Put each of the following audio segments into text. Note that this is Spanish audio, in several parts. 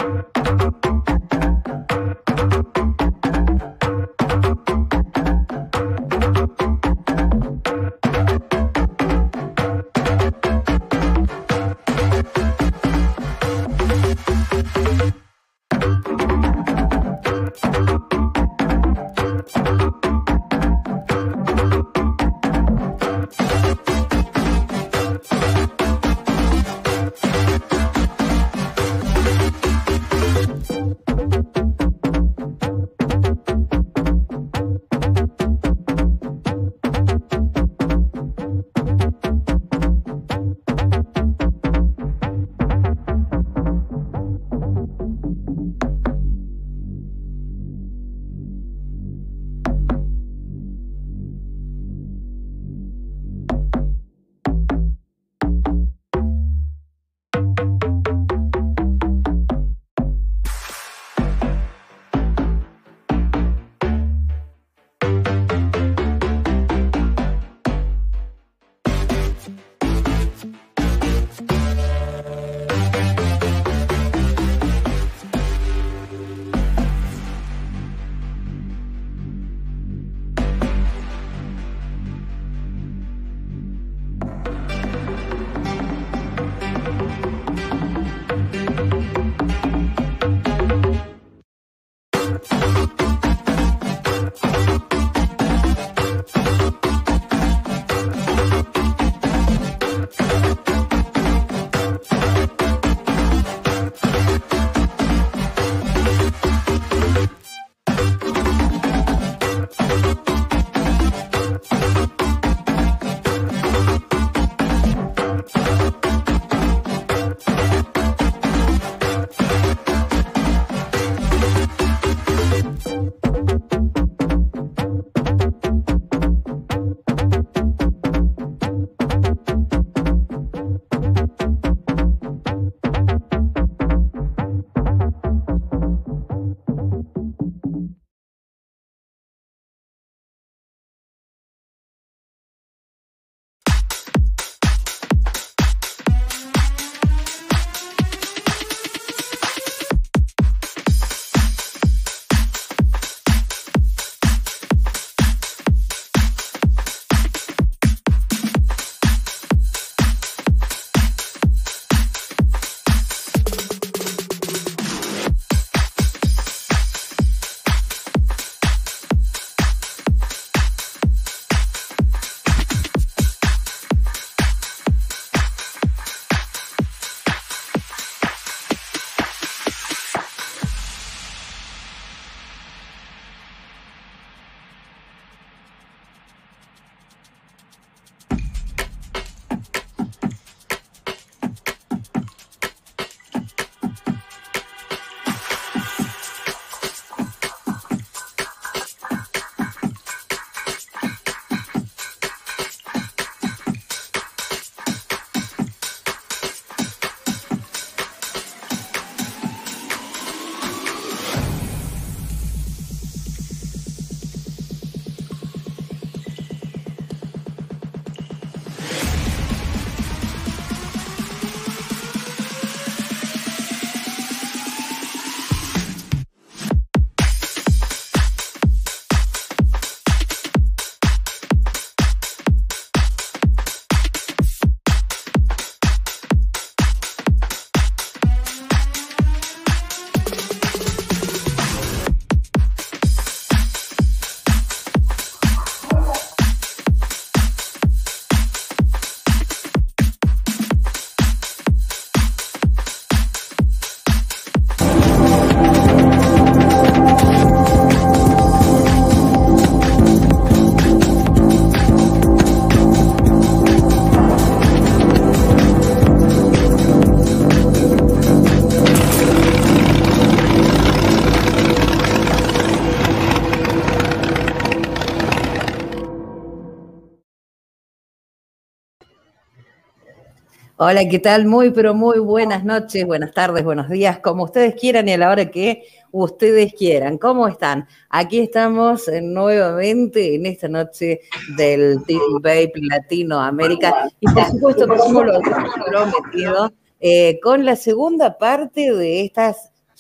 Hola, ¿qué tal? Muy, pero muy buenas noches, buenas tardes, buenos días, como ustedes quieran y a la hora que ustedes quieran. ¿Cómo están? Aquí estamos nuevamente en esta noche del Team Babe Latinoamérica y por supuesto, como lo habíamos prometido, con la segunda parte de estas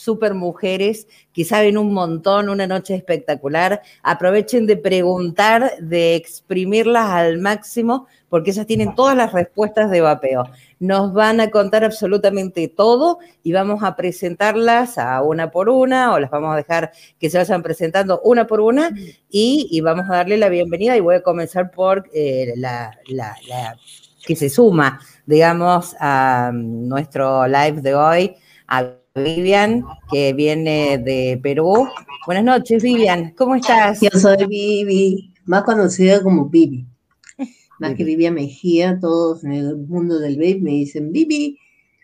súper mujeres que saben un montón, una noche espectacular. Aprovechen de preguntar, de exprimirlas al máximo, porque ellas tienen todas las respuestas de vapeo. Nos van a contar absolutamente todo y vamos a presentarlas a una por una, o las vamos a dejar que se vayan presentando una por una, y vamos a darle la bienvenida, y voy a comenzar por la que se suma, digamos, a nuestro live de hoy, a Vivian, que viene de Perú. Buenas noches, Vivian, ¿cómo estás? Yo soy Vivi, más conocida como Vivi. Más Vivi. que Vivian Mejía, todos en el mundo del vape me dicen Vivi.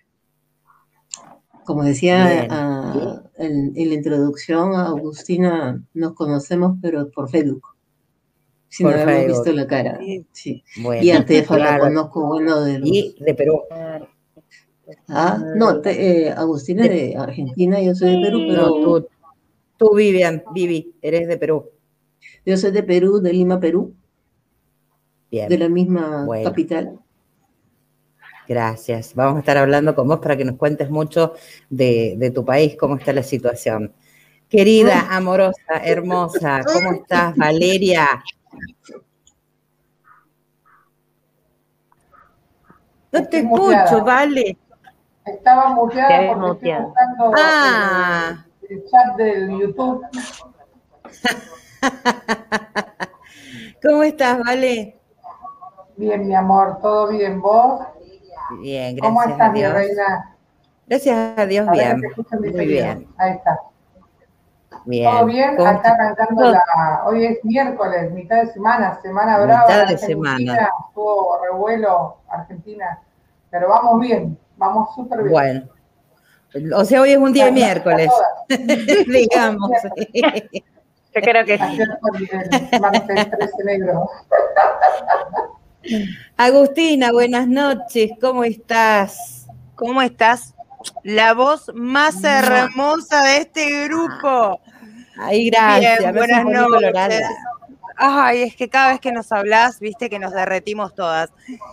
Como decía en la introducción, Agustina, nos conocemos, pero por Facebook. Si no Por habíamos Facebook. visto la cara. Sí. Bueno, Y a Tefa la claro. conozco, bueno, de los... Y de Perú. No, Agustina es de Argentina, yo soy de Perú, pero... No, tú Vivian, Vivi, eres de Perú. Yo soy de Perú, de Lima, Perú. Bien. De la misma capital. Gracias. Vamos a estar hablando con vos para que nos cuentes mucho de tu país, cómo está la situación. Querida, amorosa, hermosa, ¿cómo estás, Valeria? No te escucho, Vale. Estaba muteada porque estoy buscando el chat del YouTube. ¿Cómo estás, Vale? Bien, mi amor, todo bien. ¿Vos? Bien, gracias. ¿Cómo estás, mi reina? Gracias a Dios, ahora bien. Muy bien. Ahí está. Bien. ¿Todo bien? Acá arrancando hoy es miércoles, mitad de semana brava. Mitad de semana. Estuvo revuelo Argentina, pero vamos bien, vamos súper bien. Bueno, o sea, hoy es un día de miércoles, digamos. Yo creo que sí. Ayer fue el martes 13 negro. Agustina, buenas noches, ¿cómo estás? ¿Cómo estás? La voz más hermosa de este grupo. Ay, gracias. Bien, buenas noches. Ay, es que cada vez que nos hablas, viste que nos derretimos todas.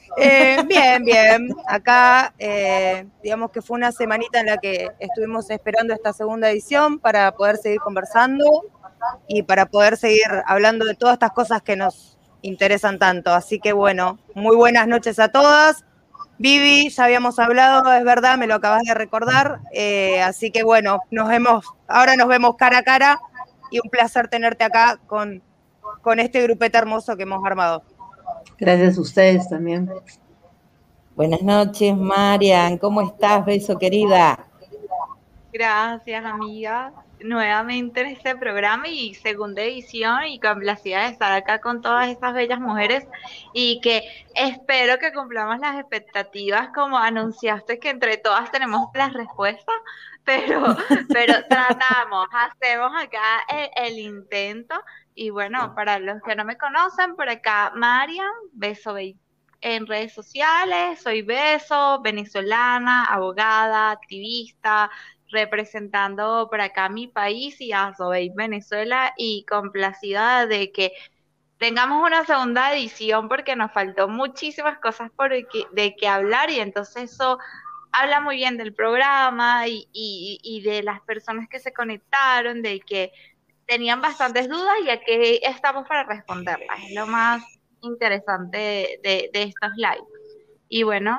Bien. Acá, digamos que fue una semanita en la que estuvimos esperando esta segunda edición para poder seguir conversando y para poder seguir hablando de todas estas cosas que nos interesan tanto. Así que bueno, muy buenas noches a todas. Vivi, ya habíamos hablado, es verdad, me lo acabas de recordar. Así que bueno, ahora nos vemos cara a cara y un placer tenerte acá con este grupete hermoso que hemos armado. Gracias a ustedes también. Buenas noches, Marian, ¿cómo estás? Beso, querida. Gracias, amiga. Nuevamente en este programa y segunda edición, y complacida de estar acá con todas estas bellas mujeres, y que espero que cumplamos las expectativas como anunciaste, que entre todas tenemos las respuestas, pero tratamos, hacemos acá el intento. Y bueno, para los que no me conocen, por acá Marian, Beso en redes sociales, soy Beso, venezolana, abogada, activista, representando por acá mi país y a Sobeid Venezuela, y complacida de que tengamos una segunda edición porque nos faltó muchísimas cosas de que hablar, y entonces eso habla muy bien del programa y de las personas que se conectaron, de que tenían bastantes dudas y aquí estamos para responderlas. Es lo más interesante de estos live. Y bueno,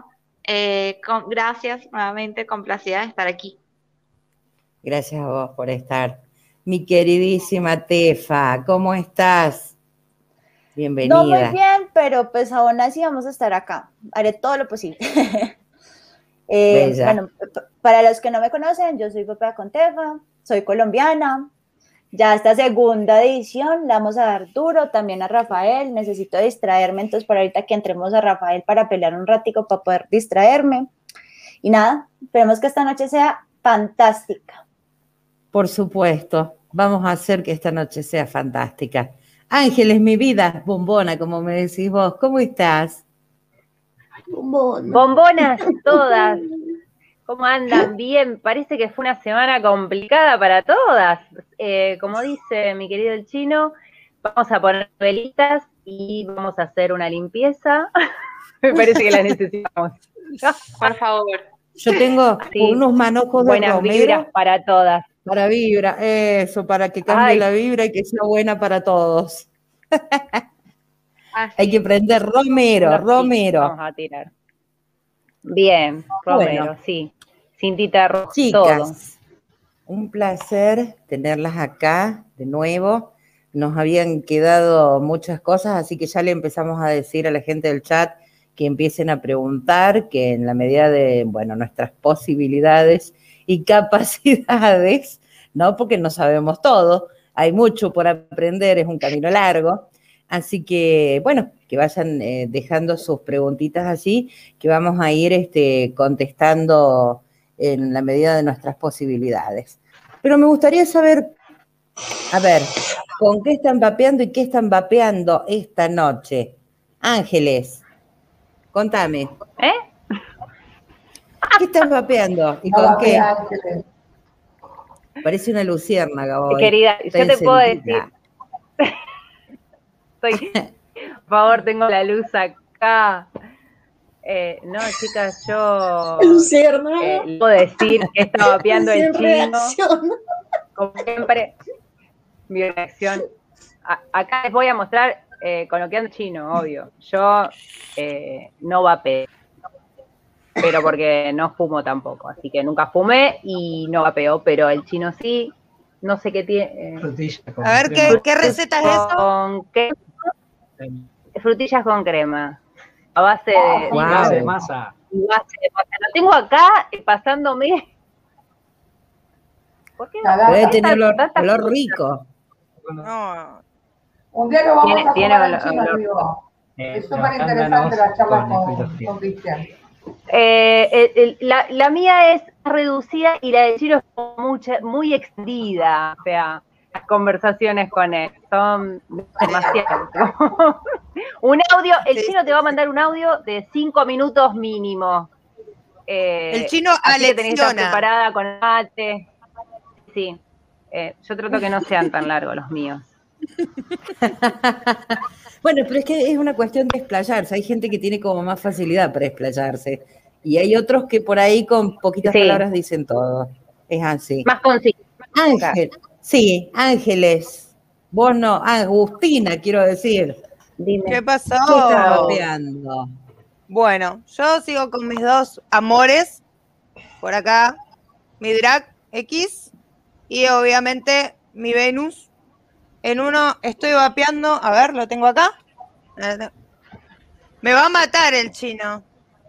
gracias nuevamente, complacida de estar aquí. Gracias a vos por estar. Mi queridísima Tefa, ¿cómo estás? Bienvenida. No muy bien, pero pues aún así vamos a estar acá. Haré todo lo posible. Bueno, para los que no me conocen, yo soy Papá con Tefa, soy colombiana. Ya esta segunda edición la vamos a dar duro también a Rafael. Necesito distraerme, entonces para ahorita que entremos a Rafael para pelear un ratico para poder distraerme. Y nada, esperemos que esta noche sea fantástica. Por supuesto, vamos a hacer que esta noche sea fantástica. Ángeles, mi vida, bombona, como me decís vos, ¿cómo estás? Bombonas todas. ¿Cómo andan? Bien, parece que fue una semana complicada para todas. Como dice mi querido el chino, vamos a poner velitas y vamos a hacer una limpieza. Me parece que la necesitamos. Por favor. Yo tengo unos manojos de buenas romero. Vibras para todas. Para vibra, eso, para que cambie la vibra y que sea buena para todos. Hay que prender romero. Vamos a tirar. Bien, romero, bueno, sí. Cintita roja, chicas, todo. Un placer tenerlas acá de nuevo. Nos habían quedado muchas cosas, así que ya le empezamos a decir a la gente del chat que empiecen a preguntar, que en la medida de, bueno, nuestras posibilidades y capacidades, ¿no? Porque no sabemos todo, hay mucho por aprender, es un camino largo. Así que, bueno, que vayan dejando sus preguntitas así, que vamos a ir contestando en la medida de nuestras posibilidades. Pero me gustaría saber, a ver, ¿con qué están vapeando y qué están vapeando esta noche? Ángeles, contame. ¿Qué estás vapeando y con qué? Ángeles. Parece una luciérnaga hoy. Querida, yo te puedo decir... Por favor, tengo la luz acá. No, chicas, yo puedo decir que está vapeando el chino. Como siempre, mi reacción. Acá les voy a mostrar con lo que ando chino, obvio. Yo no vapeo, pero porque no fumo tampoco. Así que nunca fumé y no vapeo, pero el chino sí. No sé qué tiene. A ver, ¿qué receta es eso? Frutillas con crema. A base de masa. Lo tengo acá pasándome. ¿Por qué no? Debe tener olor rico. No. Un día lo vamos a comer en chino, amigo. Es súper interesante la charla con Cristian. La mía es reducida y la de Chino es muy extendida. O sea, las conversaciones con él son demasiado. Un audio, el chino te va a mandar un audio de 5 minutos mínimo. El chino alecciona. Tenés que estar preparada con el mate. Sí, yo trato que no sean tan largos los míos. Bueno, pero es que es una cuestión de explayarse. Hay gente que tiene como más facilidad para explayarse. Y hay otros que por ahí con poquitas palabras dicen todo. Es así. Más conciso. Ángel, sí, Ángeles. Vos no, Agustina, quiero decir. Dime. ¿Qué pasó? ¿Qué estás vapeando? Bueno, yo sigo con mis dos amores. Por acá, mi Drag X y obviamente mi Venus. En uno estoy vapeando, a ver, lo tengo acá. Me va a matar el chino.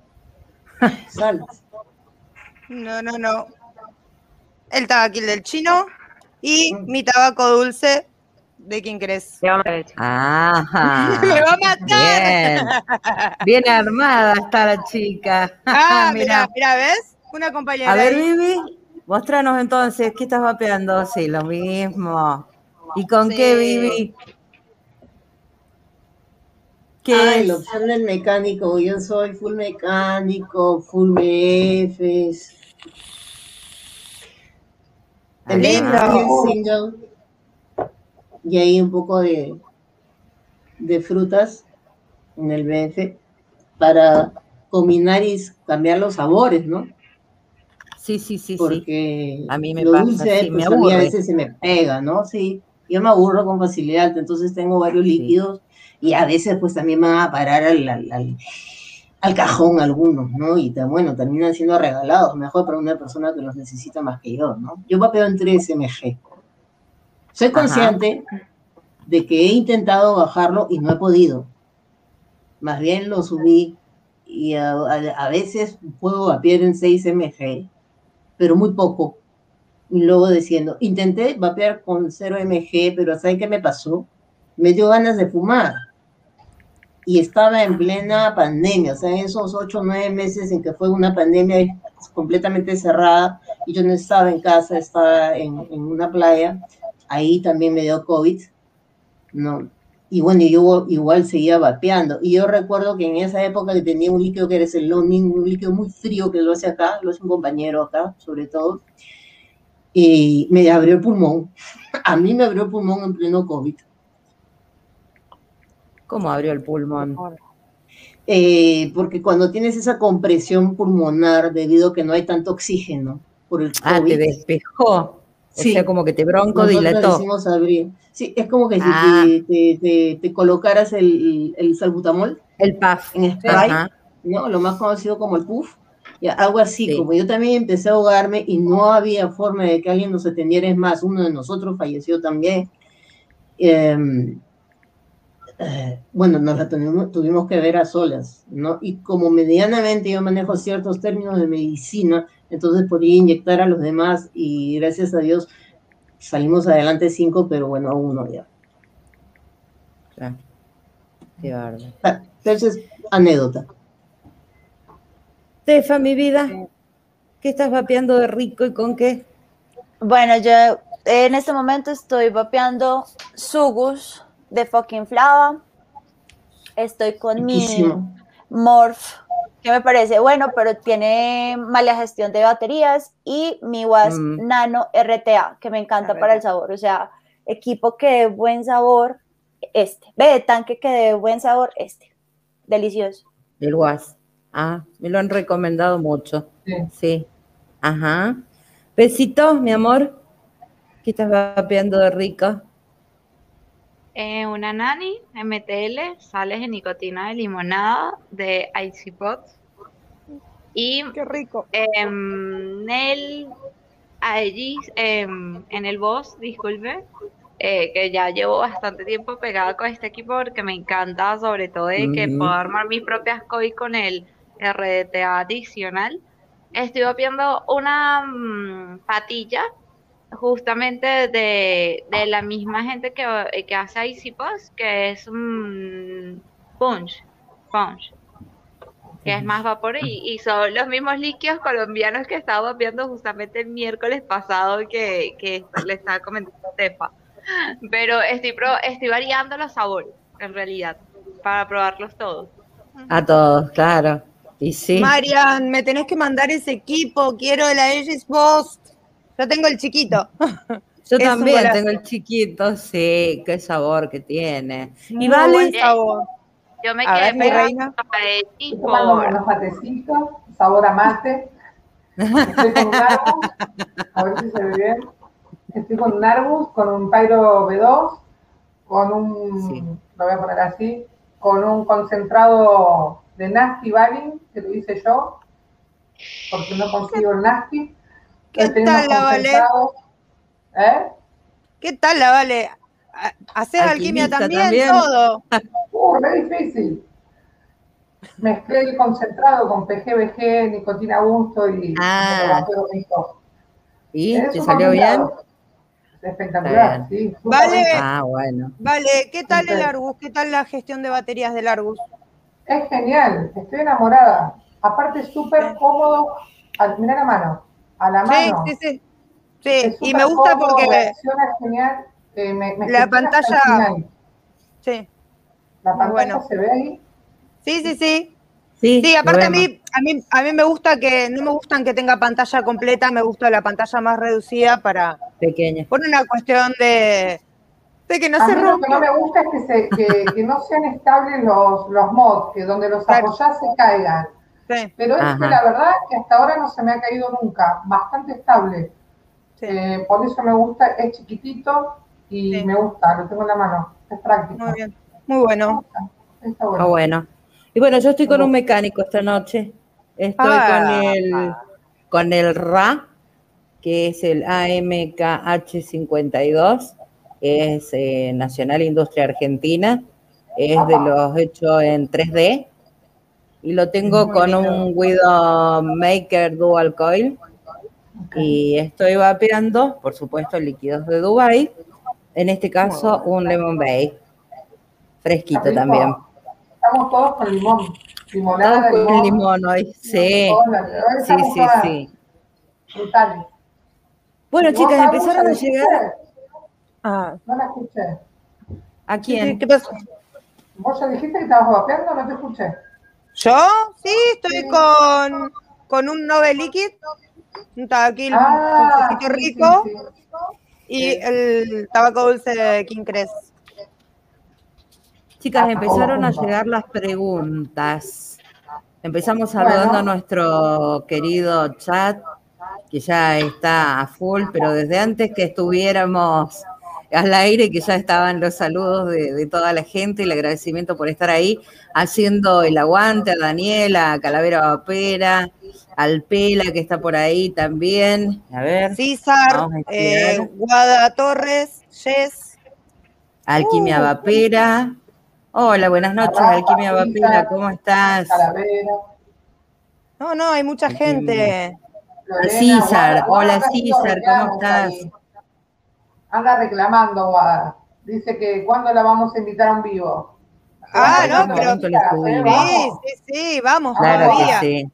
No. El tabaquil del chino y mi tabaco dulce. ¿De quién crees? Ajá. Me va a matar. Bien armada está la chica. Mira, ¿ves? Una compañera. A ver, Vivi, mostranos entonces, ¿qué estás vapeando? Sí, lo mismo. ¿Y con qué, Vivi? ¿Qué es? La opción del mecánico. Yo soy full mecánico, full BFs. El single. Y ahí un poco de frutas en el BF para combinar y cambiar los sabores, ¿no? Sí. Porque a mí me lo pasa, dulce, sí, pues me aburre. a veces se me pega, ¿no? Sí, yo me aburro con facilidad, entonces tengo varios líquidos y a veces pues también me van a parar al cajón algunos, ¿no? Y bueno, terminan siendo regalados, mejor para una persona que los necesita más que yo, ¿no? Yo vapeo en 3 mg. Soy consciente de que he intentado bajarlo y no he podido. Más bien lo subí y a veces puedo vapear en 6 mg, pero muy poco. Y luego diciendo, intenté vapear con 0 mg, pero ¿saben qué me pasó? Me dio ganas de fumar. Y estaba en plena pandemia, o sea, en esos 8 o 9 meses en que fue una pandemia completamente cerrada, y yo no estaba en casa, estaba en una playa, ahí también me dio COVID, ¿no? Y bueno, yo igual seguía vapeando. Y yo recuerdo que en esa época que tenía un líquido que era el Lonin, un líquido muy frío que lo hace acá, lo hace un compañero acá, sobre todo, y me abrió el pulmón. A mí me abrió el pulmón en pleno COVID. ¿Cómo abrió el pulmón? porque cuando tienes esa compresión pulmonar debido a que no hay tanto oxígeno por el COVID. Te despejó. Sí, o sea, como que te broncodilató. Decimos abrir. Sí, es como que si te colocaras el salbutamol. El PAF. En spray, ¿no? Lo más conocido como el PUF. Ya, algo así, como yo también empecé a ahogarme y no había forma de que alguien nos atendiera, es más, uno de nosotros falleció también. Bueno, nos la tuvimos que ver a solas, ¿no? Y como medianamente yo manejo ciertos términos de medicina, entonces podía inyectar a los demás y gracias a Dios salimos adelante 5, pero bueno, a 1 ya. Claro. Qué bárbaro. Entonces, anécdota. Tefa, mi vida, ¿qué estás vapeando de rico y con qué? Bueno, yo en este momento estoy vapeando Sugus de fucking Flava. Estoy con mi Morph, que me parece bueno, pero tiene mala gestión de baterías, y mi Wasp Nano RTA, que me encanta para el sabor. O sea, equipo que dé buen sabor, tanque que dé buen sabor, delicioso. El Wasp. Me lo han recomendado mucho. Sí. Ajá. Besitos, mi amor. ¿Qué estás vapeando de rico? Una Nani MTL, sales de nicotina de limonada de Icy Pots. Y qué rico. En el Boss, disculpe, que ya llevo bastante tiempo pegada con este equipo porque me encanta, sobre todo de que puedo armar mis propias COI con el RDTA adicional. Estoy vapeando una patilla justamente de la misma gente que hace Icy Pots, que es un punch, que es más vapor, y son los mismos líquidos colombianos que estaba vapeando justamente el miércoles pasado que le estaba comentando a Tefa. Pero estoy variando los sabores, en realidad, para probarlos todos. A todos, claro. Y sí. Marian, me tenés que mandar ese equipo, quiero el Aegis Boss. Yo tengo el chiquito. Yo también tengo el chiquito, sí, qué sabor que tiene. Y vale buen sabor. Yo me quedé pegada estoy tomando unos matecitos, sabor a mate. Estoy con un Arbus, a ver si se ve bien. Estoy con un Arbus, con un Pyro B2, con lo voy a poner así, con un concentrado de Nasty Valley, que lo hice yo, porque no consigo el Nasty. ¿Qué tal la Vale? ¿Qué tal la Vale? ¿Haces alquimia también? Todo. Re difícil. Mezclé el concentrado con PGBG, nicotina gusto y ¿Y te salió bien? Espectacular, sí. Vale, bueno. Vale, ¿qué tal el Argus? ¿Qué tal la gestión de baterías del Argus? Es genial, estoy enamorada. Aparte es súper cómodo al mirar a la mano. Sí, y me gusta cómodo, porque reacciona genial. La pantalla. Sí. La pantalla se ve ahí. Sí, aparte a mí me gusta que no me gustan que tenga pantalla completa, me gusta la pantalla más reducida para pequeña. Por una cuestión de que no se rompa. Lo que no me gusta es que no sean estables los mods, que donde los apoyás se caigan. Sí. Pero la verdad que hasta ahora no se me ha caído nunca, bastante estable. Sí. Por eso me gusta, es chiquitito y me gusta, lo tengo en la mano, es práctico. Muy bien, muy bueno. Está bueno. Bueno. Y bueno, yo estoy con un mecánico esta noche. Estoy con el RA, que es el AMKH52, es Nacional Industria Argentina, es de los hechos en 3D, y lo tengo con un Widowmaker Dual Coil, y estoy vapeando, por supuesto, líquidos de Dubai, en este caso un Lemon Bay, fresquito también. Estamos todos con limón. Limonada, todos con limón hoy, sí. Sí. Brutales. Bueno, chicas, empezaron a llegar. No la escuché. ¿A quién? ¿Qué pasó? ¿Vos ya dijiste que estabas vapeando? No te escuché. ¿Yo? Sí, estoy con un Nove Liquid, un tabaquil dulcecito rico, y el tabaco dulce de King Crest. Chicas, empezaron a llegar las preguntas. Empezamos saludando a nuestro querido chat, que ya está a full, pero desde antes que estuviéramos al aire, que ya estaban los saludos de toda la gente, el agradecimiento por estar ahí, haciendo el aguante a Daniela, a Calavera Vapera, al Pela, que está por ahí también. A ver. César, Guada Torres, Jess. Alquimia Vapera. Hola, buenas noches, Alquimia Vapera, ¿cómo estás? No, hay mucha gente. César, hola César, ¿cómo estás? Anda reclamando, Guada. Dice que cuándo la vamos a invitar a un vivo. No, pero sí, vamos, claro todavía. Que sí.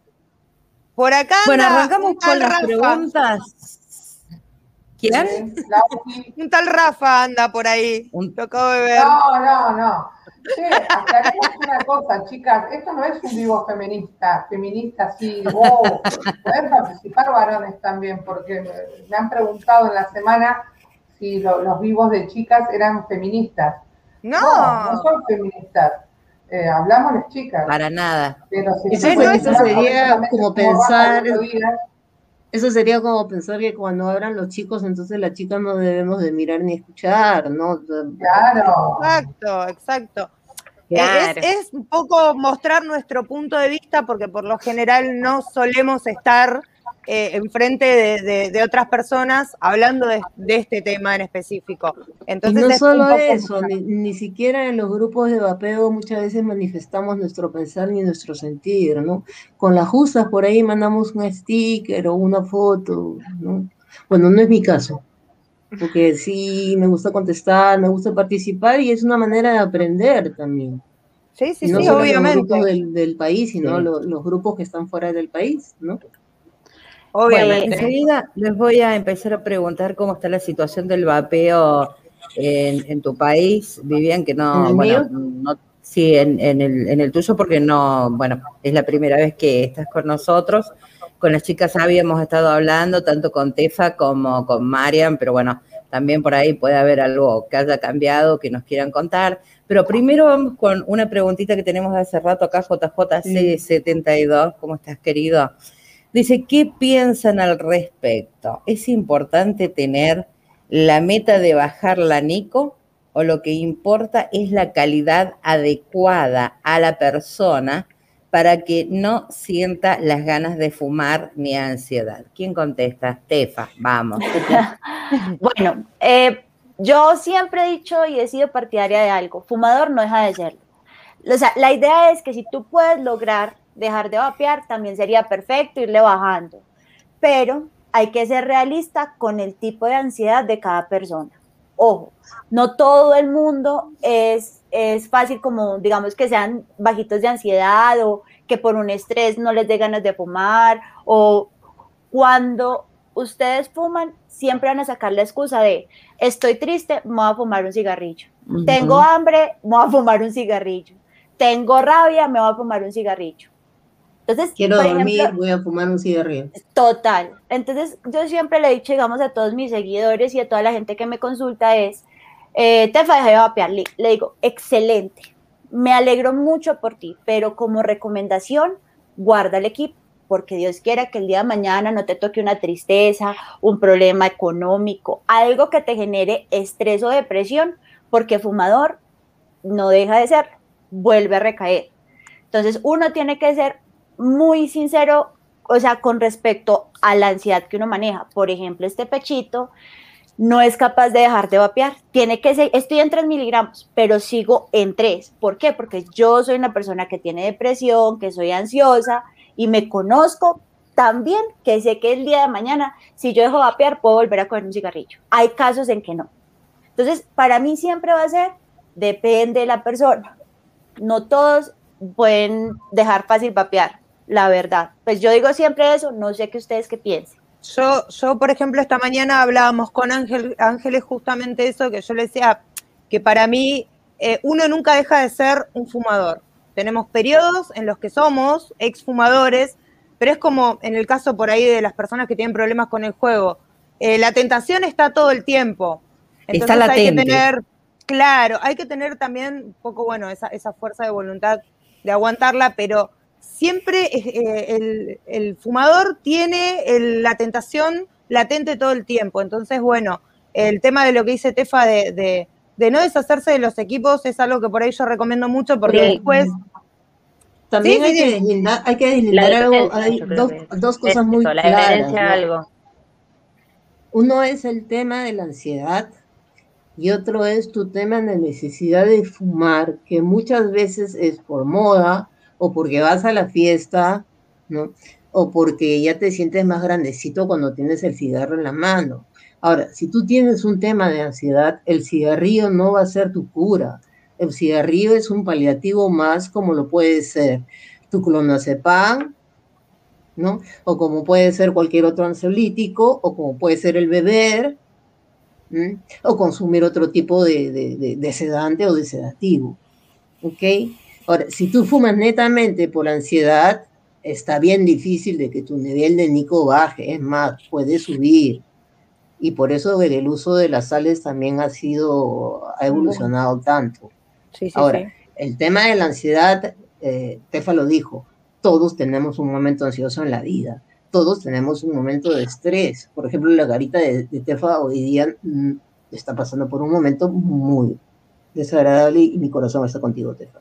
Por acá bueno, arrancamos con las preguntas. ¿Quién? Un tal Rafa anda por ahí. Lo acabo de ver. No. Che, aclaremos una cosa, chicas. Esto no es un vivo feminista así. Pueden participar varones también, porque me han preguntado en la semana si los vivos de chicas eran feministas. No son feministas. Hablamos las chicas. Para nada. Pero si eso sería como pensar. Eso sería como pensar que cuando abran los chicos, entonces las chicas no debemos de mirar ni escuchar, ¿no? Claro. Exacto. Claro. Es un poco mostrar nuestro punto de vista, porque por lo general no solemos estar enfrente de otras personas hablando de este tema en específico. Entonces, y no solo eso, ni siquiera en los grupos de vapeo muchas veces manifestamos nuestro pensar ni nuestro sentir, ¿no? Con las justas por ahí mandamos un sticker o una foto, ¿no? Bueno, no es mi caso, porque sí me gusta contestar, me gusta participar y es una manera de aprender también. Sí, no solo obviamente. Los grupos del país, sino los grupos que están fuera del país, ¿no? Obviamente. Bueno, enseguida les voy a empezar a preguntar cómo está la situación del vapeo en tu país, Vivian, que no, sí, en el tuyo, porque no, bueno, es la primera vez que estás con nosotros. Con las chicas habíamos estado hablando, tanto con Tefa como con Marian, pero bueno, también por ahí puede haber algo que haya cambiado, que nos quieran contar. Pero primero vamos con una preguntita que tenemos hace rato acá, JJC72, ¿cómo estás, querido? Dice, ¿qué piensan al respecto? ¿Es importante tener la meta de bajar la Nico o lo que importa es la calidad adecuada a la persona para que no sienta las ganas de fumar ni ansiedad? ¿Quién contesta? Tefa, vamos. Bueno, yo siempre he dicho y he sido partidaria de algo, fumador no deja de serlo. O sea, la idea es que si tú puedes lograr dejar de vapear, también sería perfecto irle bajando, pero hay que ser realista con el tipo de ansiedad de cada persona. Ojo, no todo el mundo es fácil como, digamos, que sean bajitos de ansiedad o que por un estrés no les dé ganas de fumar, o cuando ustedes fuman, siempre van a sacar la excusa de estoy triste, me voy a fumar un cigarrillo, tengo hambre, me voy a fumar un cigarrillo, tengo rabia, me voy a fumar un cigarrillo. Entonces, quiero dormir, voy a fumar un cigarrillo. Total. Entonces, yo siempre le he dicho, digamos, a todos mis seguidores y a toda la gente que me consulta es, Tefa, deja de vapear. Le digo, excelente, me alegro mucho por ti, pero como recomendación, guarda el equipo, porque Dios quiera que el día de mañana no te toque una tristeza, un problema económico, algo que te genere estrés o depresión, porque fumador no deja de ser, vuelve a recaer. Entonces, uno tiene que ser muy sincero, o sea, con respecto a la ansiedad que uno maneja. Por ejemplo, este pechito no es capaz de dejar de vapear, tiene que ser, estoy en 3 miligramos, pero sigo en 3. ¿Por qué? Porque yo soy una persona que tiene depresión, que soy ansiosa y me conozco tan bien que sé que el día de mañana, si yo dejo de vapear, puedo volver a coger un cigarrillo. Hay casos en que no. Entonces, para mí siempre va a ser, depende de la persona. No todos pueden dejar fácil vapear, la verdad. Pues yo digo siempre eso, no sé qué ustedes qué piensen. Yo, por ejemplo, esta mañana hablábamos con Ángeles justamente eso, que yo le decía que para mí uno nunca deja de ser un fumador. Tenemos periodos en los que somos exfumadores, pero es como en el caso por ahí de las personas que tienen problemas con el juego. La tentación está todo el tiempo. Entonces está latente. Hay que tener, Claro, hay que tener también un poco, bueno, esa fuerza de voluntad de aguantarla, pero siempre el fumador tiene la tentación latente todo el tiempo. Entonces, bueno, el tema de lo que dice Tefa de no deshacerse de los equipos es algo que por ahí yo recomiendo mucho porque después... También hay que deslindar algo, hay dos cosas muy claras, ¿no? Algo. Uno es el tema de la ansiedad y otro es tu tema de necesidad de fumar, que muchas veces es por moda o porque vas a la fiesta, ¿no? O porque ya te sientes más grandecito cuando tienes el cigarro en la mano. Ahora, si tú tienes un tema de ansiedad, el cigarrillo no va a ser tu cura. El cigarrillo es un paliativo más, como lo puede ser tu clonazepam, ¿no? O como puede ser cualquier otro ansiolítico, o como puede ser el beber, o consumir otro tipo de sedante o de sedativo, ¿ok? Ahora, si tú fumas netamente por ansiedad, está bien difícil de que tu nivel de nico baje, es más, puede subir, y por eso el uso de las sales también ha evolucionado tanto. Sí, ahora, el tema de la ansiedad, Tefa lo dijo, todos tenemos un momento ansioso en la vida, todos tenemos un momento de estrés. Por ejemplo, la carita de Tefa hoy día está pasando por un momento muy desagradable y mi corazón está contigo, Tefa.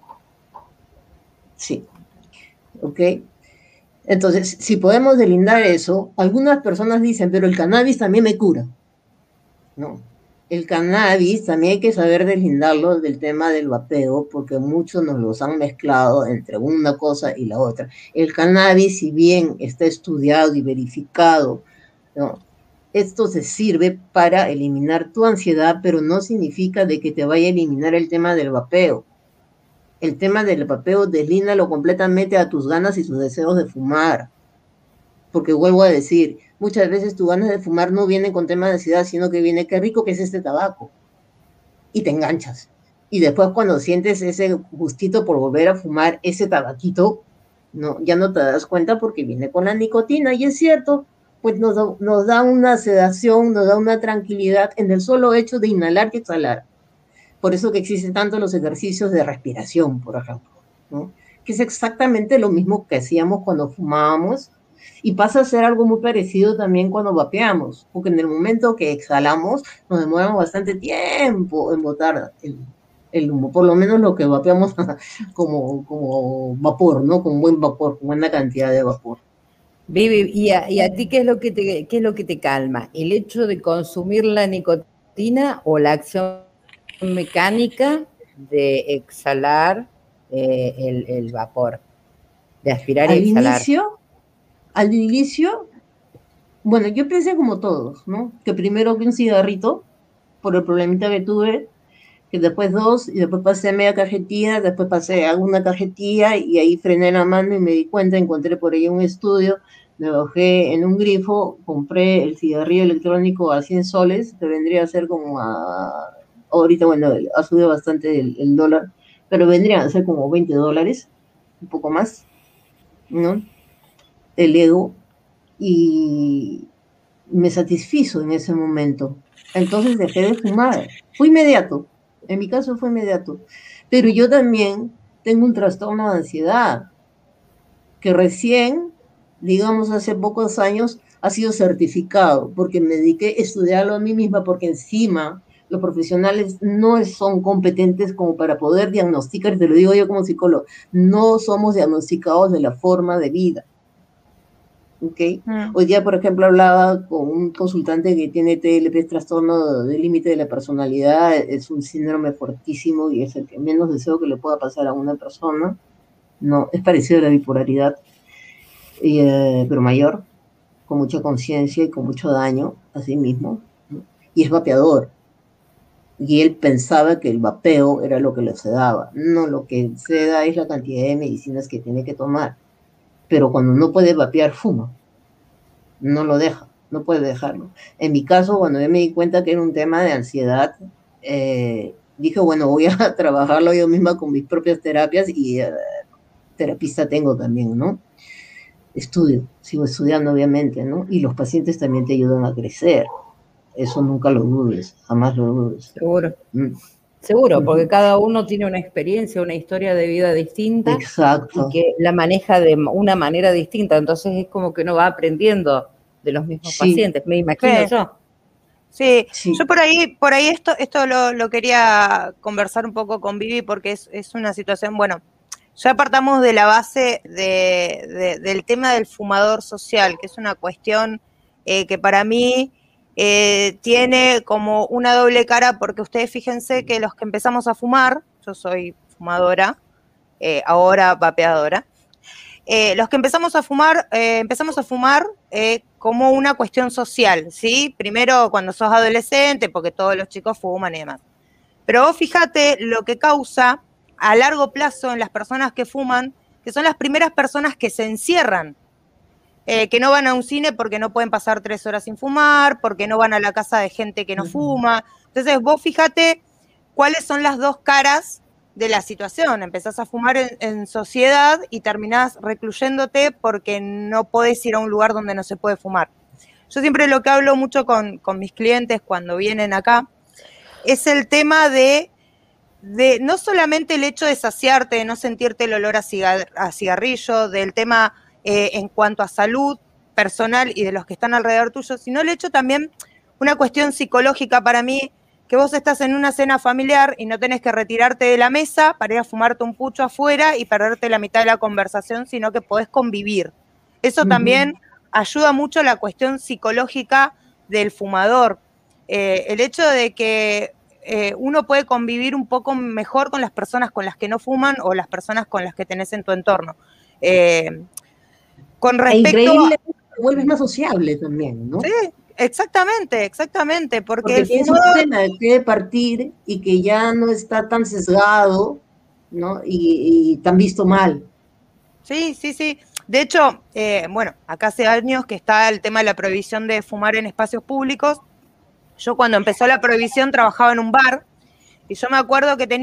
Sí. ¿Ok? Entonces, si podemos delindar eso, algunas personas dicen, pero el cannabis también me cura. No. El cannabis también hay que saber deslindarlo del tema del vapeo, porque muchos nos los han mezclado entre una cosa y la otra. El cannabis, si bien está estudiado y verificado, ¿no? Esto se sirve para eliminar tu ansiedad, pero no significa de que te vaya a eliminar el tema del vapeo. El tema del vapeo deslíndalo completamente a tus ganas y tus deseos de fumar. Porque vuelvo a decir, muchas veces tus ganas de fumar no vienen con tema de ansiedad, sino que viene, qué rico que es este tabaco. Y te enganchas. Y después cuando sientes ese gustito por volver a fumar ese tabaquito, no, ya no te das cuenta porque viene con la nicotina. Y es cierto, pues nos da una sedación, nos da una tranquilidad en el solo hecho de inhalar y exhalar. Por eso que existen tanto los ejercicios de respiración, por ejemplo, ¿no? Que es exactamente lo mismo que hacíamos cuando fumábamos y pasa a ser algo muy parecido también cuando vapeamos, porque en el momento que exhalamos nos demoramos bastante tiempo en botar el humo, por lo menos lo que vapeamos como vapor, ¿no? Con buen vapor, con buena cantidad de vapor. Vivi, ¿y a ti qué es lo que te calma? ¿El hecho de consumir la nicotina o la acción mecánica de exhalar el vapor, de aspirar y exhalar? Al inicio, bueno, yo pensé como todos, ¿no? Que primero que un cigarrito, por el problemita que tuve, que después 2, y después pasé a media cajetilla, después pasé a una cajetilla, y ahí frené la mano y me di cuenta, encontré por ahí un estudio, me bajé en un grifo, compré el cigarrillo electrónico a 100 soles, que vendría a ser como ahorita, bueno, ha subido bastante el dólar, pero vendrían a ser como $20, un poco más, ¿no? El ego, y me satisfizo en ese momento. Entonces dejé de fumar. Fue inmediato. En mi caso fue inmediato. Pero yo también tengo un trastorno de ansiedad que recién, digamos, hace pocos años ha sido certificado porque me dediqué a estudiarlo a mí misma, porque encima los profesionales no son competentes como para poder diagnosticar, te lo digo yo como psicólogo, no somos diagnosticados de la forma de vida. ¿Okay? Hoy día, por ejemplo, hablaba con un consultante que tiene TLP, trastorno del límite de la personalidad, es un síndrome fortísimo y es el que menos deseo que le pueda pasar a una persona. No, es parecido a la bipolaridad, pero mayor, con mucha conciencia y con mucho daño a sí mismo, ¿no? Y es vapeador. Y él pensaba que el vapeo era lo que le sedaba. No, lo que seda es la cantidad de medicinas que tiene que tomar. Pero cuando no puede vapear, fuma. No lo deja, no puede dejarlo. En mi caso, cuando yo me di cuenta que era un tema de ansiedad, dije, bueno, voy a trabajarlo yo misma con mis propias terapias y terapista tengo también, ¿no? Sigo estudiando, obviamente, ¿no? Y los pacientes también te ayudan a crecer. Eso nunca lo dudes, jamás lo dudes. Seguro. Seguro, porque cada uno tiene una experiencia, una historia de vida distinta. Exacto. Y que la maneja de una manera distinta, entonces es como que uno va aprendiendo de los mismos pacientes, me imagino yo. Sí, yo por ahí esto lo quería conversar un poco con Vivi porque es una situación, bueno, ya partamos de la base del tema del fumador social, que es una cuestión que para mí tiene como una doble cara, porque ustedes fíjense que los que empezamos a fumar, yo soy fumadora, ahora vapeadora, los que empezamos a fumar como una cuestión social, ¿sí? Primero cuando sos adolescente, porque todos los chicos fuman y demás. Pero vos fíjate lo que causa a largo plazo en las personas que fuman, que son las primeras personas que se encierran, que no van a un cine porque no pueden pasar 3 horas sin fumar, porque no van a la casa de gente que no fuma. Entonces vos fíjate cuáles son las dos caras de la situación. Empezás a fumar en sociedad y terminás recluyéndote porque no podés ir a un lugar donde no se puede fumar. Yo siempre lo que hablo mucho con mis clientes cuando vienen acá es el tema de no solamente el hecho de saciarte, de no sentirte el olor a cigarrillo, del tema en cuanto a salud personal y de los que están alrededor tuyo, sino el hecho también, una cuestión psicológica para mí, que vos estás en una cena familiar y no tenés que retirarte de la mesa para ir a fumarte un pucho afuera y perderte la mitad de la conversación, sino que podés convivir. Eso también ayuda mucho a la cuestión psicológica del fumador. El hecho de que uno puede convivir un poco mejor con las personas con las que no fuman o las personas con las que tenés en tu entorno. Con respecto increíble, te vuelves más sociable también, ¿no? Sí, exactamente, porque tienes un tema de que partir y que ya no está tan sesgado, ¿no? Y tan visto mal. Sí. De hecho, bueno, acá hace años que está el tema de la prohibición de fumar en espacios públicos. Yo cuando empezó la prohibición trabajaba en un bar y yo me acuerdo que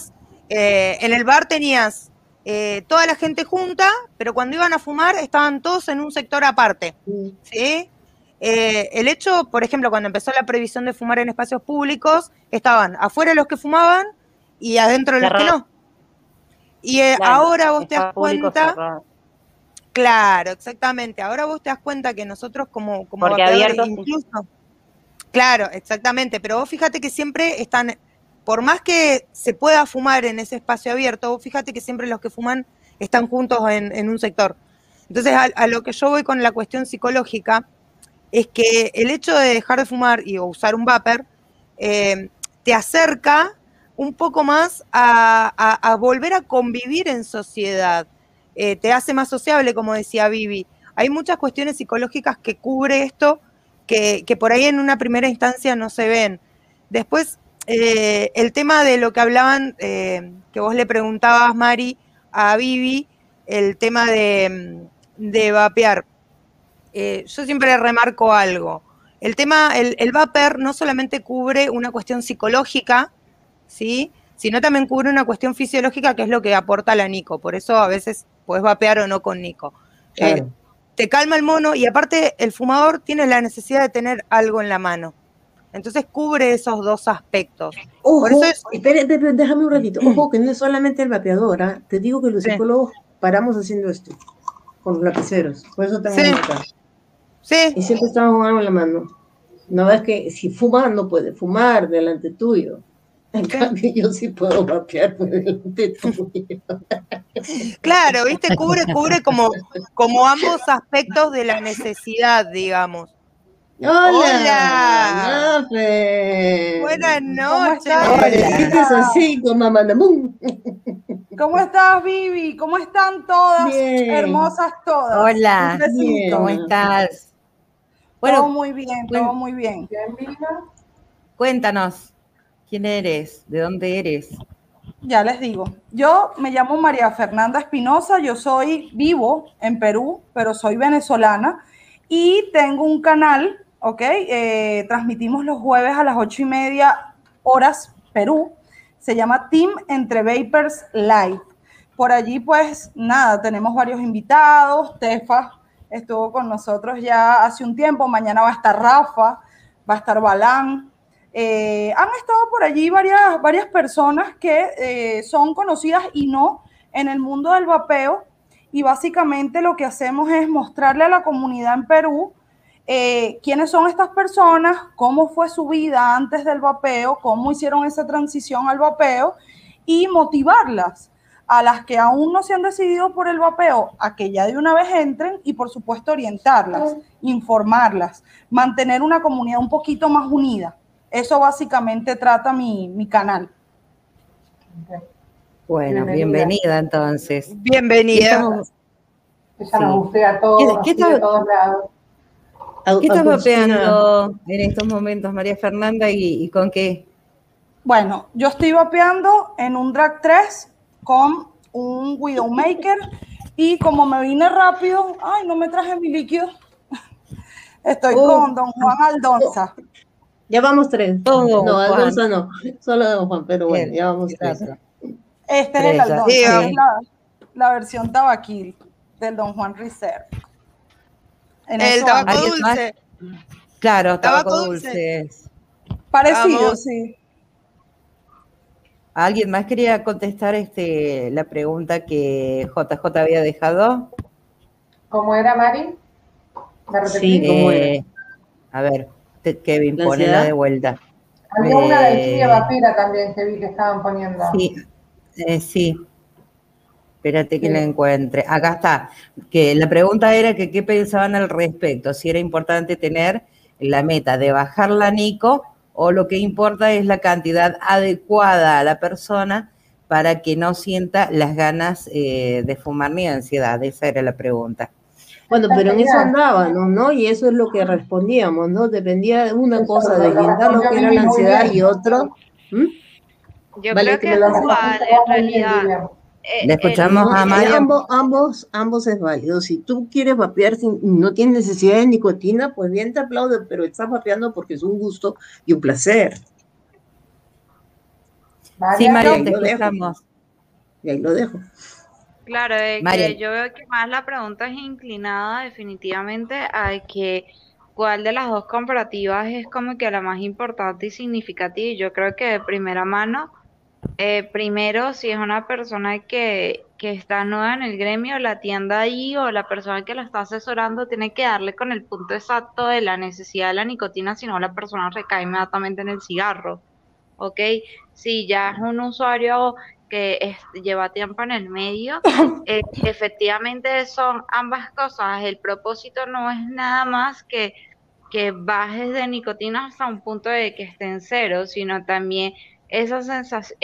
en el bar tenías toda la gente junta, pero cuando iban a fumar estaban todos en un sector aparte, ¿sí? El hecho, por ejemplo, cuando empezó la prohibición de fumar en espacios públicos, estaban afuera los que fumaban y adentro los que no. Y ahora vos te das cuenta... Claro, exactamente. Ahora vos te das cuenta que nosotros como abiertos incluso... Claro, exactamente. Pero vos fíjate que siempre están... Por más que se pueda fumar en ese espacio abierto, vos fíjate que siempre los que fuman están juntos en un sector. Entonces, a lo que yo voy con la cuestión psicológica es que el hecho de dejar de fumar y usar un vapor te acerca un poco más a volver a convivir en sociedad. Te hace más sociable, como decía Vivi. Hay muchas cuestiones psicológicas que cubre esto que por ahí en una primera instancia no se ven. Después, el tema de lo que hablaban, que vos le preguntabas, Mari, a Vivi, el tema de vapear. Yo siempre remarco algo. El vapor no solamente cubre una cuestión psicológica, ¿sí?, sino también cubre una cuestión fisiológica, que es lo que aporta la Nico. Por eso a veces podés vapear o no con Nico. Claro. Te calma el mono y aparte el fumador tiene la necesidad de tener algo en la mano. Entonces cubre esos dos aspectos. Ojo, por eso espérate, déjame un ratito. Ojo, que no es solamente el vapeador, ¿eh? Te digo que los psicólogos paramos haciendo esto con los lapiceros. Por eso tengo música. Sí. Y siempre estamos con algo en la mano. No ves que si fumas no puede fumar delante tuyo. En cambio, yo sí puedo vapear delante tuyo. Claro, ¿viste? Cubre como ambos aspectos de la necesidad, digamos. ¡Hola! Buenas noches. ¿Qué es así con mamá Namun? ¿Cómo estás, Vivi? ¿Cómo están todas? Bien. Hermosas todas. Hola, ¿cómo estás? Bueno, todo muy bien, todo muy bien. Cuéntanos, ¿quién eres? ¿De dónde eres? Ya les digo, yo me llamo María Fernanda Espinosa, yo vivo en Perú, pero soy venezolana y tengo un canal, ¿ok? Transmitimos los jueves a las 8:30 horas Perú, se llama Team Entre Vapers Live. Por allí, pues nada, tenemos varios invitados, Tefa estuvo con nosotros ya hace un tiempo, mañana va a estar Rafa, va a estar Balán, Han estado por allí varias personas que son conocidas y no en el mundo del vapeo, y básicamente lo que hacemos es mostrarle a la comunidad en Perú quiénes son estas personas, cómo fue su vida antes del vapeo, cómo hicieron esa transición al vapeo, y motivarlas a las que aún no se han decidido por el vapeo a que ya de una vez entren, y por supuesto orientarlas, informarlas, mantener una comunidad un poquito más unida. Eso básicamente trata mi canal. Bueno, bienvenida entonces. Bienvenida. Ya nos gusté a todos, ¿Qué de todos lados. ¿Qué estás vapeando en estos momentos, María Fernanda, y con qué? Bueno, yo estoy vapeando en un Drag 3 con un Widowmaker, y como me vine rápido, ay, no me traje mi líquido, estoy con Don Juan Aldonza. Ya vamos 3. No, Aldonza no, solo Don Juan, pero bueno, ya vamos 3. Este es el Aldonza, sí. Es la versión tabaquil del Don Juan Reserve. El tabaco dulce. Claro, tabaco dulce. Parecido, sí. ¿Alguien más quería contestar la pregunta que JJ había dejado? ¿Cómo era, Mari? Sí, ¿cómo era? A ver, Kevin, ponela de vuelta. Había una de alquimia vapira también que vi que estaban poniendo. Sí, sí. Espérate que la encuentre. Acá está. Que la pregunta era que qué pensaban al respecto, si era importante tener la meta de bajar la Nico, o lo que importa es la cantidad adecuada a la persona para que no sienta las ganas de fumar ni ansiedad. Esa era la pregunta. Bueno, pero en eso andábamos, ¿no? Y eso es lo que respondíamos, ¿no? Dependía de una cosa, de lindar lo que era la ansiedad, y otro... Yo creo que es igual, en realidad. Le escuchamos a María. Ambos es válido. Si tú quieres vapear y no tienes necesidad de nicotina, pues bien te aplaudo, pero estás vapeando porque es un gusto y un placer. Sí, María, te escuchamos. Y ahí lo dejo. Claro, que yo veo que más la pregunta es inclinada definitivamente a que cuál de las dos comparativas es como que la más importante y significativa. Y yo creo que de primera mano, primero, si es una persona que está nueva en el gremio, la tienda ahí o la persona que la está asesorando tiene que darle con el punto exacto de la necesidad de la nicotina, si no la persona recae inmediatamente en el cigarro, ¿ok? Si ya es un usuario que lleva tiempo en el medio, efectivamente son ambas cosas. El propósito no es nada más que bajes de nicotina hasta un punto de que esté en cero, sino también esa sensación,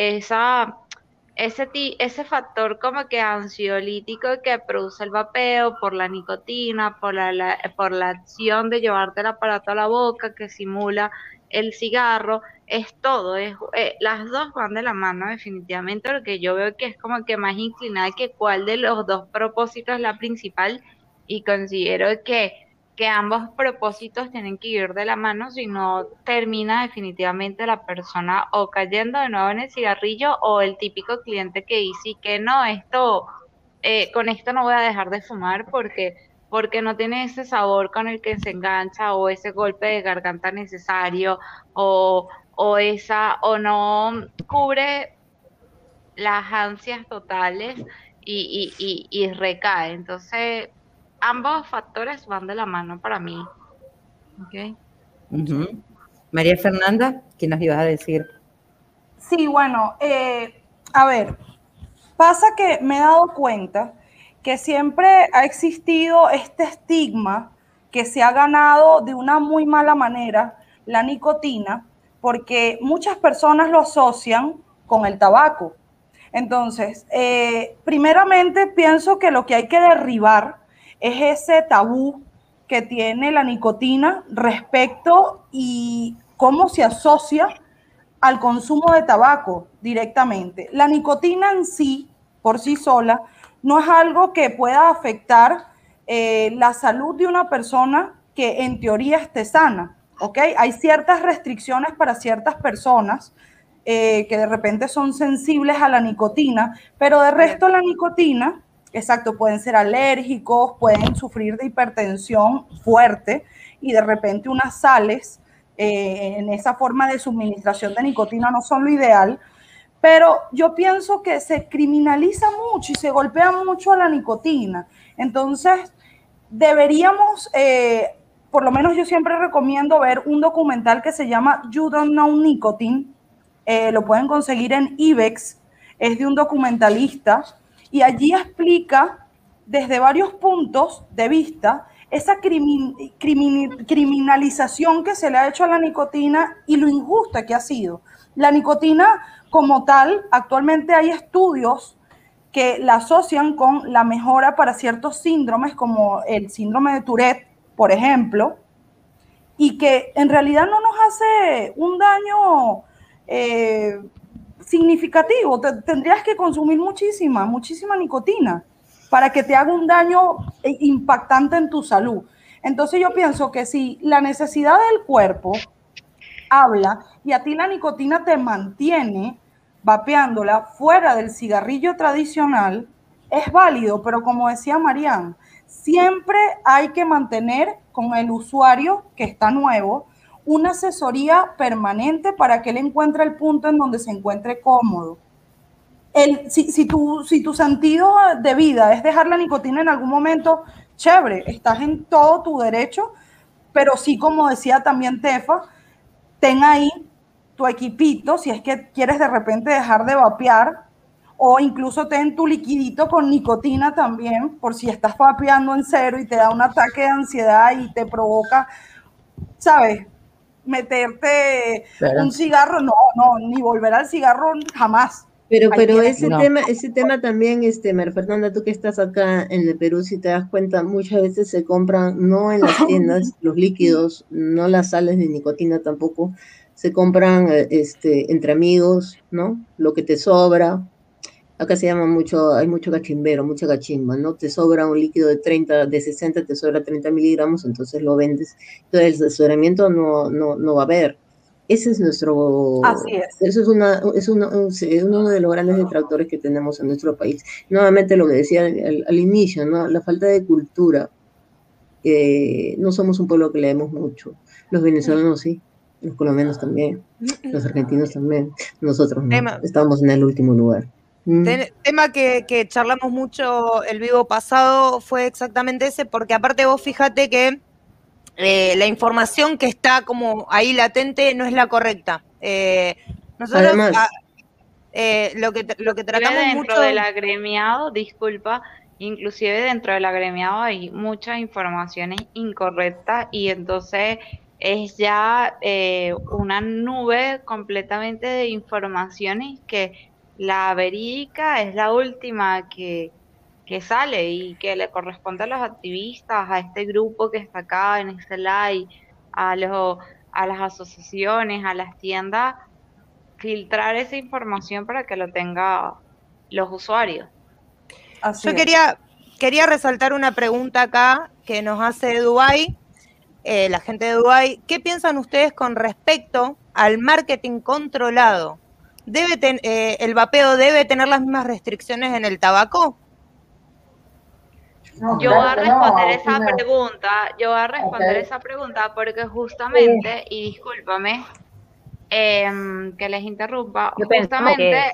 ese factor como que ansiolítico que produce el vapeo por la nicotina, por la acción de llevarte el aparato a la boca que simula el cigarro, es todo, las dos van de la mano definitivamente, porque yo veo que es como que más inclinada que cuál de los dos propósitos es la principal, y considero que ambos propósitos tienen que ir de la mano, si no termina definitivamente la persona o cayendo de nuevo en el cigarrillo, o el típico cliente que dice que no, con esto no voy a dejar de fumar porque no tiene ese sabor con el que se engancha, o ese golpe de garganta necesario, o no cubre las ansias totales y recae. Entonces, ambos factores van de la mano para mí. ¿Okay? María Fernanda, ¿qué nos ibas a decir? Sí, bueno, a ver, pasa que me he dado cuenta que siempre ha existido este estigma que se ha ganado de una muy mala manera, la nicotina, porque muchas personas lo asocian con el tabaco. Entonces, primeramente pienso que lo que hay que derribar es ese tabú que tiene la nicotina respecto y cómo se asocia al consumo de tabaco directamente. La nicotina en sí, por sí sola, no es algo que pueda afectar la salud de una persona que en teoría esté sana, ¿ok? Hay ciertas restricciones para ciertas personas que de repente son sensibles a la nicotina, pero de resto la nicotina, exacto, pueden ser alérgicos, pueden sufrir de hipertensión fuerte y de repente unas sales en esa forma de suministración de nicotina no son lo ideal, pero yo pienso que se criminaliza mucho y se golpea mucho a la nicotina. Entonces, deberíamos, por lo menos yo siempre recomiendo ver un documental que se llama You Don't Know Nicotine. Lo pueden conseguir en IBEX, es de un documentalista, y allí explica desde varios puntos de vista esa criminalización que se le ha hecho a la nicotina y lo injusta que ha sido. La nicotina como tal, actualmente hay estudios que la asocian con la mejora para ciertos síndromes, como el síndrome de Tourette, por ejemplo, y que en realidad no nos hace un daño significativo. Tendrías que consumir muchísima nicotina para que te haga un daño impactante en tu salud. Entonces yo pienso que si la necesidad del cuerpo habla y a ti la nicotina te mantiene vapeándola fuera del cigarrillo tradicional, es válido, pero como decía Marian, siempre hay que mantener con el usuario que está nuevo una asesoría permanente para que él encuentre el punto en donde se encuentre cómodo. Si tu sentido de vida es dejar la nicotina en algún momento, chévere, estás en todo tu derecho, pero sí, como decía también Tefa, ten ahí tu equipito, si es que quieres de repente dejar de vapear, o incluso ten tu liquidito con nicotina también, por si estás vapeando en cero y te da un ataque de ansiedad y te provoca, ¿sabes?, meterte un cigarro, no, ni volver al cigarro jamás. Pero ese tema también, María Fernanda, tú que estás acá en el Perú, si te das cuenta, muchas veces se compran, no en las tiendas, los líquidos, no las sales de nicotina tampoco, se compran entre amigos, ¿no? Lo que te sobra. Acá se llama hay mucho cachimbero, mucha cachimba, ¿no? Te sobra un líquido de 60, te sobra 30 miligramos, entonces lo vendes. Entonces el asesoramiento no va a haber. Ese es nuestro... Así es. Eso es uno de los grandes detractores que tenemos en nuestro país. Nuevamente lo que decía al inicio, ¿no? La falta de cultura. No somos un pueblo que leemos mucho. Los venezolanos sí, los colombianos también, los argentinos también, nosotros no. Estamos en el último lugar. Tema que charlamos mucho el vivo pasado fue exactamente ese, porque aparte vos fíjate que la información que está como ahí latente no es la correcta. Nosotros Además, lo que tratamos dentro mucho del agremiado, disculpa, inclusive dentro del agremiado hay muchas informaciones incorrectas y entonces es ya una nube completamente de informaciones que la verídica es la última que sale y que le corresponde a los activistas, a este grupo que está acá en este live, a las asociaciones, a las tiendas, filtrar esa información para que lo tengan los usuarios. Yo quería resaltar una pregunta acá que nos hace Dubái, la gente de Dubái. ¿Qué piensan ustedes con respecto al marketing controlado? ¿El vapeo debe tener las mismas restricciones en el tabaco? Yo voy a responder esa pregunta porque justamente, y discúlpame que les interrumpa, justamente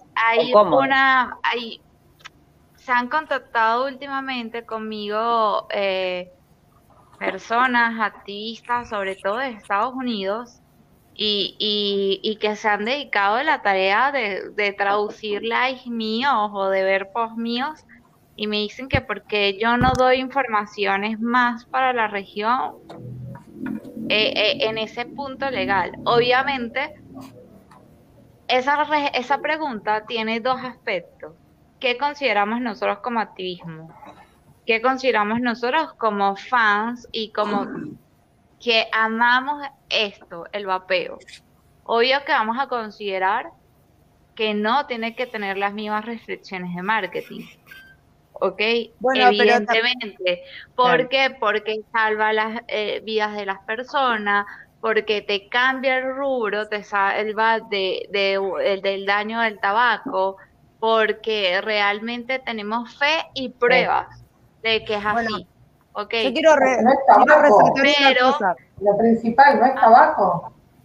se han contactado últimamente conmigo personas, activistas, sobre todo de Estados Unidos, y que se han dedicado a la tarea de traducir lives míos o de ver posts míos, y me dicen que porque yo no doy informaciones más para la región en ese punto legal. Obviamente, esa pregunta tiene dos aspectos. ¿Qué consideramos nosotros como activismo? ¿Qué consideramos nosotros como fans y como que amamos esto, el vapeo? Obvio que vamos a considerar que no tiene que tener las mismas restricciones de marketing. ¿Ok? Bueno, evidentemente. ¿Por qué? Porque salva las vidas de las personas, porque te cambia el rubro, te salva del daño del tabaco, porque realmente tenemos fe y pruebas de que es así. ¿Ok? Yo quiero resaltar una cosa. Lo principal no es tabaco.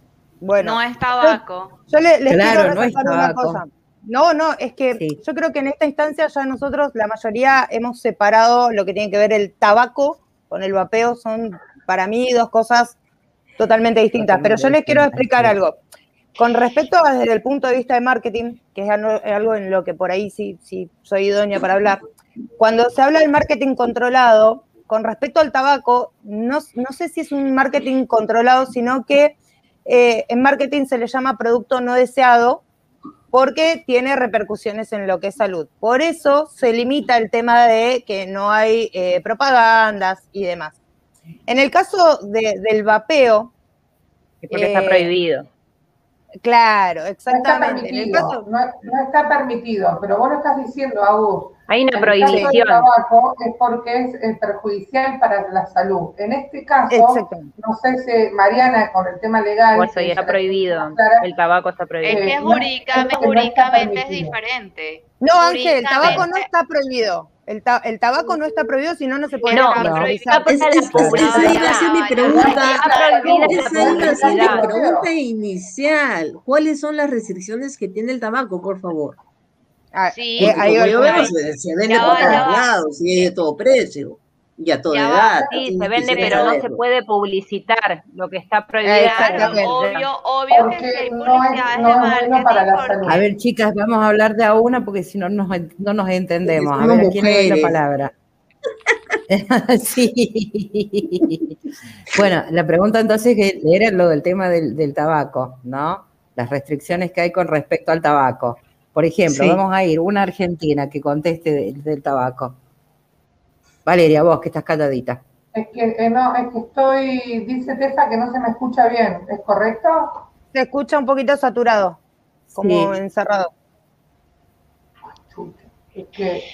Bueno, no es tabaco. Yo les Claro, quiero no es resaltar una tabaco. cosa. No, es que Sí. yo creo que en esta instancia ya nosotros, la mayoría, hemos separado lo que tiene que ver el tabaco con el vapeo. Son, para mí, dos cosas totalmente distintas. Pero yo les quiero explicar algo. Con respecto a desde el punto de vista de marketing, que es algo en lo que por ahí sí soy idónea para hablar, cuando se habla del marketing controlado, con respecto al tabaco, no sé si es un marketing controlado, sino que en marketing se le llama producto no deseado porque tiene repercusiones en lo que es salud. Por eso se limita el tema de que no hay propagandas y demás. En el caso del vapeo... Porque está prohibido. Claro, No exactamente. está permitido, no está permitido, pero vos lo estás diciendo, Agus. Hay una en prohibición. el caso del tabaco es porque es perjudicial para la salud. En este caso, no sé si Mariana con el tema legal... Por eso ya está prohibido, el tabaco está prohibido. Es que jurídicamente es diferente. No, Ángel, el tabaco no está prohibido. El tabaco no está prohibido, si no, no se puede comercializar. Esa iba a ser mi pregunta. Esa iba a ser mi pregunta inicial. ¿Cuáles son las restricciones que tiene el tabaco, por favor? Sí, como yo veo, se vende por todos lados, y de todo precio, y a toda edad. Sí, se vende, pero no se puede publicitar lo que está prohibido. Obvio que si hay publicidades de marketing para la salud. A ver, chicas, vamos a hablar de a una porque si no no nos entendemos. A ver, ¿a quién le doy la palabra? Sí. Bueno, la pregunta entonces era lo del tema del tabaco, ¿no? Las restricciones que hay con respecto al tabaco. Por ejemplo, vamos a ir una argentina que conteste del tabaco. Valeria, vos que estás calladita. Es que dice Tefa que no se me escucha bien, ¿es correcto? Se escucha un poquito saturado, como encerrado. Es que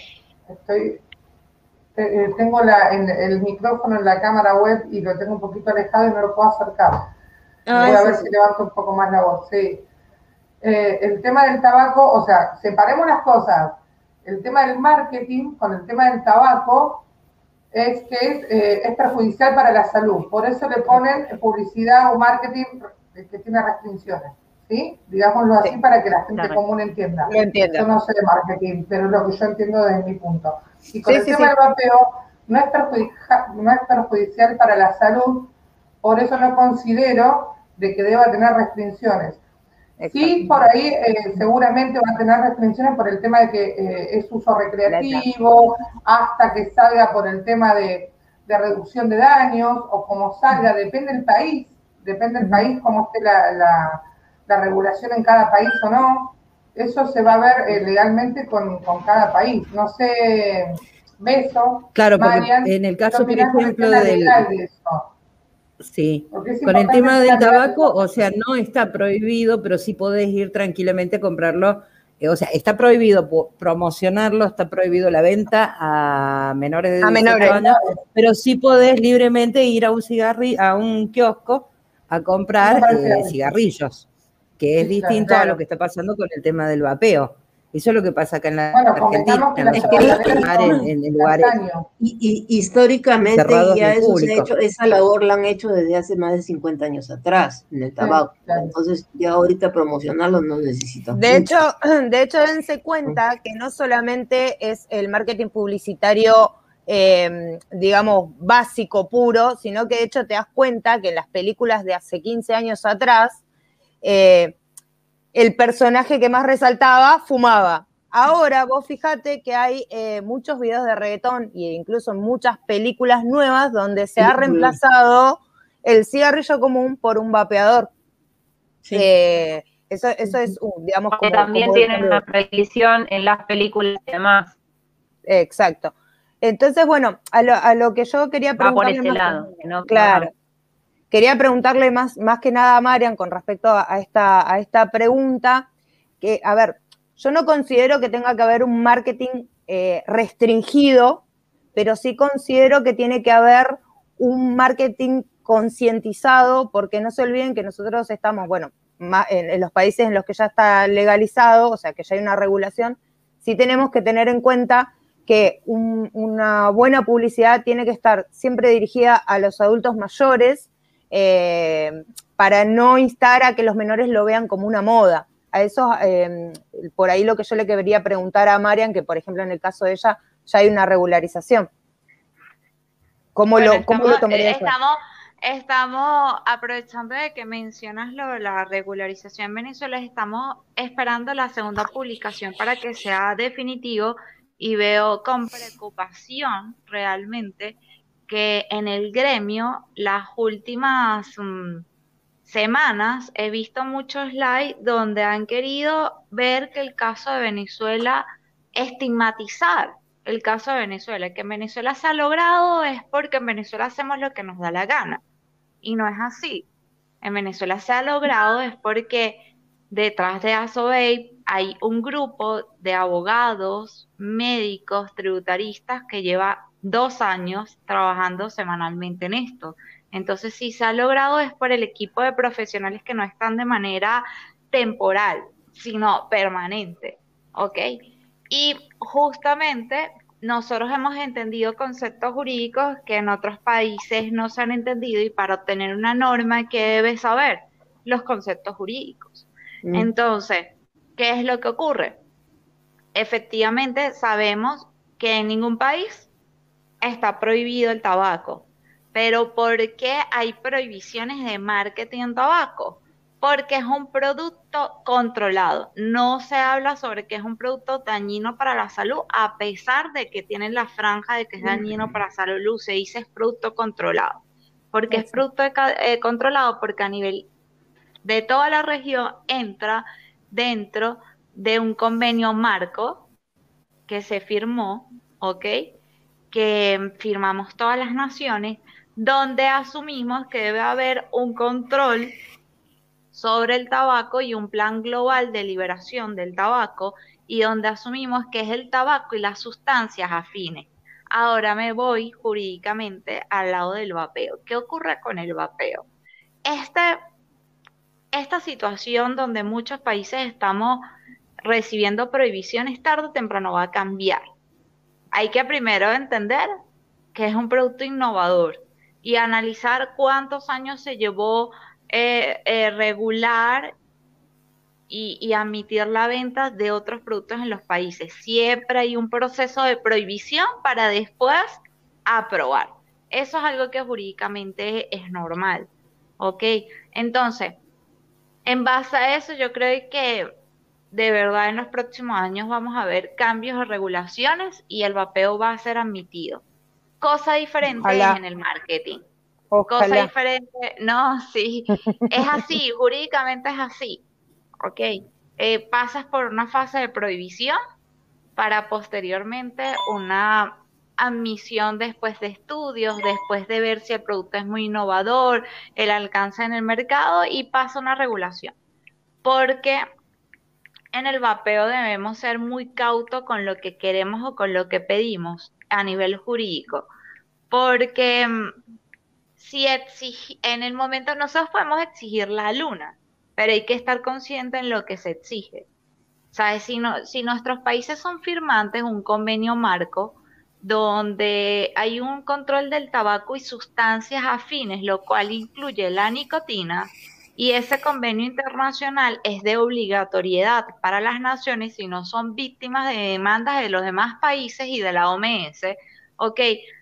tengo el micrófono en la cámara web y lo tengo un poquito alejado y no lo puedo acercar. Voy a ver si levanto un poco más la voz, sí. El tema del tabaco, o sea, separemos las cosas. El tema del marketing con el tema del tabaco es que es perjudicial para la salud. Por eso le ponen publicidad o marketing que tiene restricciones, ¿sí? Digámoslo así para que la gente común entienda. Yo no sé de marketing, pero es lo que yo entiendo desde mi punto. Y con el tema del vapeo no es perjudicial para la salud, por eso no considero de que deba tener restricciones. Sí, por ahí seguramente va a tener restricciones por el tema de que es uso recreativo, hasta que salga por el tema de reducción de daños, o como salga, depende del país cómo esté la regulación en cada país o no. Eso se va a ver legalmente con cada país. No sé, Beso, claro, porque Marian, en el caso, por ejemplo, del... de eso. Sí, con el tema del tabaco, o sea, no está prohibido, pero sí podés ir tranquilamente a comprarlo. O sea, está prohibido promocionarlo, está prohibido la venta a menores de 18 años, pero sí podés libremente ir a un kiosco a comprar cigarrillos, que es distinto a lo que está pasando con el tema del vapeo. Eso es lo que pasa acá en la Argentina, en lugares y históricamente ya eso se ha hecho, esa labor la han hecho desde hace más de 50 años atrás en el tabaco. Entonces ya ahorita promocionarlo no necesita. De hecho, dense cuenta que no solamente es el marketing publicitario, digamos, básico, puro, sino que de hecho te das cuenta que en las películas de hace 15 años atrás, el personaje que más resaltaba fumaba. Ahora vos fíjate que hay muchos videos de reggaetón e incluso muchas películas nuevas donde se ha reemplazado el cigarrillo común por un vapeador. Sí. Eso es, digamos, como... También tienen una prohibición en las películas y demás. Exacto. Entonces, bueno, a lo que yo quería preguntarle... Va por ese lado. No, claro. Quería preguntarle más que nada a Marian con respecto a esta pregunta, que, a ver, yo no considero que tenga que haber un marketing restringido, pero sí considero que tiene que haber un marketing concientizado, porque no se olviden que nosotros estamos, bueno, en los países en los que ya está legalizado, o sea, que ya hay una regulación, sí tenemos que tener en cuenta que una buena publicidad tiene que estar siempre dirigida a los adultos mayores, para no instar a que los menores lo vean como una moda. A eso, por ahí lo que yo le quería preguntar a Marian, que por ejemplo en el caso de ella ya hay una regularización. ¿Cómo lo tomaría eso? Estamos aprovechando de que mencionas lo de la regularización en Venezuela, estamos esperando la segunda publicación para que sea definitivo y veo con preocupación realmente que en el gremio las últimas semanas he visto muchos likes donde han querido ver que el caso de Venezuela, estigmatizar el caso de Venezuela, que en Venezuela se ha logrado es porque en Venezuela hacemos lo que nos da la gana. Y no es así. En Venezuela se ha logrado es porque detrás de ASOVEI hay un grupo de abogados, médicos, tributaristas que lleva 2 años trabajando semanalmente en esto. Entonces, si se ha logrado es por el equipo de profesionales que no están de manera temporal, sino permanente, ¿ok? Y justamente nosotros hemos entendido conceptos jurídicos que en otros países no se han entendido y para obtener una norma, ¿qué debes saber? Los conceptos jurídicos. Entonces, ¿qué es lo que ocurre? Efectivamente, sabemos que en ningún país está prohibido el tabaco. Pero ¿por qué hay prohibiciones de marketing en tabaco? Porque es un producto controlado. No se habla sobre que es un producto dañino para la salud, a pesar de que tiene la franja de que es dañino para la salud. Se dice es producto controlado. Porque es producto controlado porque a nivel de toda la región entra dentro de un convenio marco que se firmó, ¿ok? Que firmamos todas las naciones, donde asumimos que debe haber un control sobre el tabaco y un plan global de liberación del tabaco, y donde asumimos que es el tabaco y las sustancias afines. Ahora me voy jurídicamente al lado del vapeo. ¿Qué ocurre con el vapeo? Esta situación donde muchos países estamos recibiendo prohibiciones, tarde o temprano va a cambiar. Hay que primero entender que es un producto innovador y analizar cuántos años se llevó regular y admitir la venta de otros productos en los países. Siempre hay un proceso de prohibición para después aprobar. Eso es algo que jurídicamente es normal, ¿ok? Entonces, en base a eso, yo creo que de verdad en los próximos años vamos a ver cambios o regulaciones y el vapeo va a ser admitido. Cosa diferente Ojalá. es en el marketing. Ojalá. Cosa diferente, no, sí, es así, jurídicamente es así, ¿ok? Pasas por una fase de prohibición para posteriormente una admisión después de estudios, después de ver si el producto es muy innovador, el alcance en el mercado y pasa una regulación. Porque en el vapeo debemos ser muy cautos con lo que queremos o con lo que pedimos a nivel jurídico, porque si en el momento nosotros podemos exigir la luna, pero hay que estar consciente en lo que se exige. ¿Sabes? Si nuestros países son firmantes un convenio marco donde hay un control del tabaco y sustancias afines, lo cual incluye la nicotina, y ese convenio internacional es de obligatoriedad para las naciones si no son víctimas de demandas de los demás países y de la OMS, ok,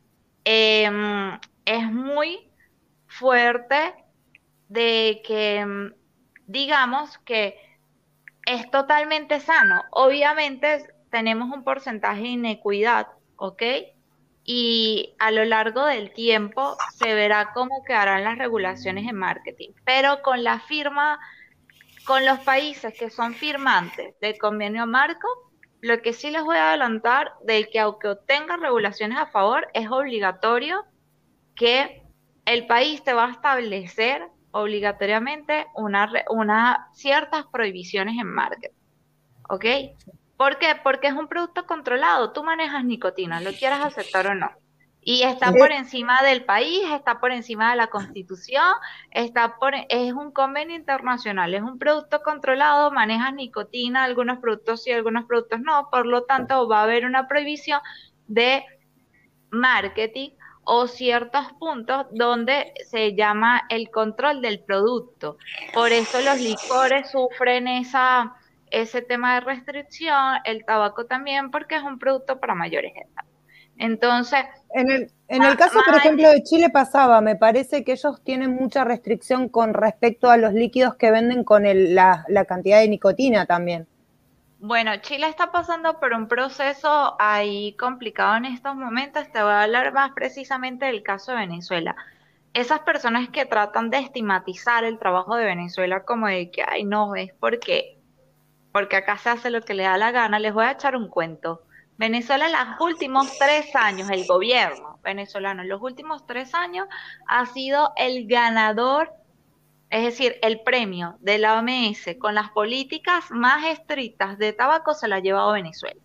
es muy fuerte de que digamos que es totalmente sano. Obviamente tenemos un porcentaje de inequidad, ¿ok? Y a lo largo del tiempo se verá cómo quedarán las regulaciones en marketing. Pero con la firma, con los países que son firmantes del convenio marco, lo que sí les voy a adelantar de que aunque obtengan regulaciones a favor, es obligatorio que el país te va a establecer obligatoriamente ciertas prohibiciones en marketing, ¿ok? ¿Por qué? Porque es un producto controlado, tú manejas nicotina, lo quieras aceptar o no, y está por encima del país, está por encima de la Constitución, es un convenio internacional, es un producto controlado, manejas nicotina, algunos productos sí, algunos productos no, por lo tanto va a haber una prohibición de marketing o ciertos puntos donde se llama el control del producto. Por eso los licores sufren ese tema de restricción, el tabaco también, porque es un producto para mayores de edad. Entonces, en el caso, por ejemplo, de Chile pasaba, me parece que ellos tienen mucha restricción con respecto a los líquidos que venden con la cantidad de nicotina también. Bueno, Chile está pasando por un proceso ahí complicado en estos momentos. Te voy a hablar más precisamente del caso de Venezuela. Esas personas que tratan de estigmatizar el trabajo de Venezuela como de que, ay, no, es porque acá se hace lo que le da la gana, les voy a echar un cuento. Venezuela en los últimos 3 años, el gobierno venezolano en los últimos 3 años ha sido el ganador, es decir, el premio de la OMS con las políticas más estrictas de tabaco se la ha llevado Venezuela.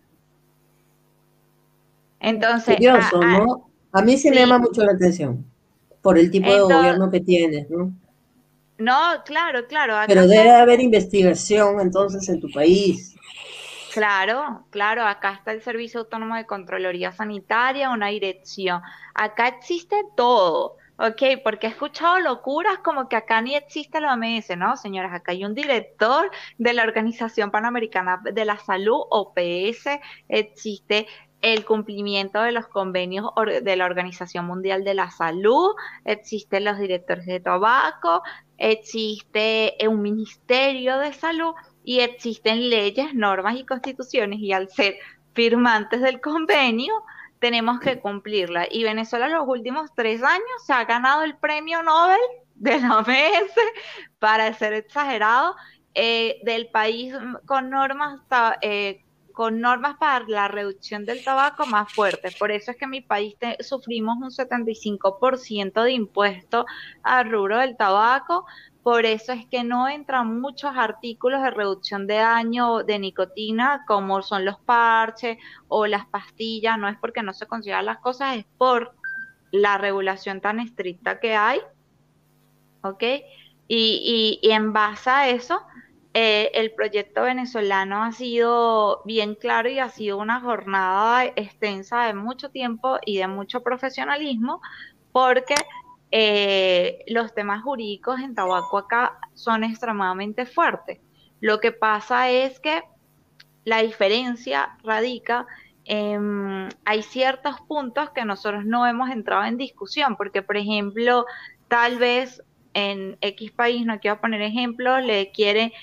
Entonces, curioso, ¿no? A mí sí me llama mucho la atención por el tipo de gobierno que tienes, ¿no? No, claro. Pero debe haber investigación entonces en tu país. Claro, acá está el Servicio Autónomo de Contraloría Sanitaria, una dirección. Acá existe todo, ¿ok? Porque he escuchado locuras como que acá ni existe la OMS, ¿no, señoras? Acá hay un director de la Organización Panamericana de la Salud, OPS, existe el cumplimiento de los convenios de la Organización Mundial de la Salud, existen los directores de tabaco, existe un Ministerio de Salud, y existen leyes, normas y constituciones, y al ser firmantes del convenio tenemos que cumplirla. Y Venezuela en los últimos 3 años se ha ganado el premio Nobel de la OMS, para ser exagerado, del país con normas para la reducción del tabaco más fuertes. Por eso es que en mi país sufrimos un 75% de impuesto al rubro del tabaco. Por eso es que no entran muchos artículos de reducción de daño de nicotina, como son los parches o las pastillas. No es porque no se consideran las cosas, es por la regulación tan estricta que hay, ¿ok? Y en base a eso, el proyecto venezolano ha sido bien claro y ha sido una jornada extensa de mucho tiempo y de mucho profesionalismo, porque los temas jurídicos en tabaco acá son extremadamente fuertes. Lo que pasa es que la diferencia radica en, hay ciertos puntos que nosotros no hemos entrado en discusión, porque por ejemplo, tal vez en X país, no quiero poner ejemplos, le quiere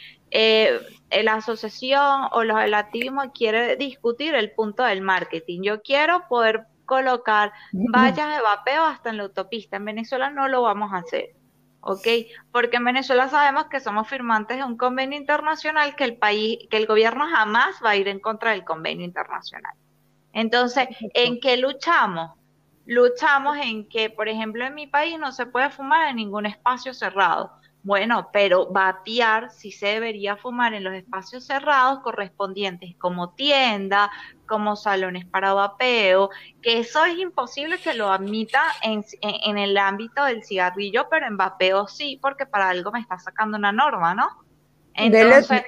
la asociación o el activismo quiere discutir el punto del marketing. Yo quiero poder colocar vallas de vapeo hasta en la autopista. En Venezuela no lo vamos a hacer, ¿ok? Porque en Venezuela sabemos que somos firmantes de un convenio internacional, que el gobierno jamás va a ir en contra del convenio internacional. Entonces, ¿en qué luchamos? Luchamos en que, por ejemplo, en mi país no se puede fumar en ningún espacio cerrado. Bueno, pero vapear sí se debería fumar en los espacios cerrados correspondientes, como tiendas, como salones para vapeo, que eso es imposible que lo admita en el ámbito del cigarrillo, pero en vapeo sí, porque para algo me está sacando una norma, ¿no? Entonces...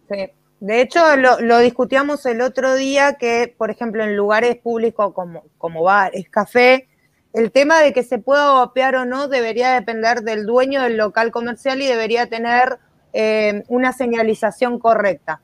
De hecho, lo discutíamos el otro día, que, por ejemplo, en lugares públicos como bares, café, el tema de que se pueda vapear o no debería depender del dueño del local comercial y debería tener una señalización correcta.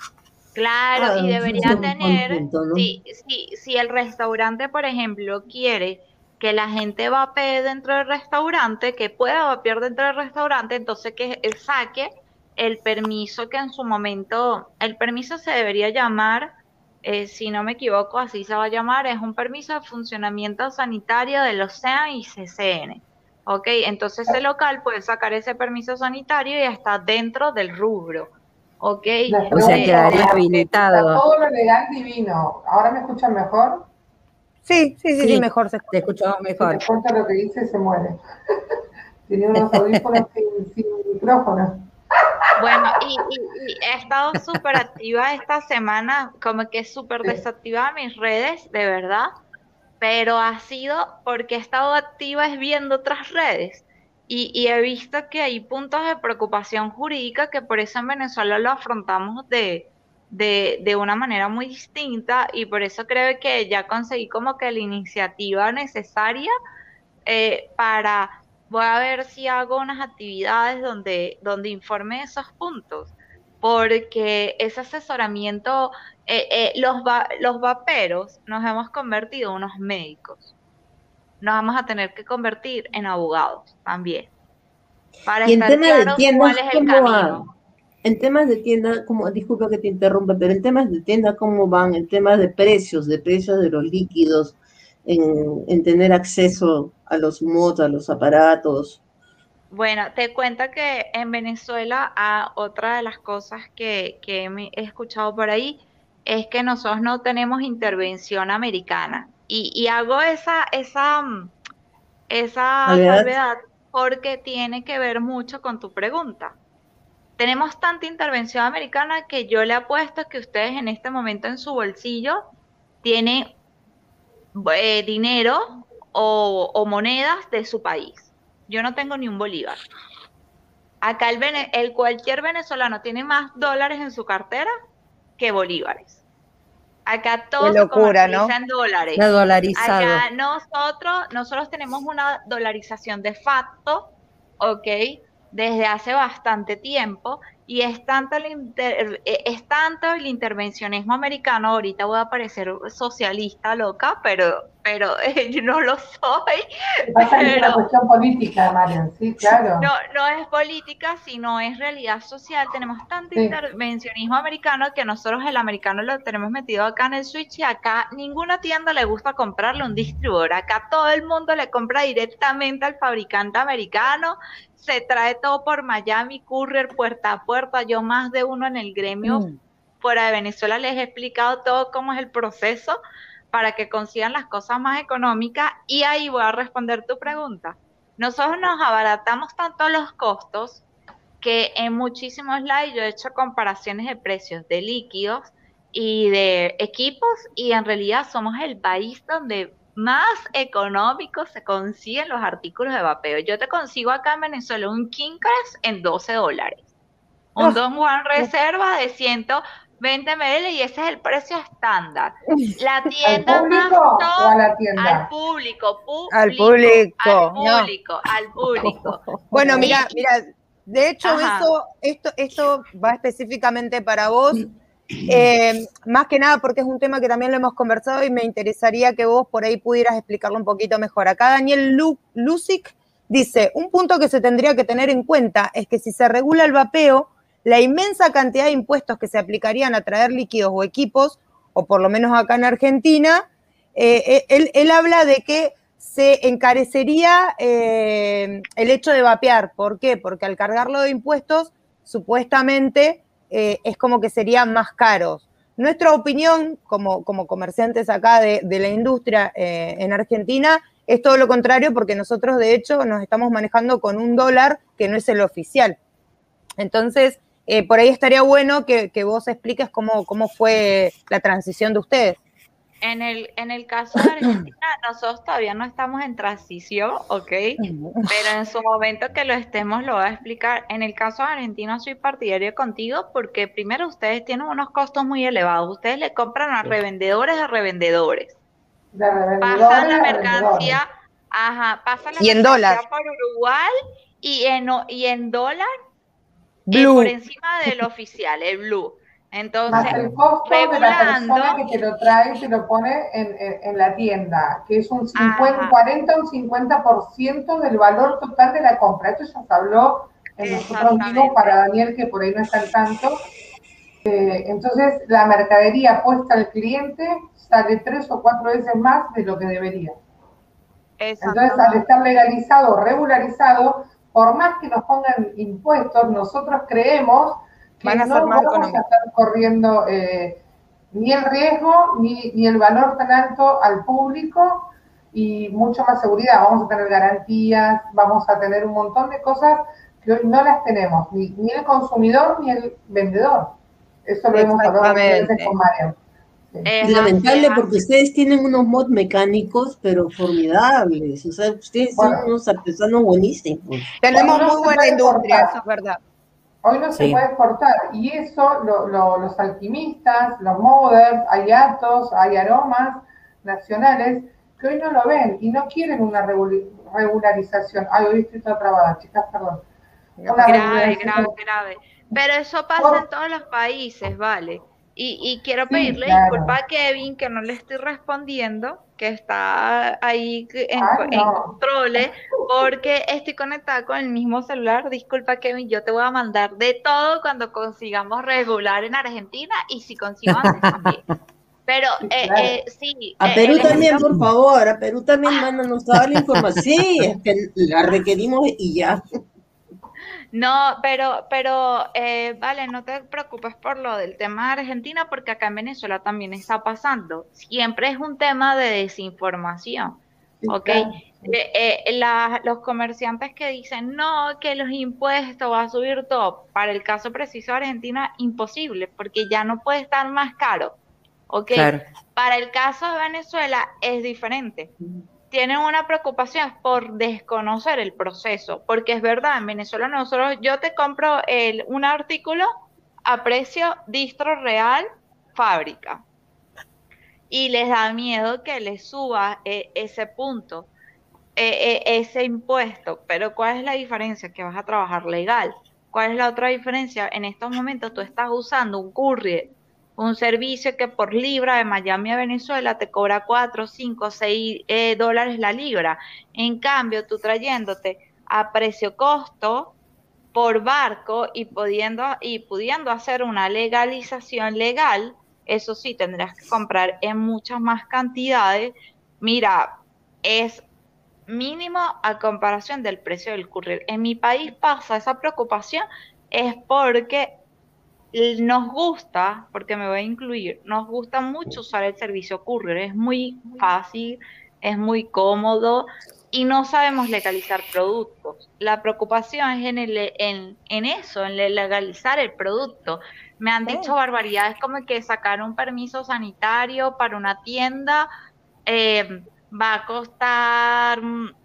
Claro, y debería tener, punto, ¿no? Si el restaurante, por ejemplo, quiere que la gente vapee dentro del restaurante, que pueda vapear dentro del restaurante, entonces que saque el permiso que en su momento, el permiso se debería llamar, si no me equivoco, así se va a llamar, es un permiso de funcionamiento sanitario de los CEAN y CCN, ¿ok? Entonces el local puede sacar ese permiso sanitario y está dentro del rubro, ¿ok? O sea, quedaría habilitado. Todo lo legal divino. ¿Ahora me escuchan mejor? Sí, mejor. Te escuchamos mejor. Si te cuenta lo que dice, se muere. Tenía unos audífonos sin micrófono. Bueno, y he estado súper activa esta semana, como que súper desactivada mis redes, de verdad, pero ha sido porque he estado activa es viendo otras redes y he visto que hay puntos de preocupación jurídica que por eso en Venezuela lo afrontamos de de una manera muy distinta, y por eso creo que ya conseguí como que la iniciativa necesaria voy a ver si hago unas actividades donde informe esos puntos, porque ese asesoramiento, los vaperos nos hemos convertido en unos médicos, nos vamos a tener que convertir en abogados también, para y en estar temas de claros tiendas, cuál es el ¿cómo camino. van? En temas de tienda, disculpa que te interrumpa, pero en temas de tienda, ¿cómo van? En temas de precios de los líquidos, en tener acceso a los mods, a los aparatos. Bueno, te cuento que en Venezuela, otra de las cosas que he escuchado por ahí es que nosotros no tenemos intervención americana. Y hago esa salvedad porque tiene que ver mucho con tu pregunta. Tenemos tanta intervención americana que yo le apuesto que ustedes en este momento en su bolsillo tienen dinero o monedas de su país. Yo no tengo ni un bolívar. Acá cualquier venezolano tiene más dólares en su cartera que bolívares. Acá todo se comercializa en dólares. Está dolarizado. Acá nosotros tenemos una dolarización de facto, ¿ok? Desde hace bastante tiempo, y es tanto el intervencionismo americano. Ahorita voy a parecer socialista loca, pero yo no lo soy. Pasa que es una cuestión política, Marian, sí, claro. No es política, sino es realidad social. Tenemos tanto intervencionismo americano que nosotros el americano lo tenemos metido acá en el switch, y acá ninguna tienda le gusta comprarle un distribuidor. Acá todo el mundo le compra directamente al fabricante americano, se trae todo por Miami, courier, puerta a puerta. Yo más de uno en el gremio fuera de Venezuela les he explicado todo cómo es el proceso para que consigan las cosas más económicas, y ahí voy a responder tu pregunta. Nosotros nos abaratamos tanto los costos que en muchísimos slides yo he hecho comparaciones de precios de líquidos y de equipos, y en realidad somos el país donde más económicos se consiguen los artículos de vapeo. Yo te consigo acá en Venezuela un King Crest en $12, un Don Juan Reserva de 120 ml, y ese es el precio estándar. La tienda ¿Al público o a la tienda? Al público. Bueno, mira, de hecho esto va específicamente para vos, más que nada porque es un tema que también lo hemos conversado y me interesaría que vos por ahí pudieras explicarlo un poquito mejor. Acá Daniel Lusic dice, un punto que se tendría que tener en cuenta es que si se regula el vapeo, la inmensa cantidad de impuestos que se aplicarían a traer líquidos o equipos, o por lo menos acá en Argentina, él habla de que se encarecería el hecho de vapear. ¿Por qué? Porque al cargarlo de impuestos, supuestamente es como que serían más caros. Nuestra opinión, como comerciantes acá de la industria en Argentina, es todo lo contrario, porque nosotros de hecho nos estamos manejando con $1 que no es el oficial. Entonces, por ahí estaría bueno que vos expliques cómo fue la transición de ustedes. En el caso de Argentina, nosotros todavía no estamos en transición, ¿ok? Pero en su momento que lo estemos, lo voy a explicar. En el caso de Argentina soy partidaria contigo porque primero ustedes tienen unos costos muy elevados. Ustedes le compran a revendedores de revendedores. Pasan la mercancía, pasan la mercancía por Uruguay y en dólar por encima del oficial, el blue. Entonces, más el costo de la persona que te lo trae y te lo pone en la tienda, que es un 40 o un 50% del valor total de la compra. Esto ya se habló en nosotros mismos para Daniel, que por ahí no está al tanto. Entonces, la mercadería puesta al cliente sale 3 o 4 veces más de lo que debería. Entonces, al estar legalizado o regularizado, por más que nos pongan impuestos, nosotros creemos que no vamos a estar corriendo ni el riesgo ni el valor tan alto al público, y mucho más seguridad. Vamos a tener garantías, vamos a tener un montón de cosas que hoy no las tenemos, ni el consumidor ni el vendedor. Eso lo hemos hablado muchas veces con Mario. Es lamentable porque ustedes tienen unos mods mecánicos, pero formidables. O sea, ustedes son unos artesanos buenísimos. Tenemos muy buena industria, eso es verdad. Hoy no se puede exportar y eso los alquimistas, los mothers, hay atos, hay aromas nacionales que hoy no lo ven y no quieren una regularización. Ay, hoy estoy toda trabada, chicas, perdón. Grave. Pero eso pasa en todos los países, ¿vale? Y quiero pedirle disculpa a Kevin, que no le estoy respondiendo, que está ahí en controles, porque estoy conectada con el mismo celular. Disculpa, Kevin, yo te voy a mandar de todo cuando consigamos regular en Argentina y si consigo antes también. Pero sí. A Perú también, por favor, a Perú también mándanos toda la información. Sí, es que la requerimos y ya. No, pero vale, no te preocupes por lo del tema de Argentina, porque acá en Venezuela también está pasando. Siempre es un tema de desinformación, ¿ok? Los comerciantes que dicen, no, que los impuestos va a subir todo, para el caso preciso de Argentina, imposible, porque ya no puede estar más caro, ¿ok? Claro. Para el caso de Venezuela es diferente. Tienen una preocupación por desconocer el proceso, porque es verdad, en Venezuela yo te compro un artículo a precio distro real fábrica y les da miedo que les suba ese punto, ese impuesto. Pero ¿cuál es la diferencia? Que vas a trabajar legal. ¿Cuál es la otra diferencia? En estos momentos tú estás usando un courier, un servicio que por libra de Miami a Venezuela te cobra 4, 5, 6 dólares la libra. En cambio, tú trayéndote a precio costo por barco y pudiendo hacer una legalización legal, eso sí, tendrás que comprar en muchas más cantidades. Mira, es mínimo a comparación del precio del courier. En mi país pasa esa preocupación, es porque nos gusta, porque me voy a incluir, nos gusta mucho usar el servicio courier, es muy fácil, es muy cómodo y no sabemos legalizar productos. La preocupación es en eso, en legalizar el producto. Me han dicho barbaridades como que sacar un permiso sanitario para una tienda va a costar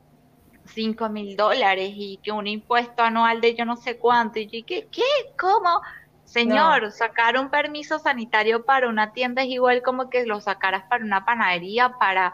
$5,000 y que un impuesto anual de yo no sé cuánto. Y yo, ¿qué? ¿Cómo? Señor, sacar un permiso sanitario para una tienda es igual como que lo sacaras para una panadería, para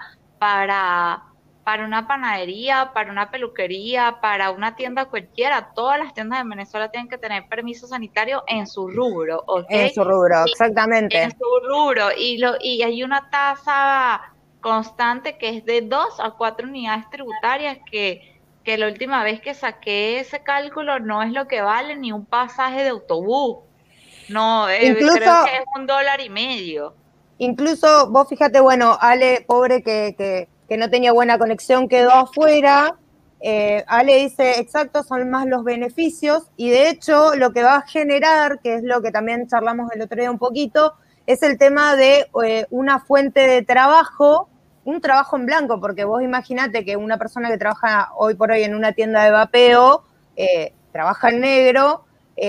una panadería, para una peluquería, para una tienda cualquiera. Todas las tiendas de Venezuela tienen que tener permiso sanitario en su rubro, ¿ok? En su rubro, exactamente. En su rubro. Y hay una tasa constante que es de 2 a 4 unidades tributarias que la última vez que saqué ese cálculo no es lo que vale ni un pasaje de autobús. No, incluso, creo que es $1.50. Incluso, vos fíjate, bueno, Ale, pobre que no tenía buena conexión, quedó afuera. Ale dice, exacto, son más los beneficios, y de hecho lo que va a generar, que es lo que también charlamos el otro día un poquito, es el tema de una fuente de trabajo, un trabajo en blanco, porque vos imaginate que una persona que trabaja hoy por hoy en una tienda de vapeo, trabaja en negro,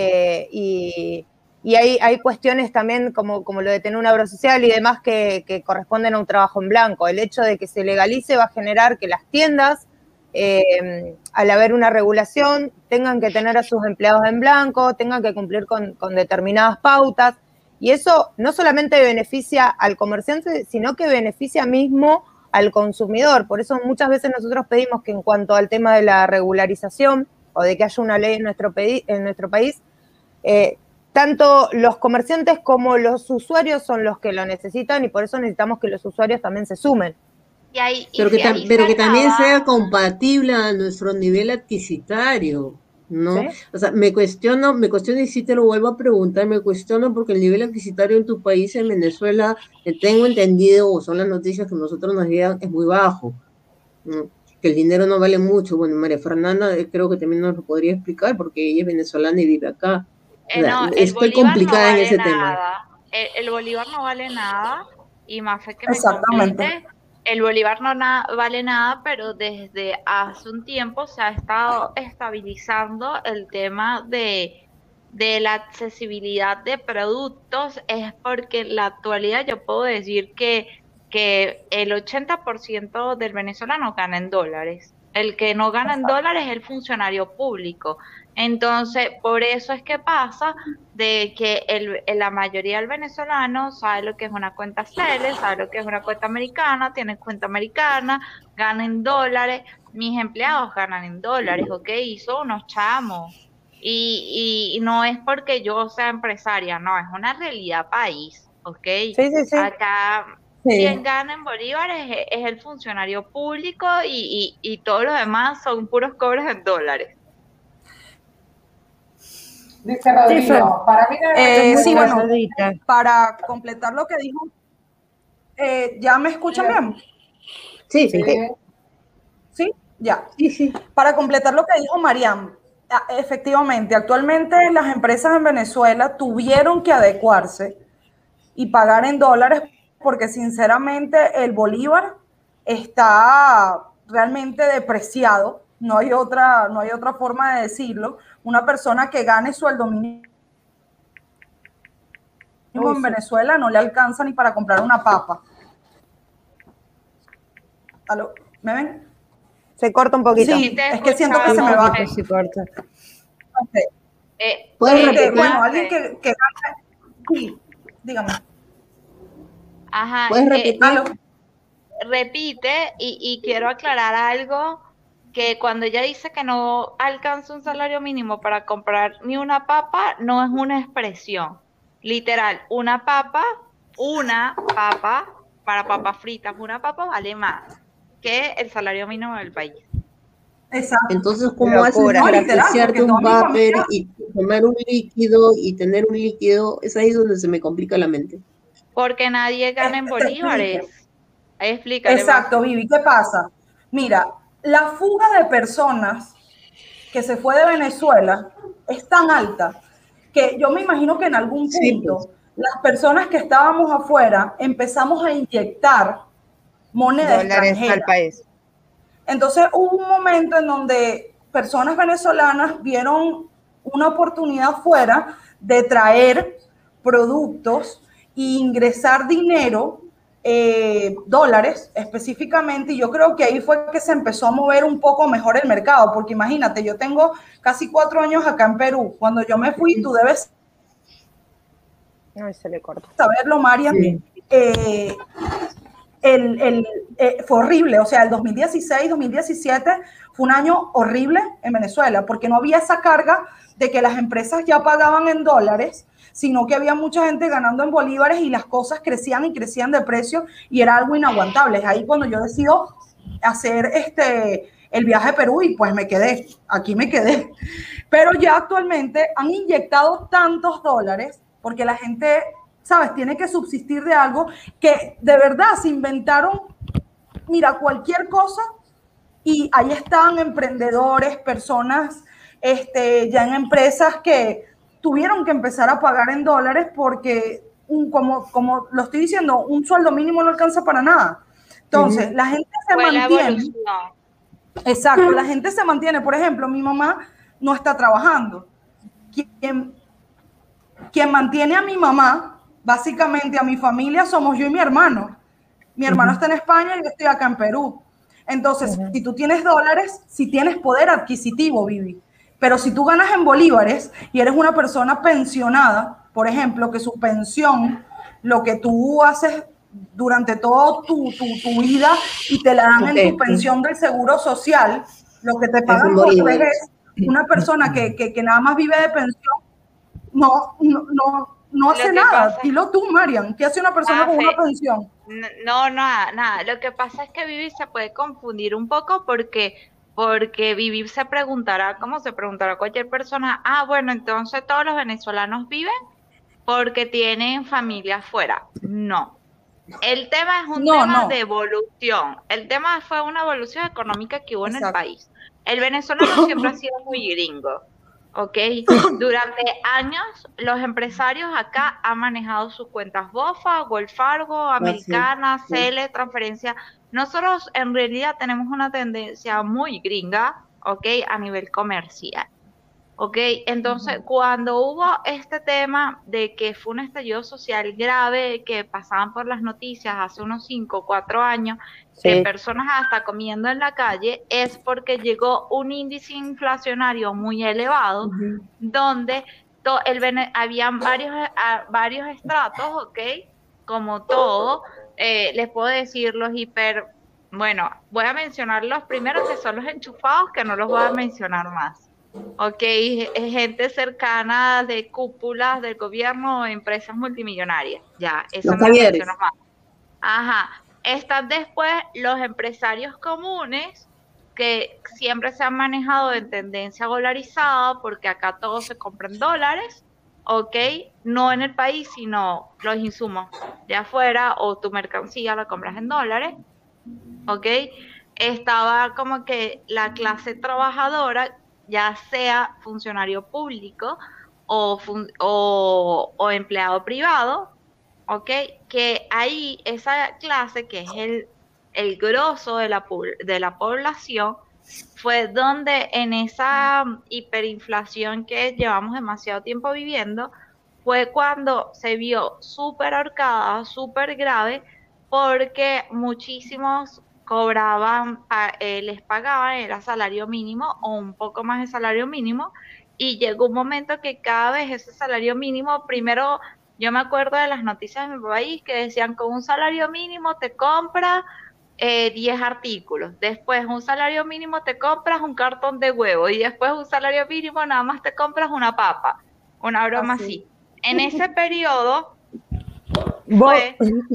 y hay cuestiones también como lo de tener una obra social y demás que corresponden a un trabajo en blanco. El hecho de que se legalice va a generar que las tiendas, al haber una regulación, tengan que tener a sus empleados en blanco, tengan que cumplir con determinadas pautas. Y eso no solamente beneficia al comerciante, sino que beneficia mismo al consumidor. Por eso muchas veces nosotros pedimos que en cuanto al tema de la regularización o de que haya una ley en nuestro país, tanto los comerciantes como los usuarios son los que lo necesitan y por eso necesitamos que los usuarios también se sumen. Pero que también sea compatible a nuestro nivel adquisitario, ¿no? ¿Sí? O sea, me cuestiono y sí te lo vuelvo a preguntar, me cuestiono porque el nivel adquisitario en tu país, en Venezuela, tengo entendido, o son las noticias que nosotros nos llegan, es muy bajo, ¿no? Que el dinero no vale mucho. Bueno, María Fernanda creo que también nos lo podría explicar porque ella es venezolana y vive acá. No, estoy complicada no vale en ese tema. El bolívar no vale nada y más que me complique, el bolívar no vale nada, pero desde hace un tiempo se ha estado estabilizando el tema de la accesibilidad de productos. Es porque en la actualidad yo puedo decir que el 80% del venezolano gana en dólares. El que no gana en dólares es el funcionario público. Entonces, por eso es que pasa de que la mayoría del venezolano sabe lo que es una cuenta CELE, sabe lo que es una cuenta americana, tiene cuenta americana, gana en dólares. Mis empleados ganan en dólares, ¿ok? Y son unos chamos. Y no es porque yo sea empresaria, no, es una realidad país, ¿ok? Sí. Acá quien gana en bolívares es el funcionario público y todos los demás son puros cobros en dólares. Dice Rodrigo, para mí sí, bueno, para completar lo que dijo, ¿ya me escuchan bien? Sí. ¿Sí? Ya. Sí. Para completar lo que dijo Mariam, efectivamente, actualmente las empresas en Venezuela tuvieron que adecuarse y pagar en dólares porque sinceramente el bolívar está realmente depreciado. No hay otra forma de decirlo. Una persona que gane sueldo mínimo en Venezuela no le alcanza ni para comprar una papa. ¿Aló? ¿Me ven? Se corta un poquito. Sí, es que siento que se me va. Se corta. Okay. Bueno, alguien que gane... Sí, dígame. Ajá. ¿Puedes repetir? Repite y quiero aclarar algo, que cuando ella dice que no alcanza un salario mínimo para comprar ni una papa, no es una expresión. Literal, una papa para papas fritas, una papa vale más que el salario mínimo del país. Exacto. Entonces, ¿cómo haces para apreciarte un vapor y tomar un líquido y tener un líquido? Es ahí donde se me complica la mente. Porque nadie gana en bolívares. Explícale. Exacto, Vivi, ¿qué pasa? Mira, la fuga de personas que se fue de Venezuela es tan alta que yo me imagino que en algún punto las personas que estábamos afuera empezamos a inyectar moneda extranjera al país. Entonces hubo un momento en donde personas venezolanas vieron una oportunidad fuera de traer productos e ingresar dinero, dólares específicamente, y yo creo que ahí fue que se empezó a mover un poco mejor el mercado, porque imagínate, yo tengo casi 4 años acá en Perú. Cuando yo me fui, tú debes se le cortó. saberlo, María. Sí. Fue horrible, o sea, el 2016, 2017 fue un año horrible en Venezuela, porque no había esa carga de que las empresas ya pagaban en dólares, sino que había mucha gente ganando en bolívares y las cosas crecían y crecían de precio y era algo inaguantable. Es ahí cuando yo decido hacer el viaje a Perú y pues aquí me quedé. Pero ya actualmente han inyectado tantos dólares porque la gente, ¿sabes?, tiene que subsistir de algo, que de verdad se inventaron, mira, cualquier cosa, y ahí están emprendedores, personas ya en empresas que tuvieron que empezar a pagar en dólares porque, como lo estoy diciendo, un sueldo mínimo no alcanza para nada. Entonces, la gente se mantiene. Exacto, la gente se mantiene. Por ejemplo, mi mamá no está trabajando. Quien mantiene a mi mamá, básicamente a mi familia, somos yo y mi hermano. Mi hermano está en España y yo estoy acá en Perú. Entonces, si tú tienes dólares, si tienes poder adquisitivo, Vivi. Pero si tú ganas en bolívares y eres una persona pensionada, por ejemplo, que su pensión, lo que tú haces durante toda tu vida y te la dan en tu pensión del Seguro Social, lo que te pagan por vejez, una persona que nada más vive de pensión, no hace nada. Dilo tú, Mariam, ¿qué hace una persona con una pensión? No, nada. Lo que pasa es que Vivi se puede confundir un poco porque Vivi se preguntará, como se preguntará cualquier persona, bueno, entonces todos los venezolanos viven porque tienen familia afuera. No. El tema es un tema de evolución. El tema fue una evolución económica que hubo en el país. El venezolano siempre ha sido muy gringo. ¿Ok? Durante años los empresarios acá han manejado sus cuentas BOFA, Golfargo, Americana, CELE, transferencia. Nosotros en realidad tenemos una tendencia muy gringa, ¿ok? A nivel comercial, ¿ok? Entonces, cuando hubo este tema de que fue un estallido social grave que pasaban por las noticias hace unos 5 o 4 años, de personas hasta comiendo en la calle, es porque llegó un índice inflacionario muy elevado, donde habían varios estratos, ¿ok? Como todo, les puedo decir bueno, voy a mencionar los primeros que son los enchufados, que no los voy a mencionar más. Ok, gente cercana de cúpulas del gobierno o empresas multimillonarias. Ya, eso no lo menciono más. Ajá. Están después los empresarios comunes, que siempre se han manejado en tendencia dolarizada, porque acá todo se compra en dólares, ok, no en el país, sino los insumos de afuera, o tu mercancía la compras en dólares, ok. Estaba como que la clase trabajadora, ya sea funcionario público o empleado privado, ¿ok? Que ahí esa clase, que es el grosso de la población, fue donde en esa hiperinflación que llevamos demasiado tiempo viviendo, fue cuando se vio súper ahorcada, súper grave, porque muchísimos les pagaban, era salario mínimo o un poco más de salario mínimo, y llegó un momento que cada vez ese salario mínimo, primero, yo me acuerdo de las noticias de mi país que decían, con un salario mínimo te compras 10 artículos, después un salario mínimo te compras un cartón de huevo, y después un salario mínimo nada más te compras una papa, una broma así. En ese periodo fue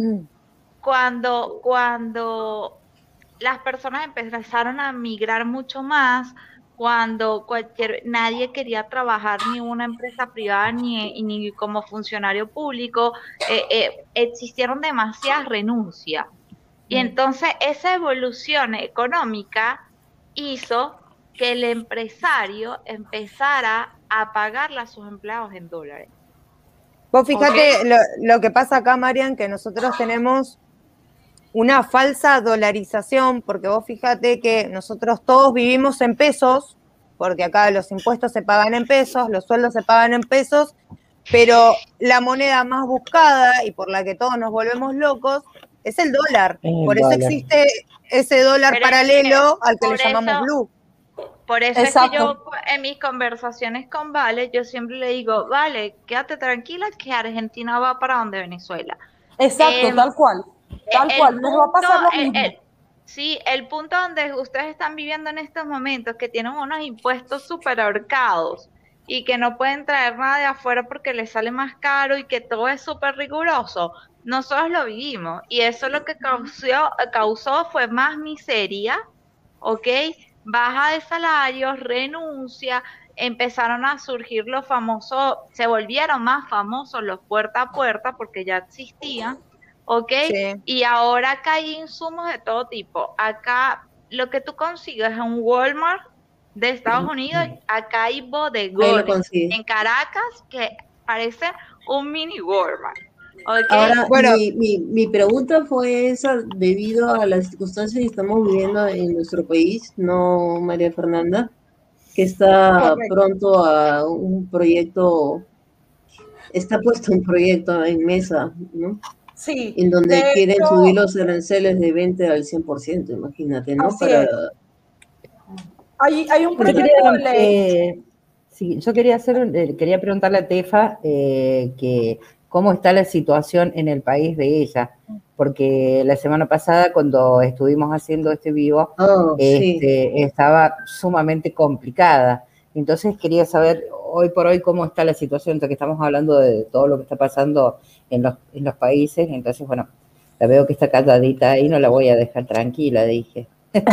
cuando las personas empezaron a migrar mucho más, cuando nadie quería trabajar ni en una empresa privada ni como funcionario público, existieron demasiadas renuncias. Y entonces esa evolución económica hizo que el empresario empezara a pagarle a sus empleados en dólares. Vos fíjate lo que pasa acá, Marian, que nosotros tenemos una falsa dolarización, porque vos fíjate que nosotros todos vivimos en pesos, porque acá los impuestos se pagan en pesos, los sueldos se pagan en pesos, pero la moneda más buscada y por la que todos nos volvemos locos es el dólar. Por eso existe ese dólar paralelo al que le llamamos blue. Por eso es que yo en mis conversaciones con Vale, yo siempre le digo, Vale, quédate tranquila que Argentina va para donde Venezuela. Exacto, tal cual. Tal cual, les va a pasar lo mismo. Sí, el punto donde ustedes están viviendo en estos momentos, que tienen unos impuestos súper ahorcados y que no pueden traer nada de afuera porque les sale más caro y que todo es súper riguroso, nosotros lo vivimos, y eso lo que causó fue más miseria, ¿ok? Baja de salarios, renuncia, empezaron a surgir los famosos, se volvieron más famosos los puerta a puerta porque ya existían, ¿ok? Sí. Y ahora acá hay insumos de todo tipo. Acá lo que tú consigues en un Walmart de Estados Unidos, acá hay bodegones en Caracas que parecen un mini Walmart. Okay. Ahora, bueno, mi pregunta fue esa debido a las circunstancias que estamos viviendo en nuestro país, ¿no, María Fernanda? Que está pronto a un proyecto, está puesto un proyecto en mesa, ¿no? Sí. En donde quieren subir los aranceles de 20 al 100%, imagínate, ¿no? Hay un proyecto de ley. Sí, yo quería preguntarle a Tefa que cómo está la situación en el país de ella, porque la semana pasada cuando estuvimos haciendo este vivo, estaba sumamente complicada. Entonces quería saber hoy por hoy cómo está la situación, ya que estamos hablando de todo lo que está pasando en los países. Entonces, bueno, la veo que está calladita y no la voy a dejar tranquila, dije.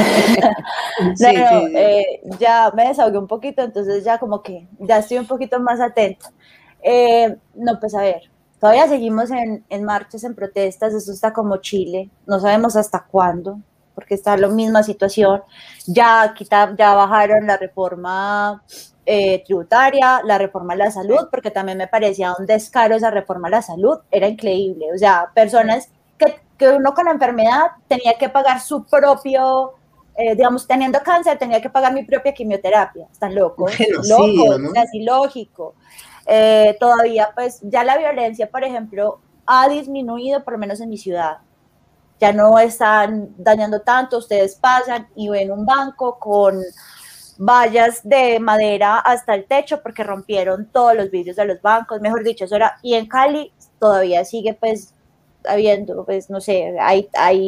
Ya me desahogué un poquito, entonces ya como que ya estoy un poquito más atenta. No, pues a ver, todavía seguimos en marchas, en protestas, eso está como Chile, no sabemos hasta cuándo, porque está la misma situación. Ya bajaron la reforma tributaria, la reforma a la salud, porque también me parecía un descaro esa reforma a la salud, era increíble, o sea, personas que uno con enfermedad tenía que pagar su propio digamos, teniendo cáncer, tenía que pagar mi propia quimioterapia. ¿Están locos? Genocidio, Locos, ¿no? o sea, es ilógico. Todavía, pues, ya la violencia, por ejemplo, ha disminuido, por lo menos en mi ciudad. Ya no están dañando tanto, ustedes pasan y ven un banco con vallas de madera hasta el techo porque rompieron todos los vidrios de los bancos, mejor dicho, eso era, y en Cali todavía sigue pues habiendo, pues no sé, hay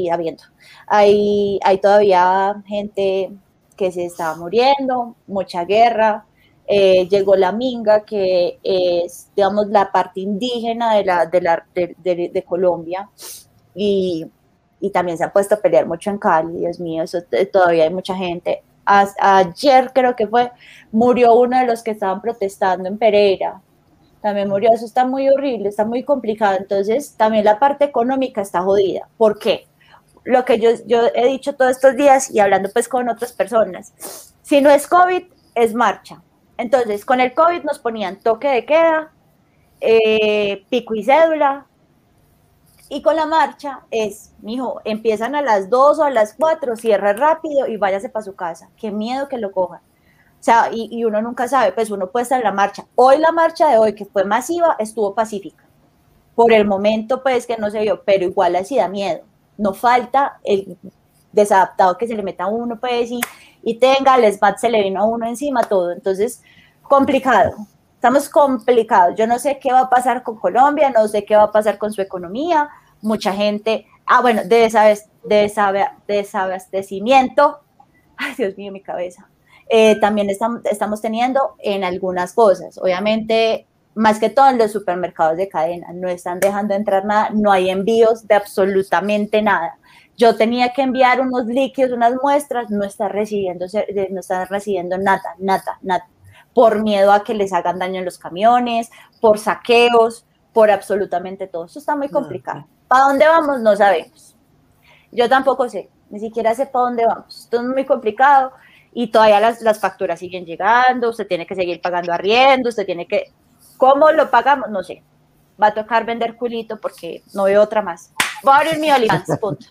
todavía gente que se está muriendo, mucha guerra, llegó la Minga, que es, digamos, la parte indígena de Colombia, y también se ha puesto a pelear mucho en Cali, Dios mío, eso todavía hay mucha gente. Ayer creo que fue, murió uno de los que estaban protestando en Pereira, también murió, eso está muy horrible, está muy complicado, entonces también la parte económica está jodida. ¿Por qué? Lo que yo he dicho todos estos días y hablando pues con otras personas, si no es COVID, es marcha. Entonces, con el COVID nos ponían toque de queda, pico y cédula, y con la marcha es, mijo, empiezan a las 2 o a las 4, cierra rápido y váyase para su casa. Qué miedo que lo cojan. O sea, y uno nunca sabe, pues uno puede estar en la marcha. Hoy la marcha de hoy, que fue masiva, estuvo pacífica. Por el momento, pues, que no se vio, pero igual así da miedo. No falta el desadaptado que se le meta a uno, pues, y tenga, el SMAT se le vino a uno encima, todo. Entonces, complicado. Estamos complicados. Yo no sé qué va a pasar con Colombia, no sé qué va a pasar con su economía. Mucha gente, bueno, de desabastecimiento. Ay, Dios mío, mi cabeza. También estamos teniendo en algunas cosas. Obviamente, más que todo en los supermercados de cadena. No están dejando entrar nada, no hay envíos de absolutamente nada. Yo tenía que enviar unos líquidos, unas muestras, no están recibiendo nada. Por miedo a que les hagan daño en los camiones, por saqueos, por absolutamente todo. Eso está muy complicado. ¿Para dónde vamos? No sabemos. Yo tampoco sé, ni siquiera sé para dónde vamos. Esto es muy complicado y todavía las facturas siguen llegando, usted tiene que seguir pagando arriendo, usted tiene que... ¿Cómo lo pagamos? No sé. Va a tocar vender culito porque no veo otra más. Voy a abrir mi OnlyFans, punto.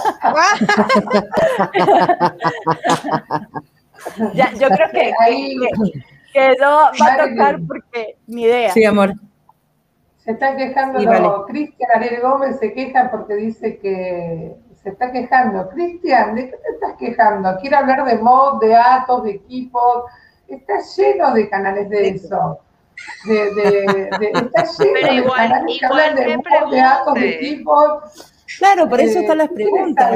Ya, yo creo que eso va a tocar porque ni idea. Sí, amor. Se está quejando, vale. Cristian Ariel Gómez se queja porque dice que se está quejando. Cristian, ¿de qué te estás quejando? Quiere hablar de mod, de datos, de equipos. Está lleno de canales de eso. Está lleno de canales que hablan de mod, de datos, de equipos. Claro, por eso están las preguntas.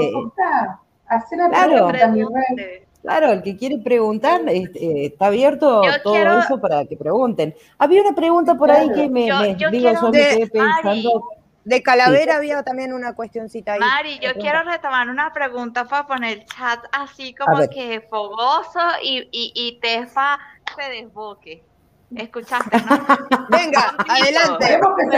Hacé la pregunta, mi rey. Claro, el que quiere preguntar, está abierto eso para que pregunten. Había una pregunta por ahí que me quedé pensando. De Calavera había también una cuestioncita ahí. Mari, yo quiero retomar una pregunta para poner el chat así como que fogoso y Tefa se desboque. ¿Escuchaste, no? Venga, adelante.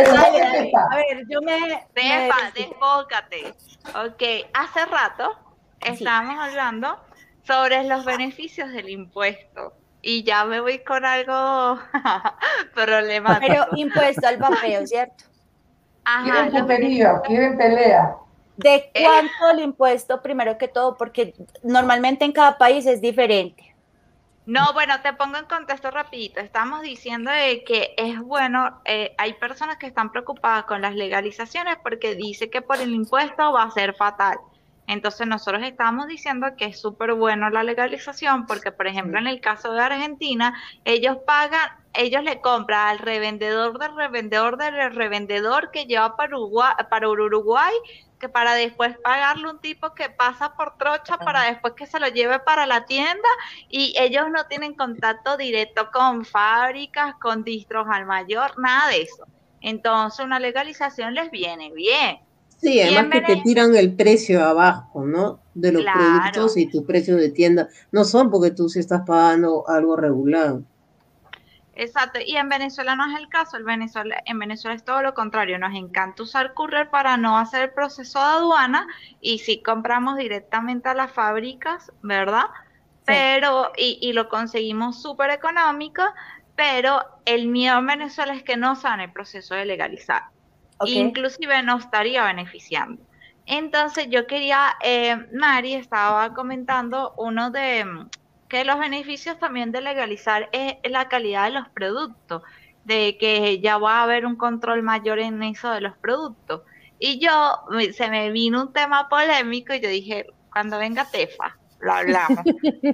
A ver, Tefa, desbócate. Ok, hace rato estábamos hablando sobre los beneficios del impuesto. Y ya me voy con algo problemático. Pero impuesto al vapeo, ¿cierto? Ajá, quieren pelea. ¿De cuánto el impuesto, primero que todo? Porque normalmente en cada país es diferente. No, bueno, te pongo en contexto rapidito. Estamos diciendo de que es bueno, hay personas que están preocupadas con las legalizaciones porque dice que por el impuesto va a ser fatal. Entonces nosotros estamos diciendo que es súper bueno la legalización porque, por ejemplo, en el caso de Argentina, ellos le compran al revendedor del revendedor que lleva para Uruguay, que para después pagarle un tipo que pasa por trocha para después que se lo lleve para la tienda, y ellos no tienen contacto directo con fábricas, con distros al mayor, nada de eso. Entonces una legalización les viene bien. Sí, además que te tiran el precio abajo, ¿no? De los productos y tu precio de tienda. No son porque tú sí estás pagando algo regulado. Exacto, y en Venezuela no es el caso. En Venezuela es todo lo contrario. Nos encanta usar courier para no hacer el proceso de aduana y sí compramos directamente a las fábricas, ¿verdad? Sí. Pero, y lo conseguimos súper económico, pero el miedo en Venezuela es que no saben el proceso de legalizar. Okay. Inclusive nos estaría beneficiando. Entonces yo quería, Mari estaba comentando que los beneficios también de legalizar es la calidad de los productos, de que ya va a haber un control mayor en eso de los productos. Y se me vino un tema polémico y yo dije, cuando venga Tefa, lo hablamos.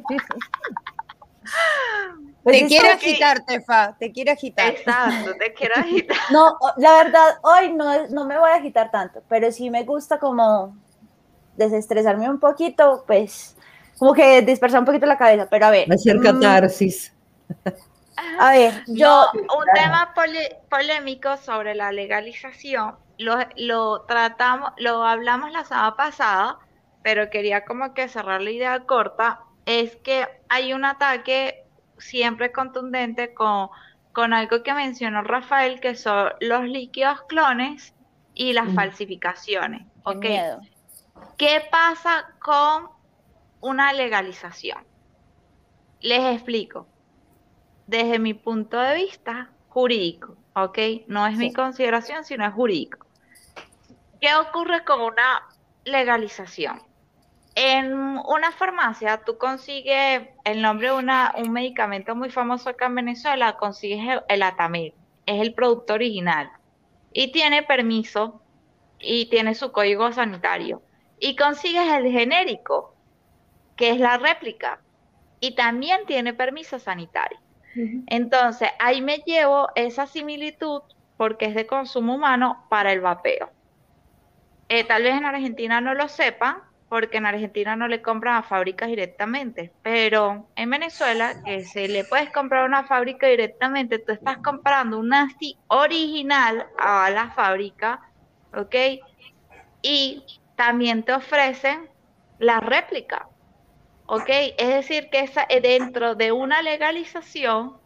Te quiere agitar, Tefa, te quiere agitar. Exacto, te quiero agitar. No, la verdad, hoy no me voy a agitar tanto, pero sí me gusta como desestresarme un poquito, pues, como que dispersar un poquito la cabeza, pero a ver. Hacer catarsis. A ver, un tema polémico sobre la legalización, lo tratamos, lo hablamos la semana pasada, pero quería como que cerrar la idea corta, es que hay un ataque siempre contundente con algo que mencionó Rafael, que son los líquidos clones y las falsificaciones. ¿Okay? ¿Qué pasa con una legalización? Les explico. Desde mi punto de vista jurídico, ¿ok? No es mi consideración, sino es jurídico. ¿Qué ocurre con una legalización? En una farmacia tú consigues el nombre de un medicamento muy famoso acá en Venezuela, consigues el Atamil, es el producto original y tiene permiso y tiene su código sanitario. Y consigues el genérico, que es la réplica, y también tiene permiso sanitario. Entonces, ahí me llevo esa similitud porque es de consumo humano para el vapeo. Tal vez en Argentina no lo sepan, porque en Argentina no le compran a fábricas directamente, pero en Venezuela, que se le puedes comprar a una fábrica directamente, tú estás comprando un Nasti original a la fábrica, ¿ok? Y también te ofrecen la réplica, ¿ok? Es decir, que dentro de una legalización,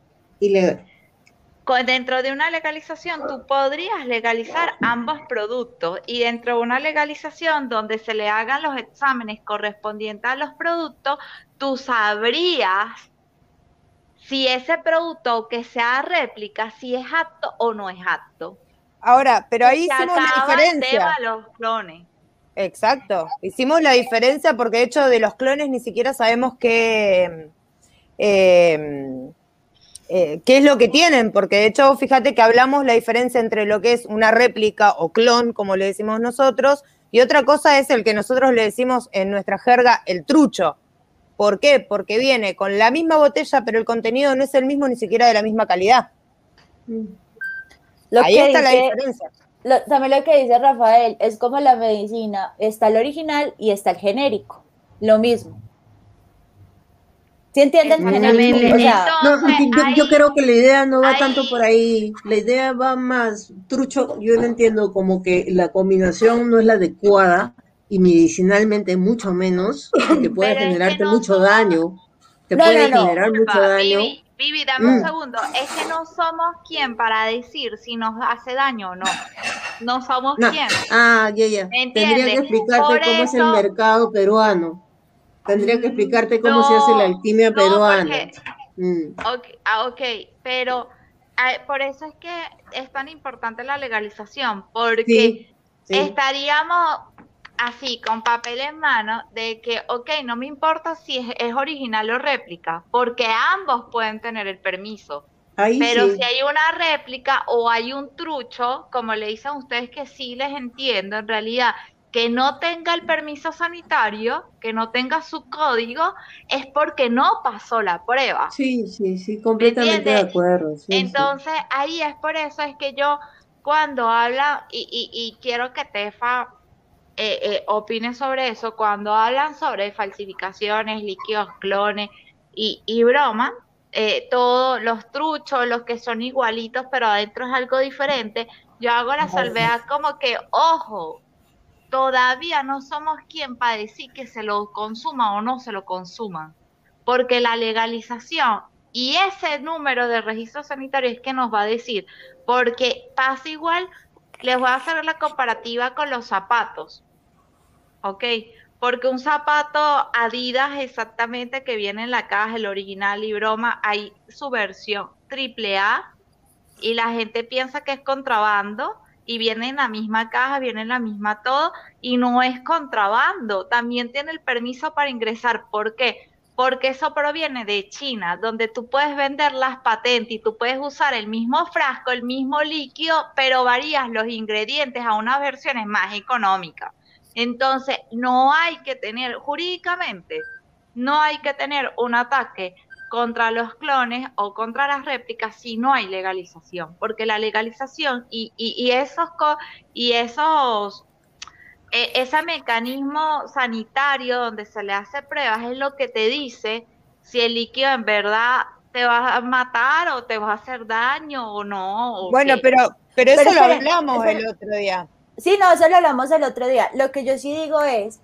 dentro de una legalización tú podrías legalizar ambos productos y dentro de una legalización donde se le hagan los exámenes correspondientes a los productos, tú sabrías si ese producto, aunque sea réplica, si es apto o no es apto. Ahora, pero ahí hicimos la diferencia. El tema de los clones. Exacto, hicimos la diferencia porque de hecho de los clones ni siquiera sabemos qué es lo que tienen, porque de hecho fíjate que hablamos la diferencia entre lo que es una réplica o clon, como le decimos nosotros, y otra cosa es el que nosotros le decimos en nuestra jerga el trucho. ¿Por qué? Porque viene con la misma botella, pero el contenido no es el mismo ni siquiera de la misma calidad. Ahí está la diferencia. También lo que dice Rafael, es como la medicina, está el original y está el genérico, lo mismo. ¿Sí entienden? O sea, yo creo que la idea no va tanto por ahí, la idea va más, trucho, yo lo entiendo como que la combinación no es la adecuada y medicinalmente mucho menos, que puede generarte mucho daño, generar mucho daño. Vivi, dame un segundo, es que no somos quien para decir si nos hace daño o no. No somos quien. Ya. Tendría que explicarte cómo es el mercado peruano. Tendría que explicarte cómo se hace la alquimia peruana. Ok, pero por eso es que es tan importante la legalización, porque estaríamos así, con papel en mano, de que, no me importa si es original o réplica, porque ambos pueden tener el permiso. Pero si hay una réplica o hay un trucho, como le dicen ustedes, que sí les entiendo, en realidad, que no tenga el permiso sanitario, que no tenga su código, es porque no pasó la prueba. Sí, completamente de acuerdo. Entonces, ahí es por eso, es que yo cuando habla, y quiero que Tefa opine sobre eso, cuando hablan sobre falsificaciones, líquidos, clones y broma, todos los truchos, los que son igualitos, pero adentro es algo diferente, yo hago la salvedad como que, ojo, todavía no somos quien para decir que se lo consuma o no se lo consuman, porque la legalización y ese número de registro sanitario es que nos va a decir, porque pasa igual, les voy a hacer la comparativa con los zapatos, ¿ok? Porque un zapato Adidas exactamente que viene en la caja, el original y broma, hay su versión AAA y la gente piensa que es contrabando y viene en la misma caja, viene en la misma todo, y no es contrabando, también tiene el permiso para ingresar. ¿Por qué? Porque eso proviene de China, donde tú puedes vender las patentes y tú puedes usar el mismo frasco, el mismo líquido, pero varías los ingredientes a unas versiones más económicas. Entonces, no hay que tener, jurídicamente, no hay que tener un ataque contra los clones o contra las réplicas si no hay legalización, porque la legalización ese mecanismo sanitario donde se le hace pruebas es lo que te dice si el líquido en verdad te va a matar o te va a hacer daño o no. Bueno, pero eso lo hablamos el otro día. Sí, no, eso lo hablamos el otro día. Lo que yo sí digo es,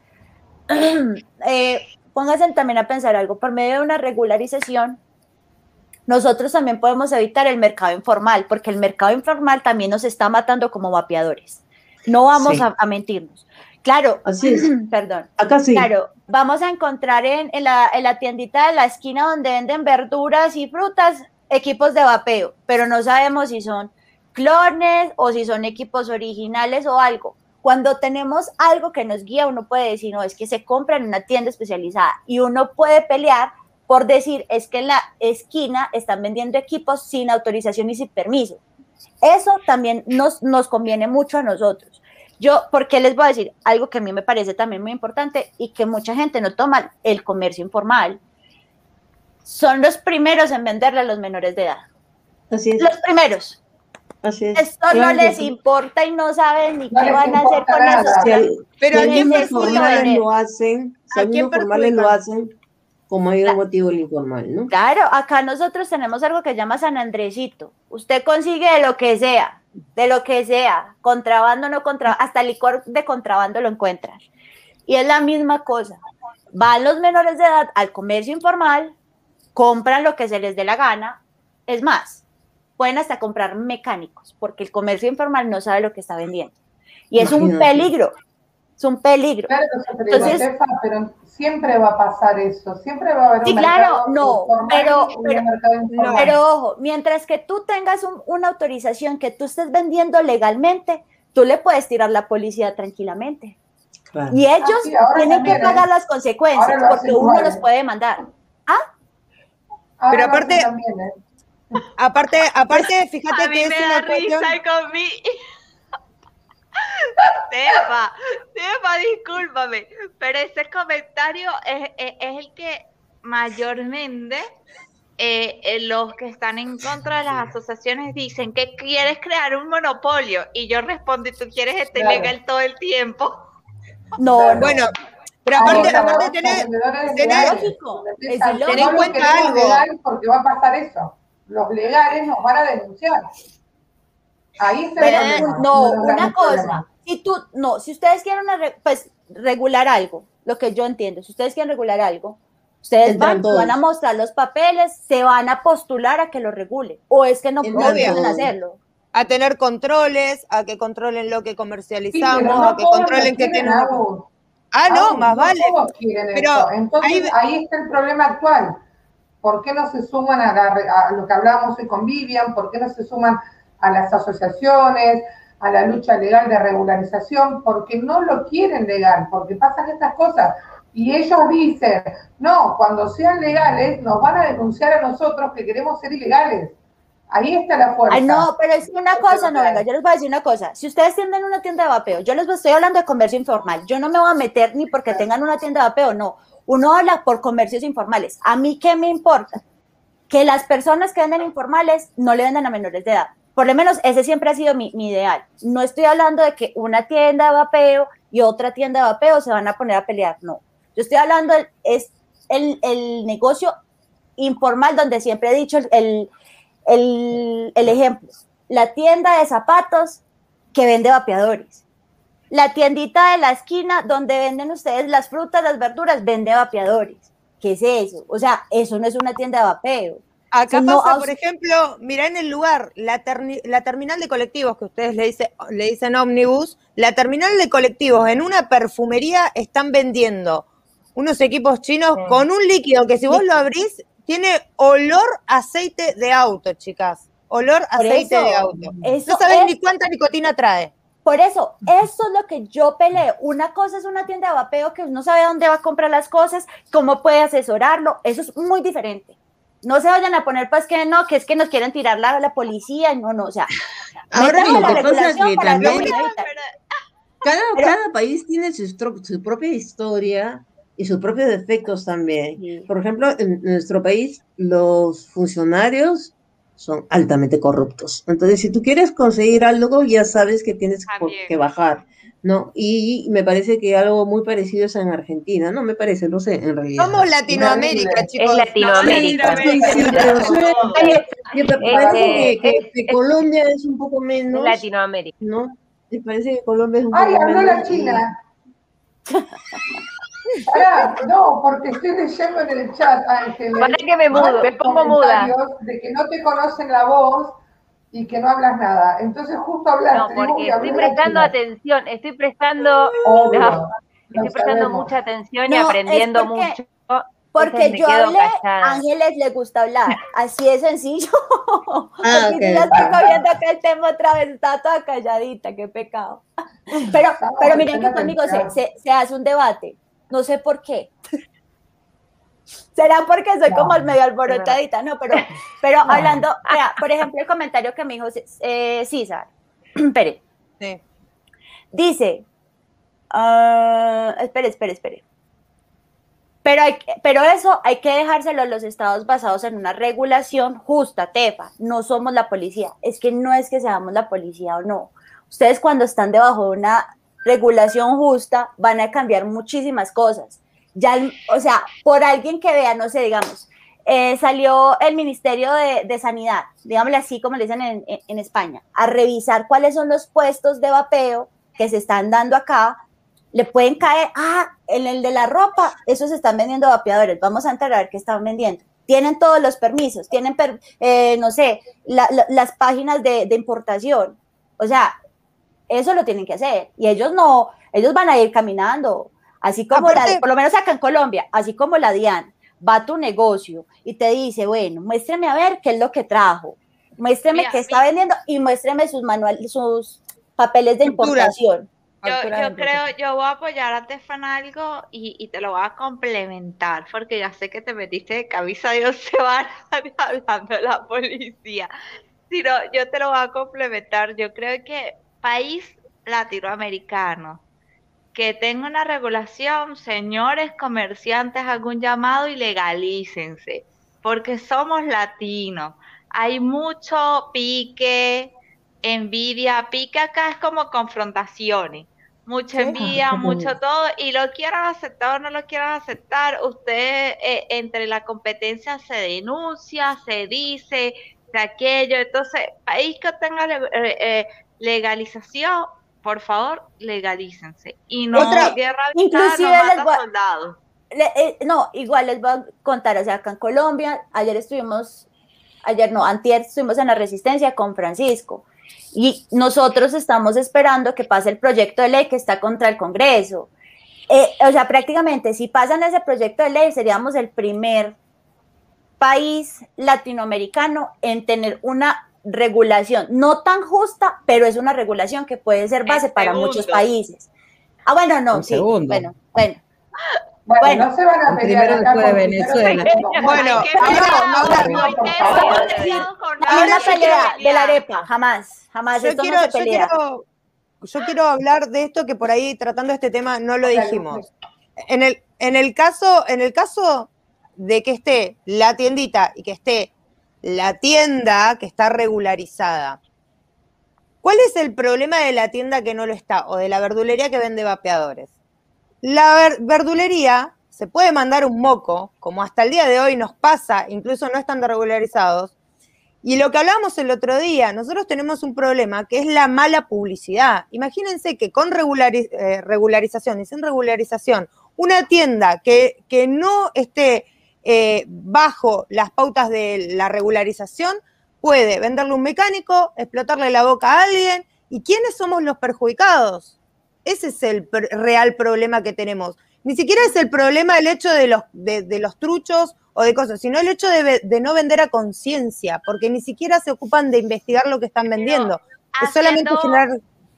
pónganse también a pensar algo, por medio de una regularización, nosotros también podemos evitar el mercado informal, porque el mercado informal también nos está matando como vapeadores. No vamos a mentirnos. Claro, así es. Perdón. Acá sí. Claro, vamos a encontrar en la tiendita de la esquina donde venden verduras y frutas, equipos de vapeo, pero no sabemos si son clones o si son equipos originales o algo. Cuando tenemos algo que nos guía, uno puede decir, no, es que se compra en una tienda especializada, y uno puede pelear por decir, es que en la esquina están vendiendo equipos sin autorización y sin permiso. Eso también nos conviene mucho a nosotros. Porque les voy a decir algo que a mí me parece también muy importante y que mucha gente no toma: el comercio informal. Son los primeros en venderle a los menores de edad. Así es. Los primeros. Así es. Esto no les importa y no saben ni qué van a hacer con eso. Pero algunos formales lo hacen, algunos formales lo hacen como hay un motivo el informal, ¿no? Claro, acá nosotros tenemos algo que se llama San Andresito. Usted consigue de lo que sea, contrabando, no contrabando, hasta licor de contrabando lo encuentran. Y es la misma cosa. Van los menores de edad al comercio informal, compran lo que se les dé la gana. Es más, pueden hasta comprar mecánicos, porque el comercio informal no sabe lo que está vendiendo. Y es un peligro. Es un peligro. Claro, entonces, pero siempre va a pasar eso. Siempre va a haber un mercado informal. Pero ojo, mientras que tú tengas una autorización que tú estés vendiendo legalmente, tú le puedes tirar la policía tranquilamente. Claro. Y ellos tienen que pagar las consecuencias, porque uno los puede demandar. Pero aparte, fíjate a mí que me es da una risa cuestión... con mí. Tefa, discúlpame, pero ese comentario es el que mayormente los que están en contra de las asociaciones dicen que quieres crear un monopolio, y yo respondo, tú quieres estar ilegal todo el tiempo. No, bueno, pero aparte tener en cuenta algo. Porque va a pasar eso. Los legales nos van a denunciar. Ahí está el problema. No, una cosa. Si ustedes quieren regular algo, lo que yo entiendo, si ustedes quieren regular algo, ustedes van a mostrar los papeles, se van a postular a que lo regule, o es que no pueden hacerlo. A tener controles, a que controlen lo que comercializamos, a que controlen que tienen... más vale. Pero entonces ahí está el problema actual. ¿Por qué no se suman a lo que hablábamos hoy con Vivian? ¿Por qué no se suman a las asociaciones, a la lucha legal de regularización? Porque no lo quieren legal, porque pasan estas cosas. Y ellos dicen, no, cuando sean legales nos van a denunciar a nosotros que queremos ser ilegales. Ahí está la fuerza. Ay, no, pero es una cosa, no, venga, yo les voy a decir una cosa. Si ustedes tienen una tienda de vapeo, yo les estoy hablando de comercio informal. Yo no me voy a meter ni porque tengan una tienda de vapeo, no. Uno habla por comercios informales. ¿A mí qué me importa? Que las personas que venden informales no le vendan a menores de edad. Por lo menos ese siempre ha sido mi ideal. No estoy hablando de que una tienda de vapeo y otra tienda de vapeo se van a poner a pelear, no. Yo estoy hablando es el negocio informal, donde siempre he dicho el ejemplo. La tienda de zapatos que vende vapeadores. La tiendita de la esquina donde venden ustedes las frutas, las verduras, vende vapeadores. ¿Qué es eso? O sea, eso no es una tienda de vapeo. Acá pasa, por ejemplo, mirá en el lugar, la terminal de colectivos, que ustedes le dicen ómnibus, la terminal de colectivos en una perfumería están vendiendo unos equipos chinos con un líquido que si vos lo abrís, tiene olor a aceite de auto, chicas. olor a aceite de auto. No sabes ni cuánta nicotina trae. Por eso es lo que yo peleo. Una cosa es una tienda de vapeo que uno sabe dónde va a comprar las cosas, cómo puede asesorarlo. Eso es muy diferente. No se vayan a poner, pues, que no, que es que nos quieren tirar la policía. No, o sea. Ahora lo que pasa es que también cada país tiene su propia historia y sus propios defectos también. Sí. Por ejemplo, en nuestro país los funcionarios son altamente corruptos. Entonces, si tú quieres conseguir algo, ya sabes que tienes que bajar, ¿no? Y me parece que algo muy parecido es en Argentina, ¿no? Me parece, no sé, en realidad. Somos Latinoamérica, chicos. Es Latinoamérica. Me parece que Colombia es un poco menos. Latinoamérica. ¿No? Me parece que Colombia es un poco menos. Ay, habló la China. No, porque estoy leyendo en el chat, Ángeles. Para que me mudo, me pongo muda. De que no te conocen la voz y que no hablas nada. Entonces justo hablaste. No, porque estoy prestando atención, estoy prestando mucha atención y aprendiendo mucho. Porque yo hablé, a Ángeles le gusta hablar, así es sencillo. Porque yo estoy viendo acá el tema otra vez, está toda calladita, qué pecado. Pero miren que conmigo se hace un debate. No sé por qué. Será porque soy como el medio alborotadita, no, pero hablando, por ejemplo, el comentario que me dijo César, espere. Sí. Dice, espere. Pero eso hay que dejárselo a los estados basados en una regulación justa, Tefa. No somos la policía. Es que no es que seamos la policía o no. Ustedes cuando están debajo de una regulación justa, van a cambiar muchísimas cosas. Ya, o sea, por alguien que vea, no sé, digamos, salió el Ministerio de Sanidad, digámosle así como le dicen en España, a revisar cuáles son los puestos de vapeo que se están dando acá. Le pueden caer, en el de la ropa, esos están vendiendo vapeadores, vamos a entrar a ver qué están vendiendo. Tienen todos los permisos, tienen, no sé, las páginas de importación, o sea, eso lo tienen que hacer, y ellos van a ir caminando, así como por lo menos acá en Colombia, así como la DIAN, va a tu negocio y te dice, bueno, muéstreme a ver qué es lo que trajo, muéstreme qué está vendiendo y muéstreme sus papeles de importación. Yo voy a apoyar a Tefa en algo y te lo voy a complementar, porque ya sé que te metiste de camisa de 11 varas hablando de la policía. Sino, yo te lo voy a complementar. Yo creo que país latinoamericano que tenga una regulación, señores comerciantes, hagan un llamado y legalícense, porque somos latinos. Hay mucho pique, envidia, pique acá es como confrontaciones, mucha envidia, mucho todo, y lo quieran aceptar o no lo quieran aceptar, usted entre la competencia se denuncia, se dice de aquello. Entonces, país que tenga legalización, por favor, legalícense, y no guerra inclusive no mata soldados. No, igual les voy a contar, o sea, acá en Colombia, antier estuvimos en la Resistencia con Francisco, y nosotros estamos esperando que pase el proyecto de ley que está contra el Congreso. O sea, prácticamente, si pasan ese proyecto de ley, seríamos el primer país latinoamericano en tener una regulación, no tan justa, pero es una regulación que puede ser base para muchos países. Bueno, no, sí, bueno. No se van a pelear acá después de Venezuela. Bueno, una pelea de la arepa, jamás, esto no se pelea. Yo quiero hablar de esto que por ahí tratando este tema no lo dijimos. En el caso de que esté la tiendita y que esté la tienda que está regularizada, ¿cuál es el problema de la tienda que no lo está o de la verdulería que vende vapeadores? La verdulería se puede mandar un moco, como hasta el día de hoy nos pasa, incluso no están regularizados. Y lo que hablábamos el otro día, nosotros tenemos un problema que es la mala publicidad. Imagínense que con regularización y sin regularización, una tienda que no esté bajo las pautas de la regularización puede venderle a un mecánico, explotarle la boca a alguien. ¿Y quiénes somos los perjudicados? Ese es el real problema que tenemos. Ni siquiera es el problema el hecho de los truchos o de cosas, sino el hecho de no vender a conciencia, porque ni siquiera se ocupan de investigar lo que están vendiendo. Es solamente generar...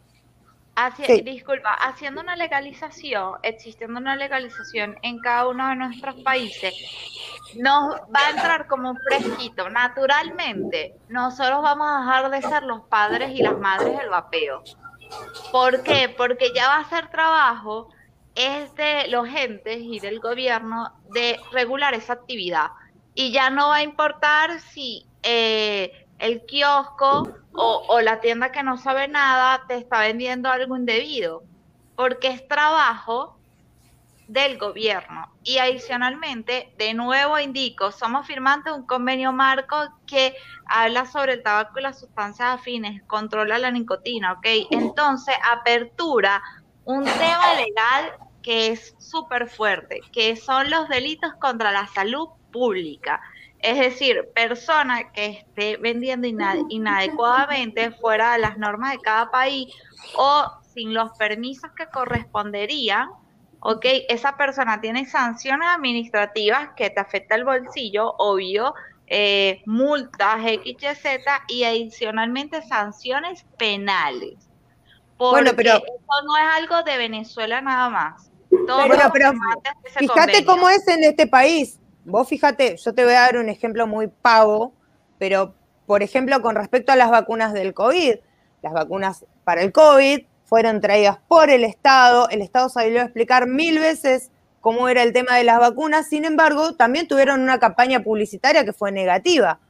Sí. Disculpa, haciendo una legalización, existiendo una legalización en cada uno de nuestros países, nos va a entrar como un fresquito. Naturalmente, nosotros vamos a dejar de ser los padres y las madres del vapeo. ¿Por qué? Porque ya va a ser trabajo de los entes y del gobierno de regular esa actividad. Y ya no va a importar si el kiosco o la tienda que no sabe nada te está vendiendo algo indebido, porque es trabajo del gobierno. Y adicionalmente, de nuevo indico, somos firmantes de un convenio marco que habla sobre el tabaco y las sustancias afines, controla la nicotina, ¿ok? Entonces, apertura un tema legal que es súper fuerte, que son los delitos contra la salud pública. Es decir, persona que esté vendiendo inadecuadamente fuera de las normas de cada país o sin los permisos que corresponderían, ¿ok? Esa persona tiene sanciones administrativas que te afecta el bolsillo, obvio, multas, XYZ, y adicionalmente sanciones penales. Porque pero eso no es algo de Venezuela nada más. Pero fíjate cómo es en este país. Vos fíjate, yo te voy a dar un ejemplo muy pavo, pero por ejemplo con respecto a las vacunas del COVID, las vacunas para el COVID fueron traídas por el Estado salió a explicar 1000 veces cómo era el tema de las vacunas, sin embargo también tuvieron una campaña publicitaria que fue negativa.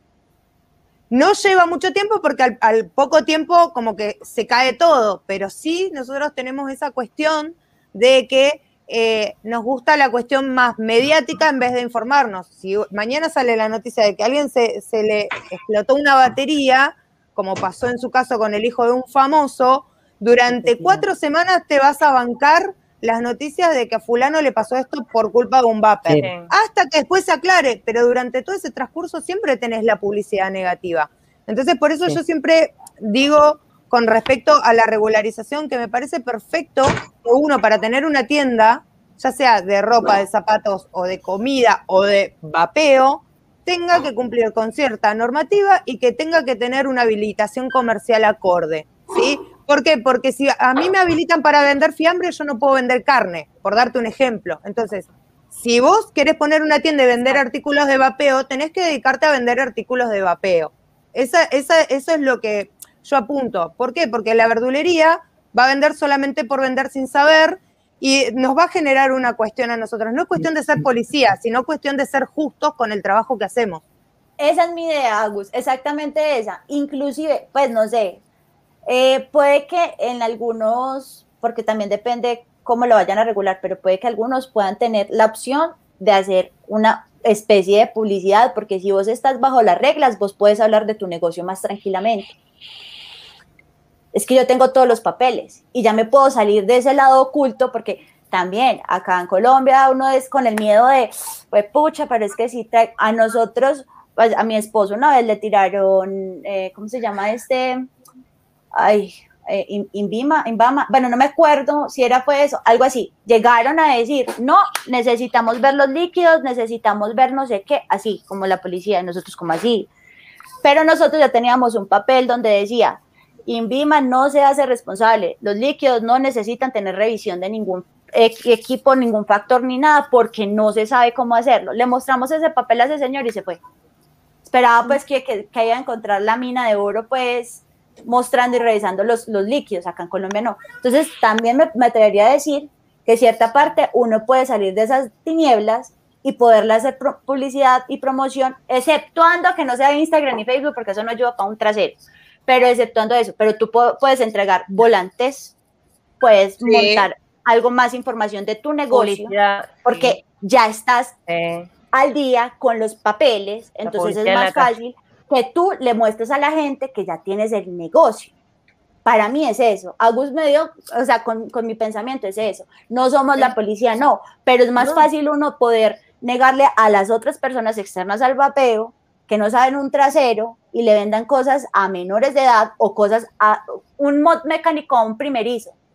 No lleva mucho tiempo porque al poco tiempo como que se cae todo, pero sí nosotros tenemos esa cuestión de que nos gusta la cuestión más mediática en vez de informarnos. Si mañana sale la noticia de que a alguien se le explotó una batería, como pasó en su caso con el hijo de un famoso, durante 4 semanas te vas a bancar las noticias de que a fulano le pasó esto por culpa de un vapor. Sí. Hasta que después se aclare, pero durante todo ese transcurso siempre tenés la publicidad negativa. Entonces, por eso yo siempre digo, con respecto a la regularización, que me parece perfecto que uno, para tener una tienda, ya sea de ropa, de zapatos, o de comida, o de vapeo, tenga que cumplir con cierta normativa y que tenga que tener una habilitación comercial acorde, ¿sí? ¿Por qué? Porque si a mí me habilitan para vender fiambre, yo no puedo vender carne, por darte un ejemplo. Entonces, si vos querés poner una tienda y vender artículos de vapeo, tenés que dedicarte a vender artículos de vapeo. Eso es lo que yo apunto. ¿Por qué? Porque la verdulería va a vender solamente por vender sin saber y nos va a generar una cuestión a nosotros. No es cuestión de ser policía, sino cuestión de ser justos con el trabajo que hacemos. Esa es mi idea, Agus, exactamente esa. Inclusive, pues no sé, puede que en algunos, porque también depende cómo lo vayan a regular, pero puede que algunos puedan tener la opción de hacer una especie de publicidad, porque si vos estás bajo las reglas, vos puedes hablar de tu negocio más tranquilamente. Es que yo tengo todos los papeles y ya me puedo salir de ese lado oculto, porque también acá en Colombia uno es con el miedo de, pues pucha, pero es que si trae, a nosotros, pues, a mi esposo una vez le tiraron, ¿cómo se llama este? Ay, Inbama, bueno, no me acuerdo si fue eso, algo así. Llegaron a decir, no, necesitamos ver los líquidos, necesitamos ver no sé qué, así como la policía, y nosotros como así. Pero nosotros ya teníamos un papel donde decía, Inbima no se hace responsable, los líquidos no necesitan tener revisión de ningún equipo, ningún factor ni nada, porque no se sabe cómo hacerlo. Le mostramos ese papel a ese señor y se fue. Esperaba pues que iba a encontrar la mina de oro, pues mostrando y revisando los líquidos. Acá en Colombia no. Entonces también me atrevería a decir que cierta parte uno puede salir de esas tinieblas y poderle hacer publicidad y promoción, exceptuando que no sea Instagram ni Facebook, porque eso no ayuda para un trasero, pero exceptuando eso, pero tú puedes entregar volantes, puedes montar algo más información de tu negocio, porque ya estás al día con los papeles, entonces es más fácil que tú le muestres a la gente que ya tienes el negocio. Para mí es eso. Agus me dio, o sea, con mi pensamiento es eso. No somos la policía, no, pero es más fácil uno poder negarle a las otras personas externas al vapeo que no saben un trasero y le vendan cosas a menores de edad o cosas a un mod mecánico a un primerizo.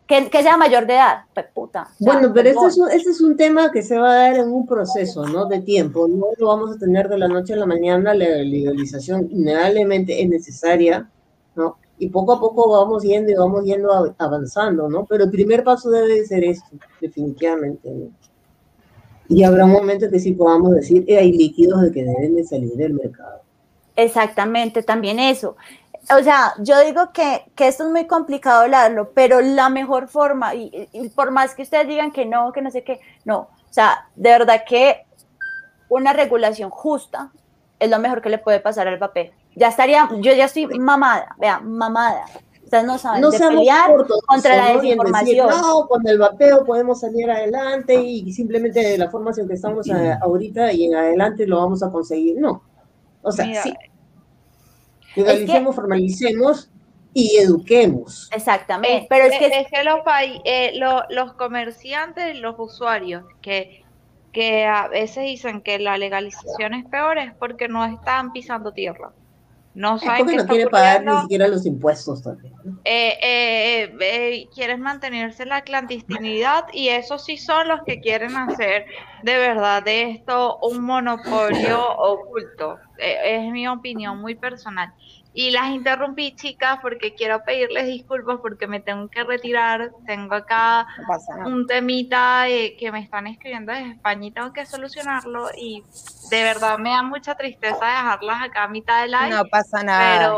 Que sea mayor de edad, pues puta. Bueno, pero este es un tema que se va a dar en un proceso, ¿no? De tiempo. No lo vamos a tener de la noche a la mañana. La legalización innegablemente es necesaria, ¿no? Y poco a poco vamos yendo avanzando, ¿no? Pero el primer paso debe ser esto, definitivamente, ¿no? Y habrá un momento que sí podamos decir, hay líquidos de que deben de salir del mercado. Exactamente, también eso. O sea, yo digo que esto es muy complicado hablarlo, pero la mejor forma, y por más que ustedes digan que no sé qué, no. O sea, de verdad que una regulación justa es lo mejor que le puede pasar al papel. Yo ya estoy mamada, vean, mamada. Ustedes no saben, no de pelear contra la desinformación. Decir, no, con el vapeo podemos salir adelante y simplemente de la forma en que estamos ahorita y en adelante lo vamos a conseguir. No. O sea, mira, sí. Legalicemos, formalicemos y eduquemos. Exactamente. Pero es que los comerciantes, los usuarios que a veces dicen que la legalización es peor es porque no están pisando tierra. No saben porque qué no está quieren ocurriendo. pagar ni siquiera los impuestos también, ¿no? Quieren mantenerse en la clandestinidad y esos sí son los que quieren hacer de verdad de esto un monopolio oculto. Es mi opinión muy personal. Y las interrumpí, chicas, porque quiero pedirles disculpas porque me tengo que retirar. Tengo acá un temita que me están escribiendo desde España y tengo que solucionarlo. Y de verdad me da mucha tristeza dejarlas acá a mitad del live. No pasa nada.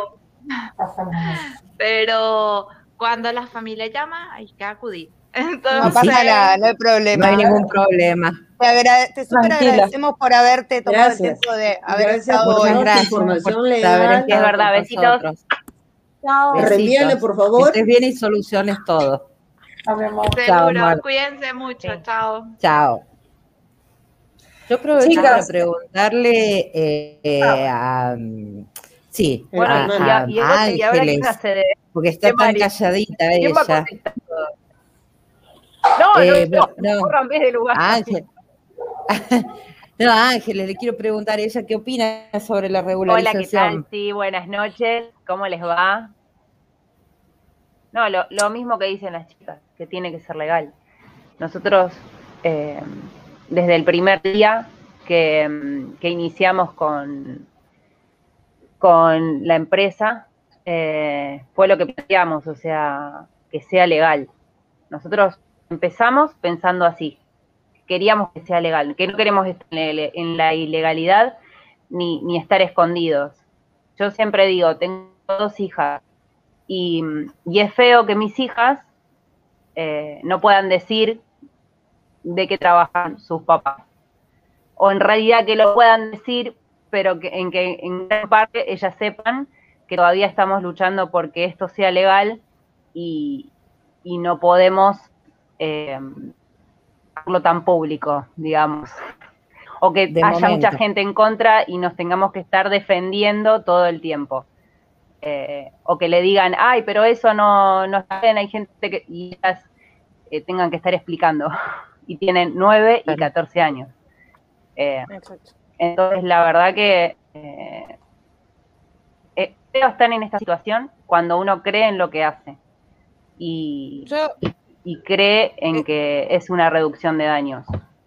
Pero cuando la familia llama, hay que acudir. Entonces, no pasa nada, no hay problema. No hay ningún problema. Te súper agradecemos por haberte tomado el tiempo de haber estado hoy. Gracias por información legal. Es verdad, besitos. Chao. Reenvíale, por favor. Que estés bien y soluciones todo. Seguro, cuídense mucho. Sí. Chao. Chao. Yo aprovecho para preguntarle a... Sí, bueno, a Ángeles, porque está tan calladita ella. No, rompes de lugar. Ángel. No, Ángeles, le quiero preguntar a ella qué opina sobre la regularización. Hola, ¿qué tal? Sí, buenas noches. ¿Cómo les va? No, lo mismo que dicen las chicas, que tiene que ser legal. Nosotros, desde el primer día que iniciamos con la empresa, fue lo que planteamos, o sea, que sea legal. Nosotros empezamos pensando así, queríamos que sea legal, que no queremos estar en la ilegalidad ni estar escondidos. Yo siempre digo, tengo 2 hijas y es feo que mis hijas no puedan decir de qué trabajan sus papás, o en realidad que lo puedan decir, pero que en gran parte ellas sepan que todavía estamos luchando porque esto sea legal y no podemos hacerlo tan público, digamos. O que haya mucha gente en contra y nos tengamos que estar defendiendo todo el tiempo. O que le digan, ay, pero eso no está bien, hay gente que... Y ellas tengan que estar explicando. Y tienen 9 y 14 años. Entonces, la verdad que están en esta situación cuando uno cree en lo que hace y cree en que es una reducción de daños.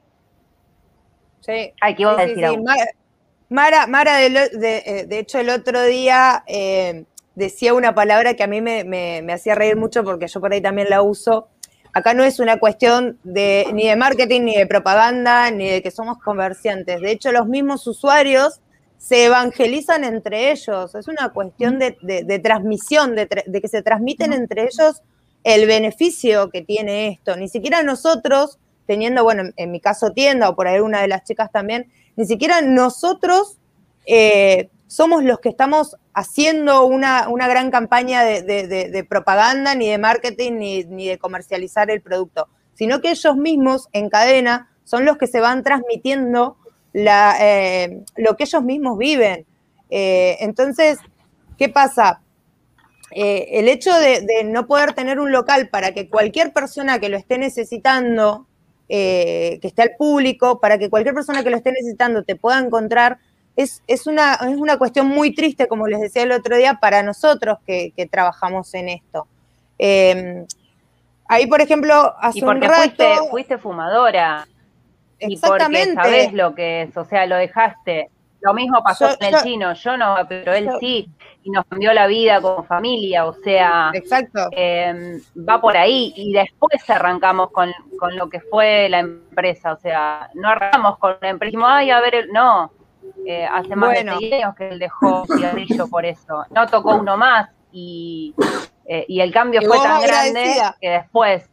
Sí. Ay, ¿qué ibas a decir? Sí. Mara de hecho, el otro día decía una palabra que a mí me hacía reír mucho porque yo por ahí también la uso. Acá no es una cuestión ni de marketing, ni de propaganda, ni de que somos comerciantes. De hecho, los mismos usuarios se evangelizan entre ellos. Es una cuestión de transmisión, de que se transmiten entre ellos el beneficio que tiene esto. Ni siquiera nosotros, teniendo, bueno, en mi caso tienda, o por ahí una de las chicas también, ni siquiera nosotros somos los que estamos haciendo una gran campaña de propaganda, ni de marketing, ni de comercializar el producto, sino que ellos mismos en cadena son los que se van transmitiendo lo que ellos mismos viven. Entonces, ¿qué pasa? El hecho de no poder tener un local para que cualquier persona que lo esté necesitando, que esté al público, para que cualquier persona que lo esté necesitando te pueda encontrar, es una cuestión muy triste, como les decía el otro día, para nosotros que trabajamos en esto. Ahí, por ejemplo, hace un rato... fuiste fumadora. Y porque sabés lo que es, o sea, lo dejaste. Lo mismo pasó con el chino, yo no, pero él sí, y nos cambió la vida como familia, o sea, va por ahí, y después arrancamos con lo que fue la empresa, o sea, no arrancamos con la empresa, dijimos, ay, a ver, no, hace más de 6 años que él dejó cigarrillo por eso, no tocó uno más, y el cambio fue tan grande que después,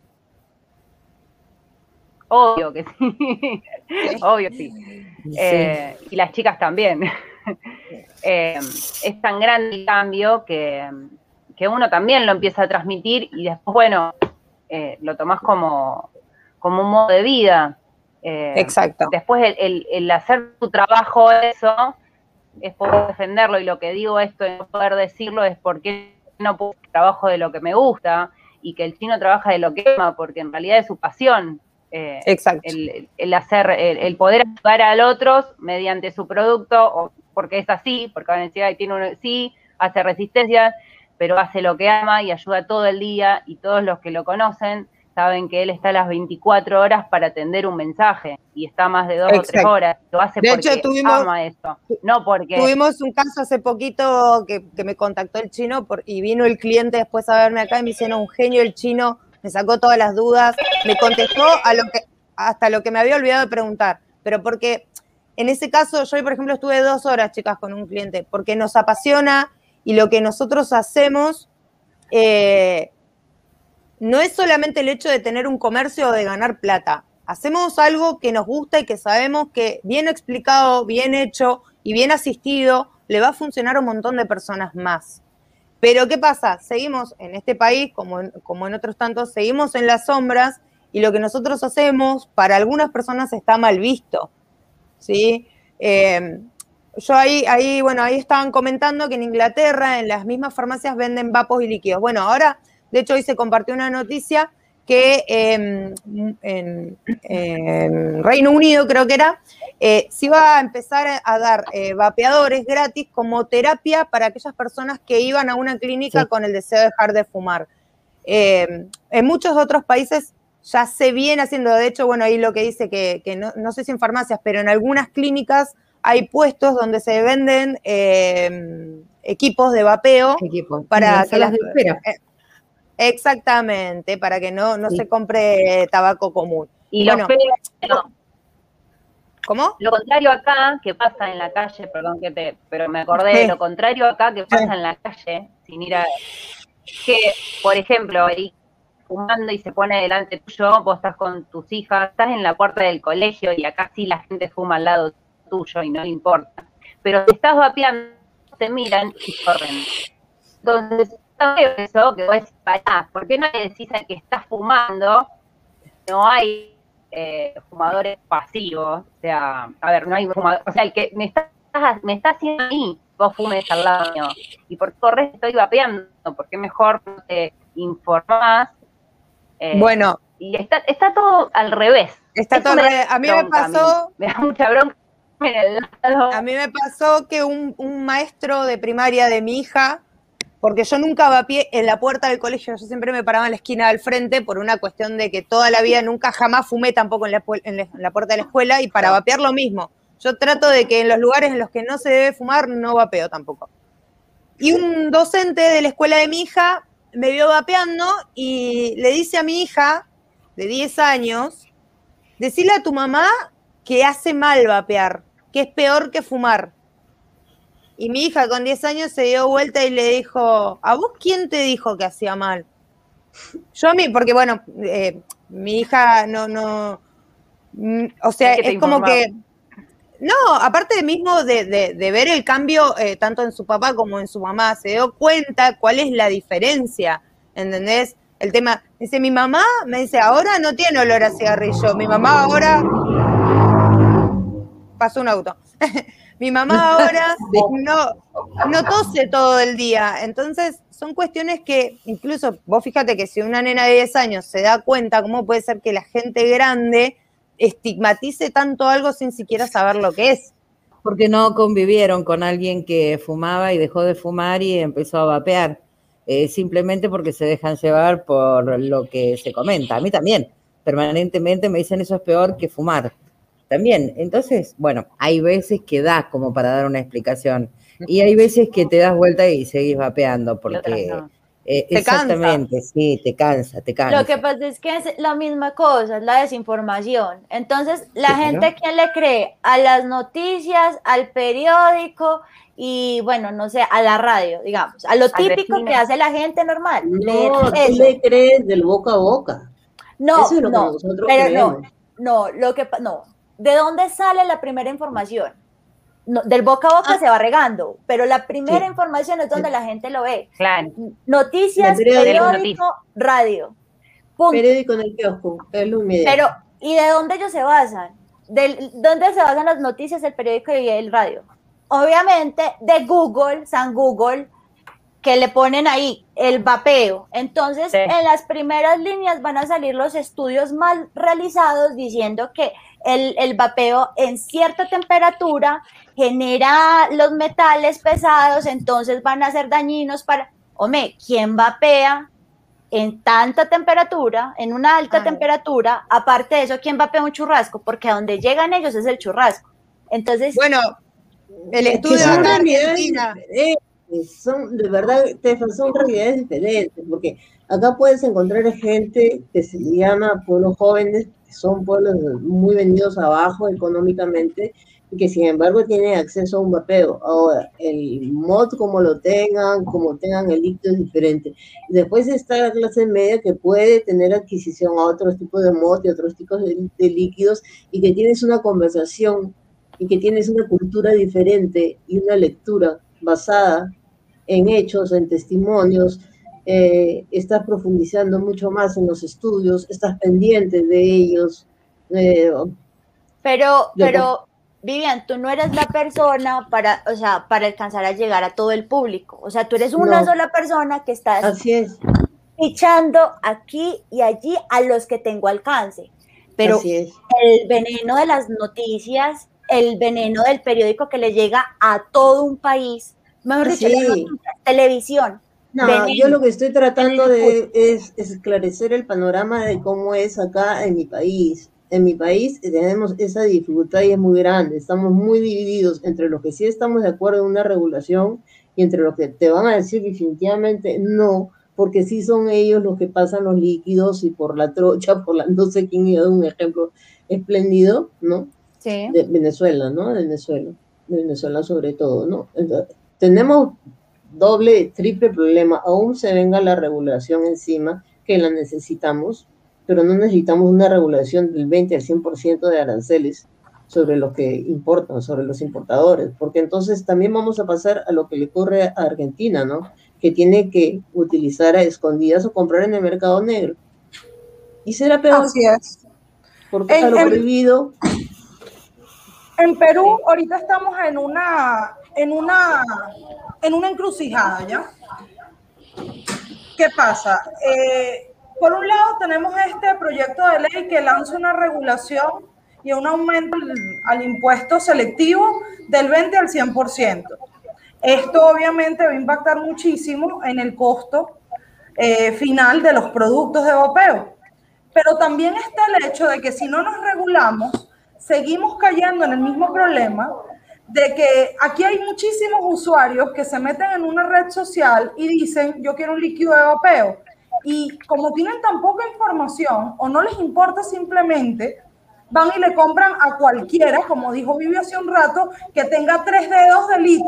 obvio que sí, obvio sí. Y las chicas también. Es tan grande el cambio que uno también lo empieza a transmitir y después, bueno, lo tomás como un modo de vida. Exacto. Después el hacer tu trabajo, eso, es poder defenderlo, y lo que digo esto de no poder decirlo es porque no puedo trabajo de lo que me gusta, y que el chino trabaja de lo que ama, porque en realidad es su pasión. Exacto. El poder ayudar al otro mediante su producto, o porque es así, porque la necesidad tiene uno, sí, hace resistencia, pero hace lo que ama y ayuda todo el día, y todos los que lo conocen saben que él está a las 24 horas para atender un mensaje, y está más de 2 o 3 horas, lo hace de porque hecho, ama eso, no porque... Tuvimos un caso hace poquito que me contactó el chino y vino el cliente después a verme acá y me dice, no, un genio el chino, me sacó todas las dudas, me contestó hasta lo que me había olvidado de preguntar, pero porque en ese caso yo, por ejemplo, estuve 2 horas, chicas, con un cliente, porque nos apasiona y lo que nosotros hacemos no es solamente el hecho de tener un comercio o de ganar plata, hacemos algo que nos gusta y que sabemos que bien explicado, bien hecho y bien asistido le va a funcionar a un montón de personas más. Pero ¿qué pasa? Seguimos en este país, como en otros tantos, seguimos en las sombras, y lo que nosotros hacemos para algunas personas está mal visto, ¿sí? Yo ahí estaban comentando que en Inglaterra, en las mismas farmacias venden vapos y líquidos. Bueno, ahora, de hecho, hoy se compartió una noticia que en Reino Unido, creo que era, se iba a empezar a dar vapeadores gratis como terapia para aquellas personas que iban a una clínica con el deseo de dejar de fumar. En muchos otros países ya se viene haciendo, de hecho, bueno, ahí lo que dice que no sé si en farmacias, pero en algunas clínicas hay puestos donde se venden equipos de vapeo para que las exactamente, para que no se compre tabaco común. Y bueno, ¿cómo? Lo contrario acá, que pasa en la calle, perdón pero me acordé, lo contrario acá que pasa en la calle, sin ir a... que, por ejemplo, ahí fumando y se pone delante tuyo, vos estás con tus hijas, estás en la puerta del colegio y acá sí la gente fuma al lado tuyo y no le importa. Pero si estás vapeando, te miran y corren. Entonces, eso que vos decís, pará, ¿por qué no le decís al que está fumando? No hay fumadores pasivos, o sea, a ver, no hay fumadores, o sea, el que me está haciendo a mí, vos fumes al lado mío, y por qué corres estoy vapeando, porque mejor no te informás. Bueno. Y está todo al revés. Está todo al revés. A mí me pasó... Me da mucha bronca. A mí me pasó que un maestro de primaria de mi hija, porque yo nunca vapeé en la puerta del colegio, yo siempre me paraba en la esquina del frente por una cuestión de que toda la vida nunca jamás fumé tampoco en la puerta de la escuela, y para vapear lo mismo. Yo trato de que en los lugares en los que no se debe fumar no vapeo tampoco. Y un docente de la escuela de mi hija me vio vapeando y le dice a mi hija de 10 años, decile a tu mamá que hace mal vapear, que es peor que fumar. Y mi hija con 10 años se dio vuelta y le dijo, ¿a vos quién te dijo que hacía mal? Yo a mí, porque bueno, mi hija no, o sea, es como que, no, aparte mismo de ver el cambio tanto en su papá como en su mamá, se dio cuenta cuál es la diferencia, ¿entendés? El tema, dice, mi mamá, me dice, ahora no tiene olor a cigarrillo, mi mamá ahora, pasó un auto, mi mamá ahora no tose todo el día, entonces son cuestiones que, incluso, vos fíjate que si una nena de 10 años se da cuenta, ¿cómo puede ser que la gente grande estigmatice tanto algo sin siquiera saber lo que es? Porque no convivieron con alguien que fumaba y dejó de fumar y empezó a vapear. simplemente porque se dejan llevar por lo que se comenta. A mí también, permanentemente me dicen eso es peor que fumar. También, entonces, bueno, hay veces que da como para dar una explicación y hay veces que te das vuelta y seguís vapeando porque... No. Exactamente, cansa. Sí, te cansa. Lo que pasa es que es la misma cosa, es la desinformación. Entonces, la gente, ¿quién le cree? A las noticias, al periódico y, bueno, no sé, a la radio, digamos, a lo típico que hace la gente normal. No, tú le crees del boca a boca. No, eso es lo que nosotros creemos. No, ¿de dónde sale la primera información? No, del boca a boca se va regando, pero la primera información es donde la gente lo ve. Claro. Noticias, periódico, radio. Punto. Periódico en el kiosco, es lo mismo. Pero, ¿y de dónde ellos se basan? ¿Dónde se basan las noticias, el periódico y el radio? Obviamente, de Google, San Google, que le ponen ahí el vapeo. Entonces, en las primeras líneas van a salir los estudios mal realizados diciendo que el vapeo en cierta temperatura genera los metales pesados, entonces van a ser dañinos para... Hombre, ¿quién vapea en tanta temperatura, en una alta temperatura? Aparte de eso, ¿quién vapea un churrasco? Porque a donde llegan ellos es el churrasco. Entonces... Bueno, el estudio de Argentina... Son, de verdad, Tefa, son realidades diferentes, porque acá puedes encontrar gente que se llama pueblos jóvenes, que son pueblos muy venidos abajo económicamente, y que sin embargo tienen acceso a un vapeo. Ahora, el mod como tengan el líquido es diferente. Después está la clase media que puede tener adquisición a otros tipos de mod y otros tipos de líquidos, y que tienes una conversación, y que tienes una cultura diferente, y una lectura basada en hechos, en testimonios, estás profundizando mucho más en los estudios, estás pendiente de ellos. Pero, Vivian, tú no eres la persona para alcanzar a llegar a todo el público. O sea, tú eres una sola persona que estás fichando aquí y allí a los que tengo alcance. Pero el veneno de las noticias, el veneno del periódico que le llega a todo un país, mejor dicho, televisión. No, veneno. Yo lo que estoy tratando es esclarecer el panorama de cómo es acá en mi país. En mi país tenemos esa dificultad y es muy grande. Estamos muy divididos entre los que sí estamos de acuerdo en una regulación y entre los que te van a decir definitivamente no, porque sí son ellos los que pasan los líquidos y por la trocha, por la no sé quién, y un ejemplo espléndido, ¿no? Sí. De Venezuela, ¿no? De Venezuela sobre todo, ¿no? Entonces, tenemos doble, triple problema. Aún se venga la regulación encima, que la necesitamos, pero no necesitamos una regulación del 20 al 100% de aranceles sobre lo que importan, sobre los importadores, porque entonces también vamos a pasar a lo que le ocurre a Argentina, ¿no? Que tiene que utilizar a escondidas o comprar en el mercado negro. Y será peor. Así es. Porque está lo prohibido. En Perú ahorita estamos en una encrucijada, ¿ya? ¿Qué pasa? Por un lado tenemos este proyecto de ley que lanza una regulación y un aumento al impuesto selectivo del 20 al 100%. Esto obviamente va a impactar muchísimo en el costo final de los productos de vapeo. Pero también está el hecho de que si no nos regulamos, seguimos cayendo en el mismo problema de que aquí hay muchísimos usuarios que se meten en una red social y dicen, yo quiero un líquido de vapeo. Y como tienen tan poca información o no les importa simplemente, van y le compran a cualquiera, como dijo Vivi hace un rato, que tenga 3 dedos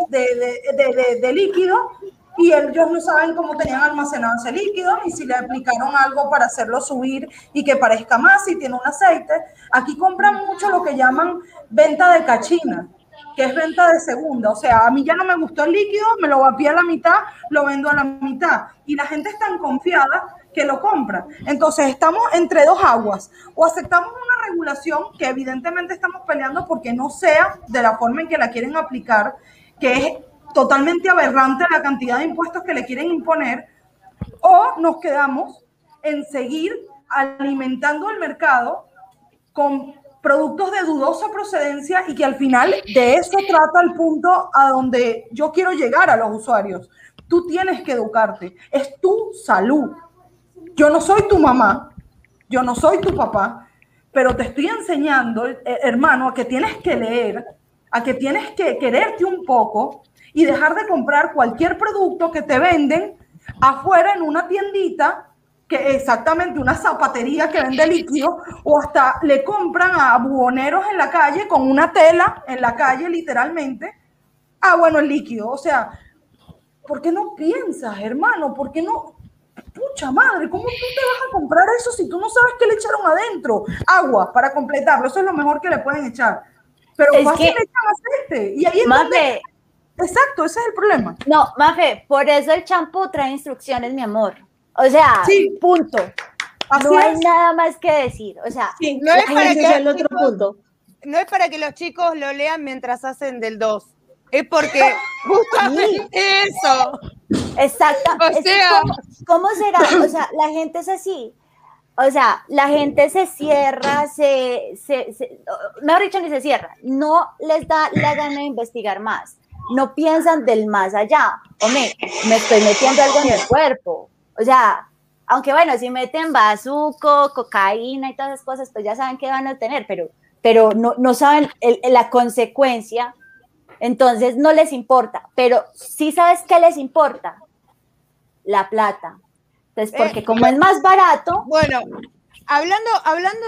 de líquido y ellos no saben cómo tenían almacenado ese líquido ni si le aplicaron algo para hacerlo subir y que parezca más, si tiene un aceite. Aquí compran mucho lo que llaman venta de cachina, que es venta de segunda. O sea, a mí ya no me gustó el líquido, me lo vapeé a la mitad, lo vendo a la mitad. Y la gente es tan confiada que lo compra. Entonces, estamos entre dos aguas. O aceptamos una regulación que evidentemente estamos peleando porque no sea de la forma en que la quieren aplicar, que es totalmente aberrante la cantidad de impuestos que le quieren imponer, o nos quedamos en seguir alimentando el mercado con productos de dudosa procedencia y que al final de eso trata el punto a donde yo quiero llegar a los usuarios. tú tienes que educarte. Es tu salud. Yo no soy tu mamá, yo no soy tu papá, pero te estoy enseñando, hermano, a que tienes que leer, a que tienes que quererte un poco y dejar de comprar cualquier producto que te venden afuera en una tiendita, que exactamente una zapatería que vende líquido, o hasta le compran a buhoneros en la calle con una tela en la calle, literalmente. Ah, bueno, el líquido. O sea, ¿por qué no piensas, hermano? ¿Por qué no? Pucha madre, ¿cómo tú te vas a comprar eso si tú no sabes qué le echaron adentro? Agua para completarlo, eso es lo mejor que le pueden echar. Pero Es fácil que, le echan aceite. Y ahí es donde... Exacto, ese es el problema. No, Mafe, por eso el champú trae instrucciones, mi amor. O sea, sí, punto. Así no hay es. nada más que decir. O sea, sí, no es para ese es el otro punto. No es para que los chicos lo lean mientras hacen del 2. Es porque justamente eso. Exacto. O sea, ¿cómo será? O sea, la gente es así. O sea, la gente se cierra, mejor dicho, ni se cierra. No les da la gana de investigar más. No piensan del más allá. Hombre, me estoy metiendo algo en el cuerpo. O sea, aunque bueno, si meten bazuco, cocaína y todas esas cosas, pues ya saben qué van a tener, pero no saben la consecuencia. Entonces no les importa. Pero sí sabes qué les importa. La plata. Entonces, porque como es más barato... Bueno, hablando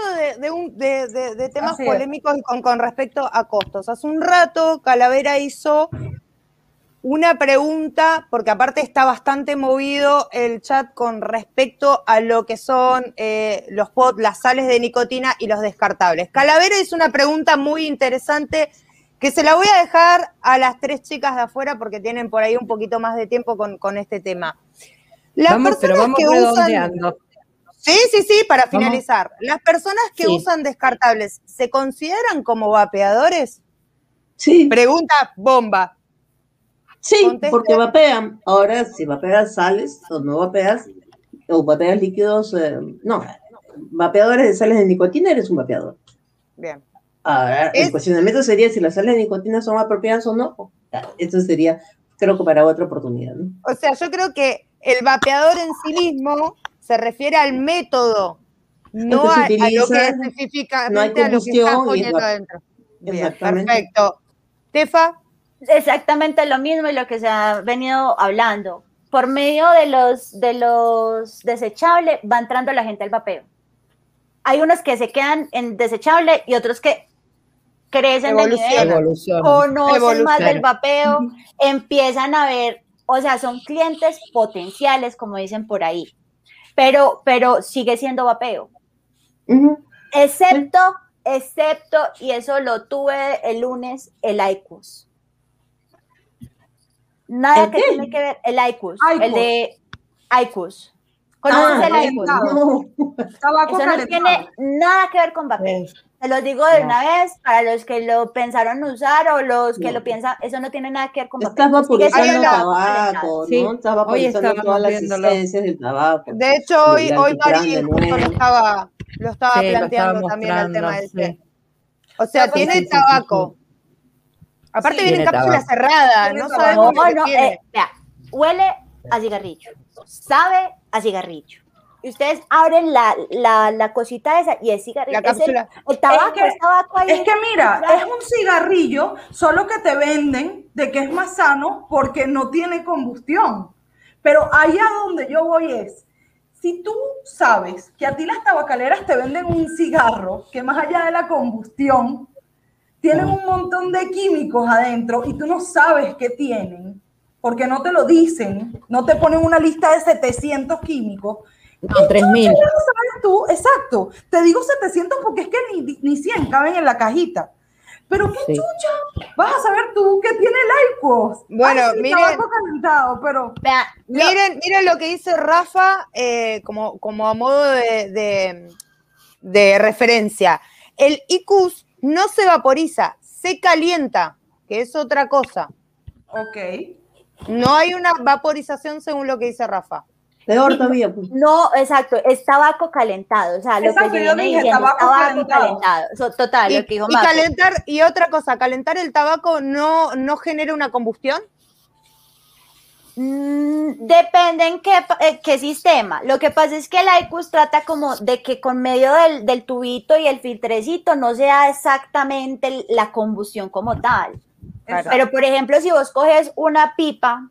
de temas polémicos y con respecto a costos. Hace un rato Calavera hizo una pregunta, porque aparte está bastante movido el chat con respecto a lo que son los pods, las sales de nicotina y los descartables. Calavera hizo una pregunta muy interesante que se la voy a dejar a las 3 chicas de afuera porque tienen por ahí un poquito más de tiempo con este tema. Vamos redondeando. Sí, para finalizar. ¿Las personas que usan descartables se consideran como vapeadores? Sí. Pregunta bomba. Sí, ¿conteste? Porque vapean. Ahora, si vapeas sales o no vapeas, o vapeas líquidos, no. Vapeadores de sales de nicotina, eres un vapeador. Bien. Ahora, el cuestionamiento sería si las sales de nicotina son apropiadas o no. Eso sería, creo que para otra oportunidad, ¿no? O sea, yo creo que el vapeador en sí mismo se refiere al método, no a lo que específicamente no hay combustión, a lo que estás poniendo adentro. Bien, perfecto. Tefa. Exactamente lo mismo y lo que se ha venido hablando. Por medio de los desechables va entrando la gente al vapeo. Hay unos que se quedan en desechable y otros que crecen de nivel, conocen más del vapeo, empiezan a ver, o sea, son clientes potenciales, como dicen por ahí, pero sigue siendo vapeo. Excepto, y eso lo tuve el lunes, el IQOS. Nada que tiene que ver, el IQOS, el de IQOS. ¿Conoces el IQOS? No. Eso no tiene nada que ver con vapeo. Se los digo de una vez, para los que lo pensaron usar o los que lo piensan, eso no tiene nada que ver con vapeo. Estás vaporizando el tabaco, ¿no? Estás vaporizando todas las esencias del tabaco. De hecho, hoy Mari lo estaba planteando también el tema este. O sea, tiene tabaco. Aparte viene en cápsula cerrada, no sabemos qué tiene. Vea, huele a cigarrillo, sabe a cigarrillo. Y ustedes abren la cosita esa y es cigarrillo. La cápsula. El tabaco, es tabaco ahí. Es que mira, es un cigarrillo, solo que te venden de que es más sano porque no tiene combustión. Pero allá donde yo voy es, si tú sabes que a ti las tabacaleras te venden un cigarro que más allá de la combustión, tienen un montón de químicos adentro y tú no sabes qué tienen, porque no te lo dicen, no te ponen una lista de 700 químicos. No, 3.000. ¿Sabes tú? Exacto. Te digo 700 porque es que ni 100 caben en la cajita. Pero qué chucha, vas a saber tú qué tiene el IQOS. Bueno, miren, tabaco calentado, pero... Miren lo que dice Rafa como a modo de referencia. El IQOS no se vaporiza, se calienta, que es otra cosa. Ok. No hay una vaporización según lo que dice Rafa. Peor todavía. Pues. No, exacto, es tabaco calentado. O sea, lo que yo dije, tabaco calentado. Total, lo que dijo Marco. Y otra cosa, ¿calentar el tabaco no genera una combustión? Depende en qué sistema. Lo que pasa es que el IQOS trata como de que con medio del tubito y el filtrecito no sea exactamente la combustión como tal. Claro. Pero, por ejemplo, si vos coges una pipa,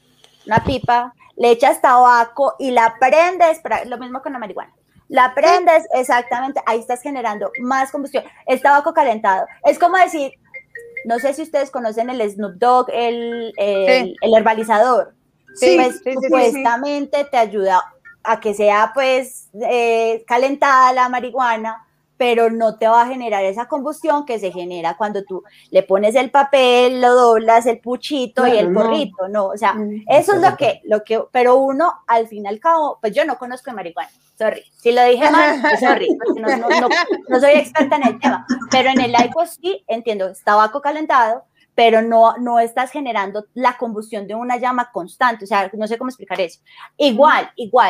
le echas tabaco y la prendes, lo mismo con la marihuana, la prendes, exactamente, ahí estás generando más combustión. Es tabaco calentado. Es como decir, no sé si ustedes conocen el Snoop Dogg, el herbalizador. Sí, pues supuestamente te ayuda a que sea pues calentada la marihuana, pero no te va a generar esa combustión que se genera cuando tú le pones el papel, lo doblas, el puchito y el porrito, ¿no? O sea, eso es lo que, pero uno, al fin y al cabo, pues yo no conozco de marihuana, sorry. Si lo dije mal, sorry, porque no soy experta en el tema, pero en el IQOS sí, entiendo, es tabaco calentado, pero no estás generando la combustión de una llama constante, o sea, no sé cómo explicar eso. Igual,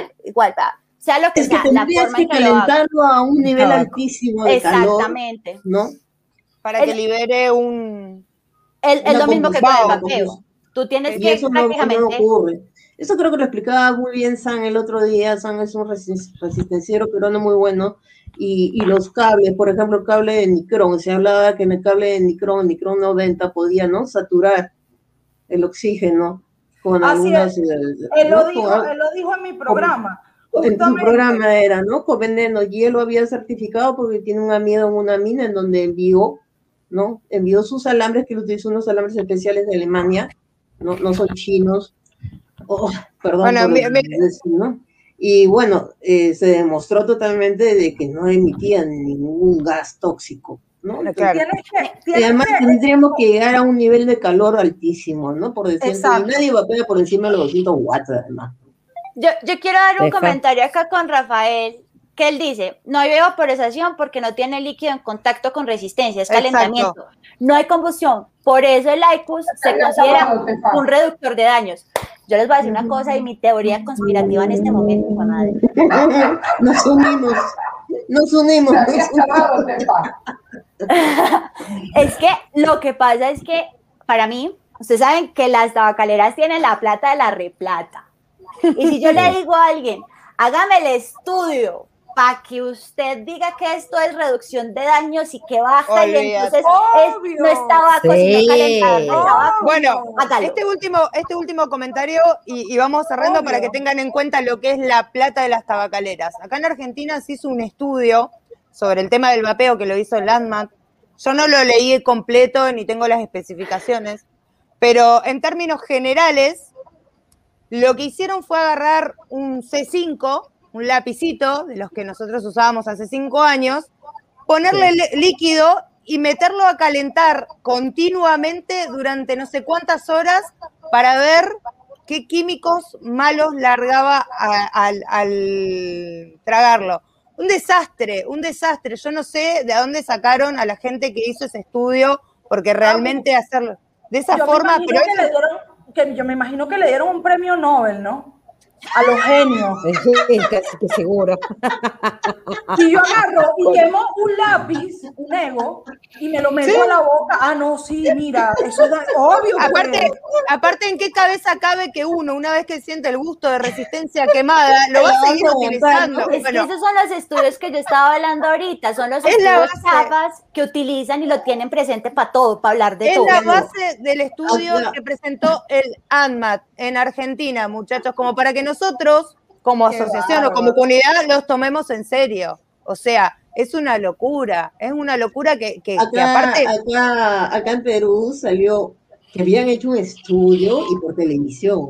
o sea, lo que sea, tendrías que calentarlo a un nivel altísimo de exactamente, calor, ¿no? Para que libere un... Es lo mismo que con el vapeo. Tú tienes que eso prácticamente... no ocurre. Eso creo que lo explicaba muy bien San el otro día. San es un resistenciero peruano muy bueno. Y los cables, por ejemplo, el cable de Nicron, se hablaba que en el cable de Nicron 90 podía, ¿no?, saturar el oxígeno con algunas... Él lo dijo en mi programa. En tu programa era, ¿no?, con veneno, y él lo había certificado porque tiene un amigo en una mina en donde envió sus alambres, que él utilizó unos alambres especiales de Alemania, no son chinos, perdón, ¿no? Y bueno, se demostró totalmente de que no emitían ningún gas tóxico, ¿no? Claro. Y además tendríamos que llegar a un nivel de calor altísimo, ¿no? Por decir, nadie vapea por encima de los 200 watts, además. Yo quiero dar un comentario acá con Rafael, que él dice, no hay vaporización porque no tiene líquido en contacto con resistencia, es calentamiento. Exacto. No hay combustión, por eso el IQOS se considera un reductor de daños. Yo les voy a decir una cosa y mi teoría conspirativa en este momento, madre. Nos unimos. Es que lo que pasa es que, para mí, ustedes saben que las tabacaleras tienen la plata de la replata. Y si yo le digo a alguien, hágame el estudio para que usted diga que esto es reducción de daños y que baja, y entonces no es tabaco, sino calentador de tabaco. Bueno, este último comentario y vamos cerrando para que tengan en cuenta lo que es la plata de las tabacaleras. Acá en Argentina se hizo un estudio sobre el tema del vapeo que lo hizo el ANMAT. Yo no lo leí completo ni tengo las especificaciones, pero en términos generales, lo que hicieron fue agarrar un C5, un lapicito de los que nosotros usábamos hace 5 años, ponerle líquido y meterlo a calentar continuamente durante no sé cuántas horas para ver qué químicos malos largaba al tragarlo. Un desastre. Yo no sé de dónde sacaron a la gente que hizo ese estudio, porque realmente hacerlo de esa forma... Yo me imagino que le dieron un premio Nobel, ¿no? A los genios. Sí, casi que seguro. Si yo agarro y quemo un lápiz, un ego, y me lo meto a la boca, no, sí, mira, eso es obvio. Aparte, ¿en qué cabeza cabe que uno, una vez que siente el gusto de resistencia quemada, lo va a seguir utilizando? Es que esos son los estudios que yo estaba hablando ahorita, son los estudios chapas que utilizan y lo tienen presente para todo, para hablar de todo. Es la base del estudio que presentó el ANMAT en Argentina, muchachos, como para que nosotros, como asociación o como comunidad, los tomemos en serio. O sea, es una locura que aparte... Acá en Perú salió que habían hecho un estudio, y por televisión,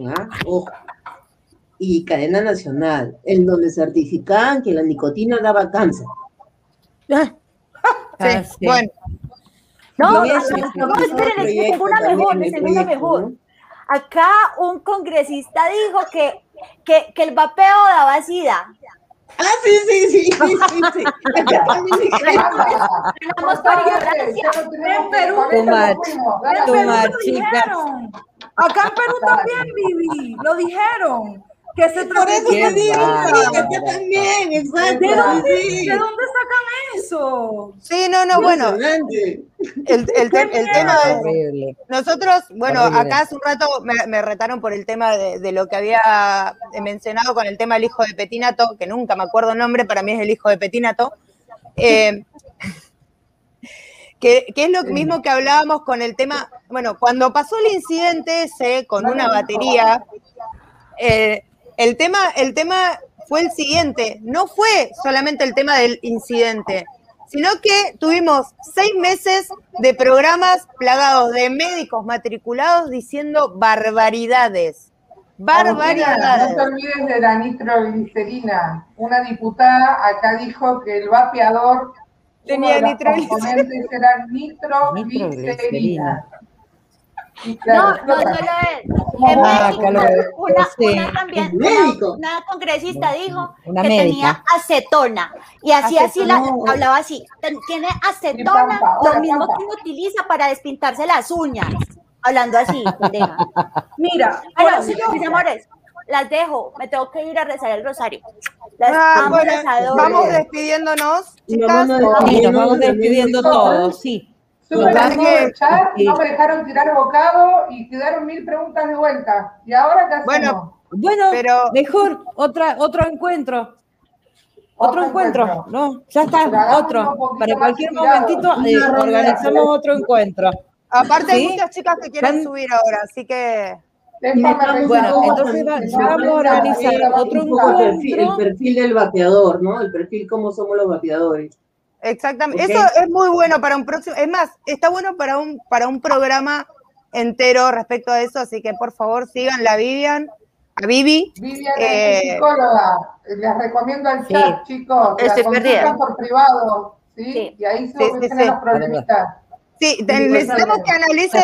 y cadena nacional, en donde certificaban que la nicotina daba cáncer. Sí, bueno. No, esperen, les tengo una mejor. Acá un congresista dijo que el vapeo daba sida. Sí. Vamos para ignorancia. En Perú, acá en Perú también, Vivi, lo dijeron. Que se por eso te digo, que también, exacto. ¿De dónde sacan eso? Sí, no, bueno. El tema es. Nosotros, bueno, acá hace un rato me retaron por el tema de lo que había mencionado con el tema del hijo de Petinato, que nunca me acuerdo el nombre, para mí es el hijo de Petinato. Que es lo mismo que hablábamos con el tema, bueno, cuando pasó el incidente ese con una batería, el tema fue el siguiente, no fue solamente el tema del incidente, sino que tuvimos 6 meses de programas plagados de médicos matriculados diciendo barbaridades. Barbaridades. No te olvides de la nitroglicerina. Una diputada acá dijo que el vapeador tenía uno de los componentes era nitroglicerina. Claro, no lo es. En México, una congresista dijo que tenía acetona. Y así hablaba así. Tiene acetona, lo mismo que uno utiliza para despintarse las uñas. Hablando así, pendeja. Mira, bueno, mis amores, las dejo. Me tengo que ir a rezar el rosario. Vamos despidiéndonos, chicas. Nos vamos despidiendo todos, sí. El chat, no me dejaron tirar bocado y quedaron 1000 preguntas de vuelta. ¿Y ahora qué hacemos? Bueno, pero mejor, otro encuentro. Otro encuentro, ¿no? Ya está, otro. Para cualquier momentito organizamos otro encuentro. Aparte hay muchas chicas que quieren subir ahora, así que... Bueno, entonces vamos a organizar otro encuentro. El perfil del vapeador, ¿no? El perfil cómo somos los vapeadores. Exactamente, okay. Eso es muy bueno para un próximo, es más, está bueno para un programa entero respecto a eso, así que por favor síganla a Vivi. Vivian es psicóloga, les recomiendo al chat, chicos, la consultan por privado, ¿sí? Y ahí se solucionan los problemitas. Sí, necesitamos que analice,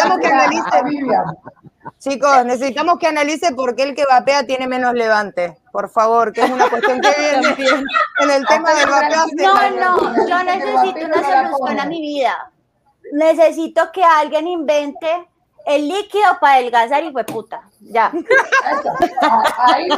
chicos, necesitamos que analice por qué el que vapea tiene menos levante, por favor, que es una cuestión que viene en el tema del vapeo. No, yo necesito una solución a mi vida. Necesito que alguien invente el líquido para adelgazar y fue puta. Ya. Ahí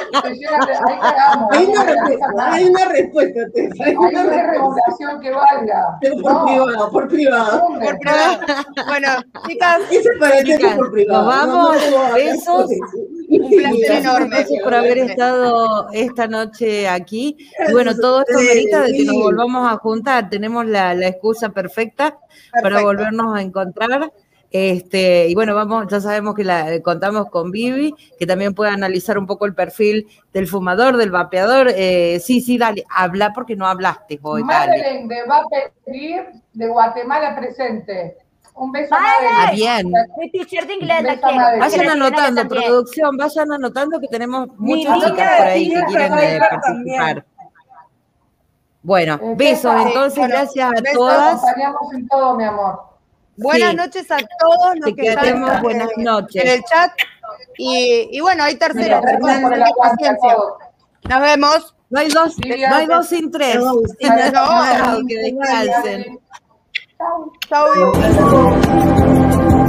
hay una respuesta. Hay una regulación que valga. Por privado. Bueno, chicas, por privado. Nos vamos. Besos. Un placer enorme. Gracias por haber estado esta noche aquí. Y bueno, todo esto merita de que nos volvamos a juntar. Tenemos la excusa perfecta para volvernos a encontrar. Y bueno, ya sabemos que contamos con Vivi, que también puede analizar un poco el perfil del fumador, del vapeador. Sí, dale, habla porque no hablaste hoy. Madeleine de Vapear de Guatemala presente. Un beso, Madeleine. Bien. Mi teacher de inglés la quiero. Vayan anotando, producción, vayan anotando que tenemos muchas chicas por ahí que quieren participar. Bueno, besos, entonces, gracias a todas. Acompañamos en todo, mi amor. Buenas noches a todos los que están buenas noches en el chat. Y bueno, hay terceros. Paciencia. Nos vemos. No hay dos sin tres. Que descansen. Chau.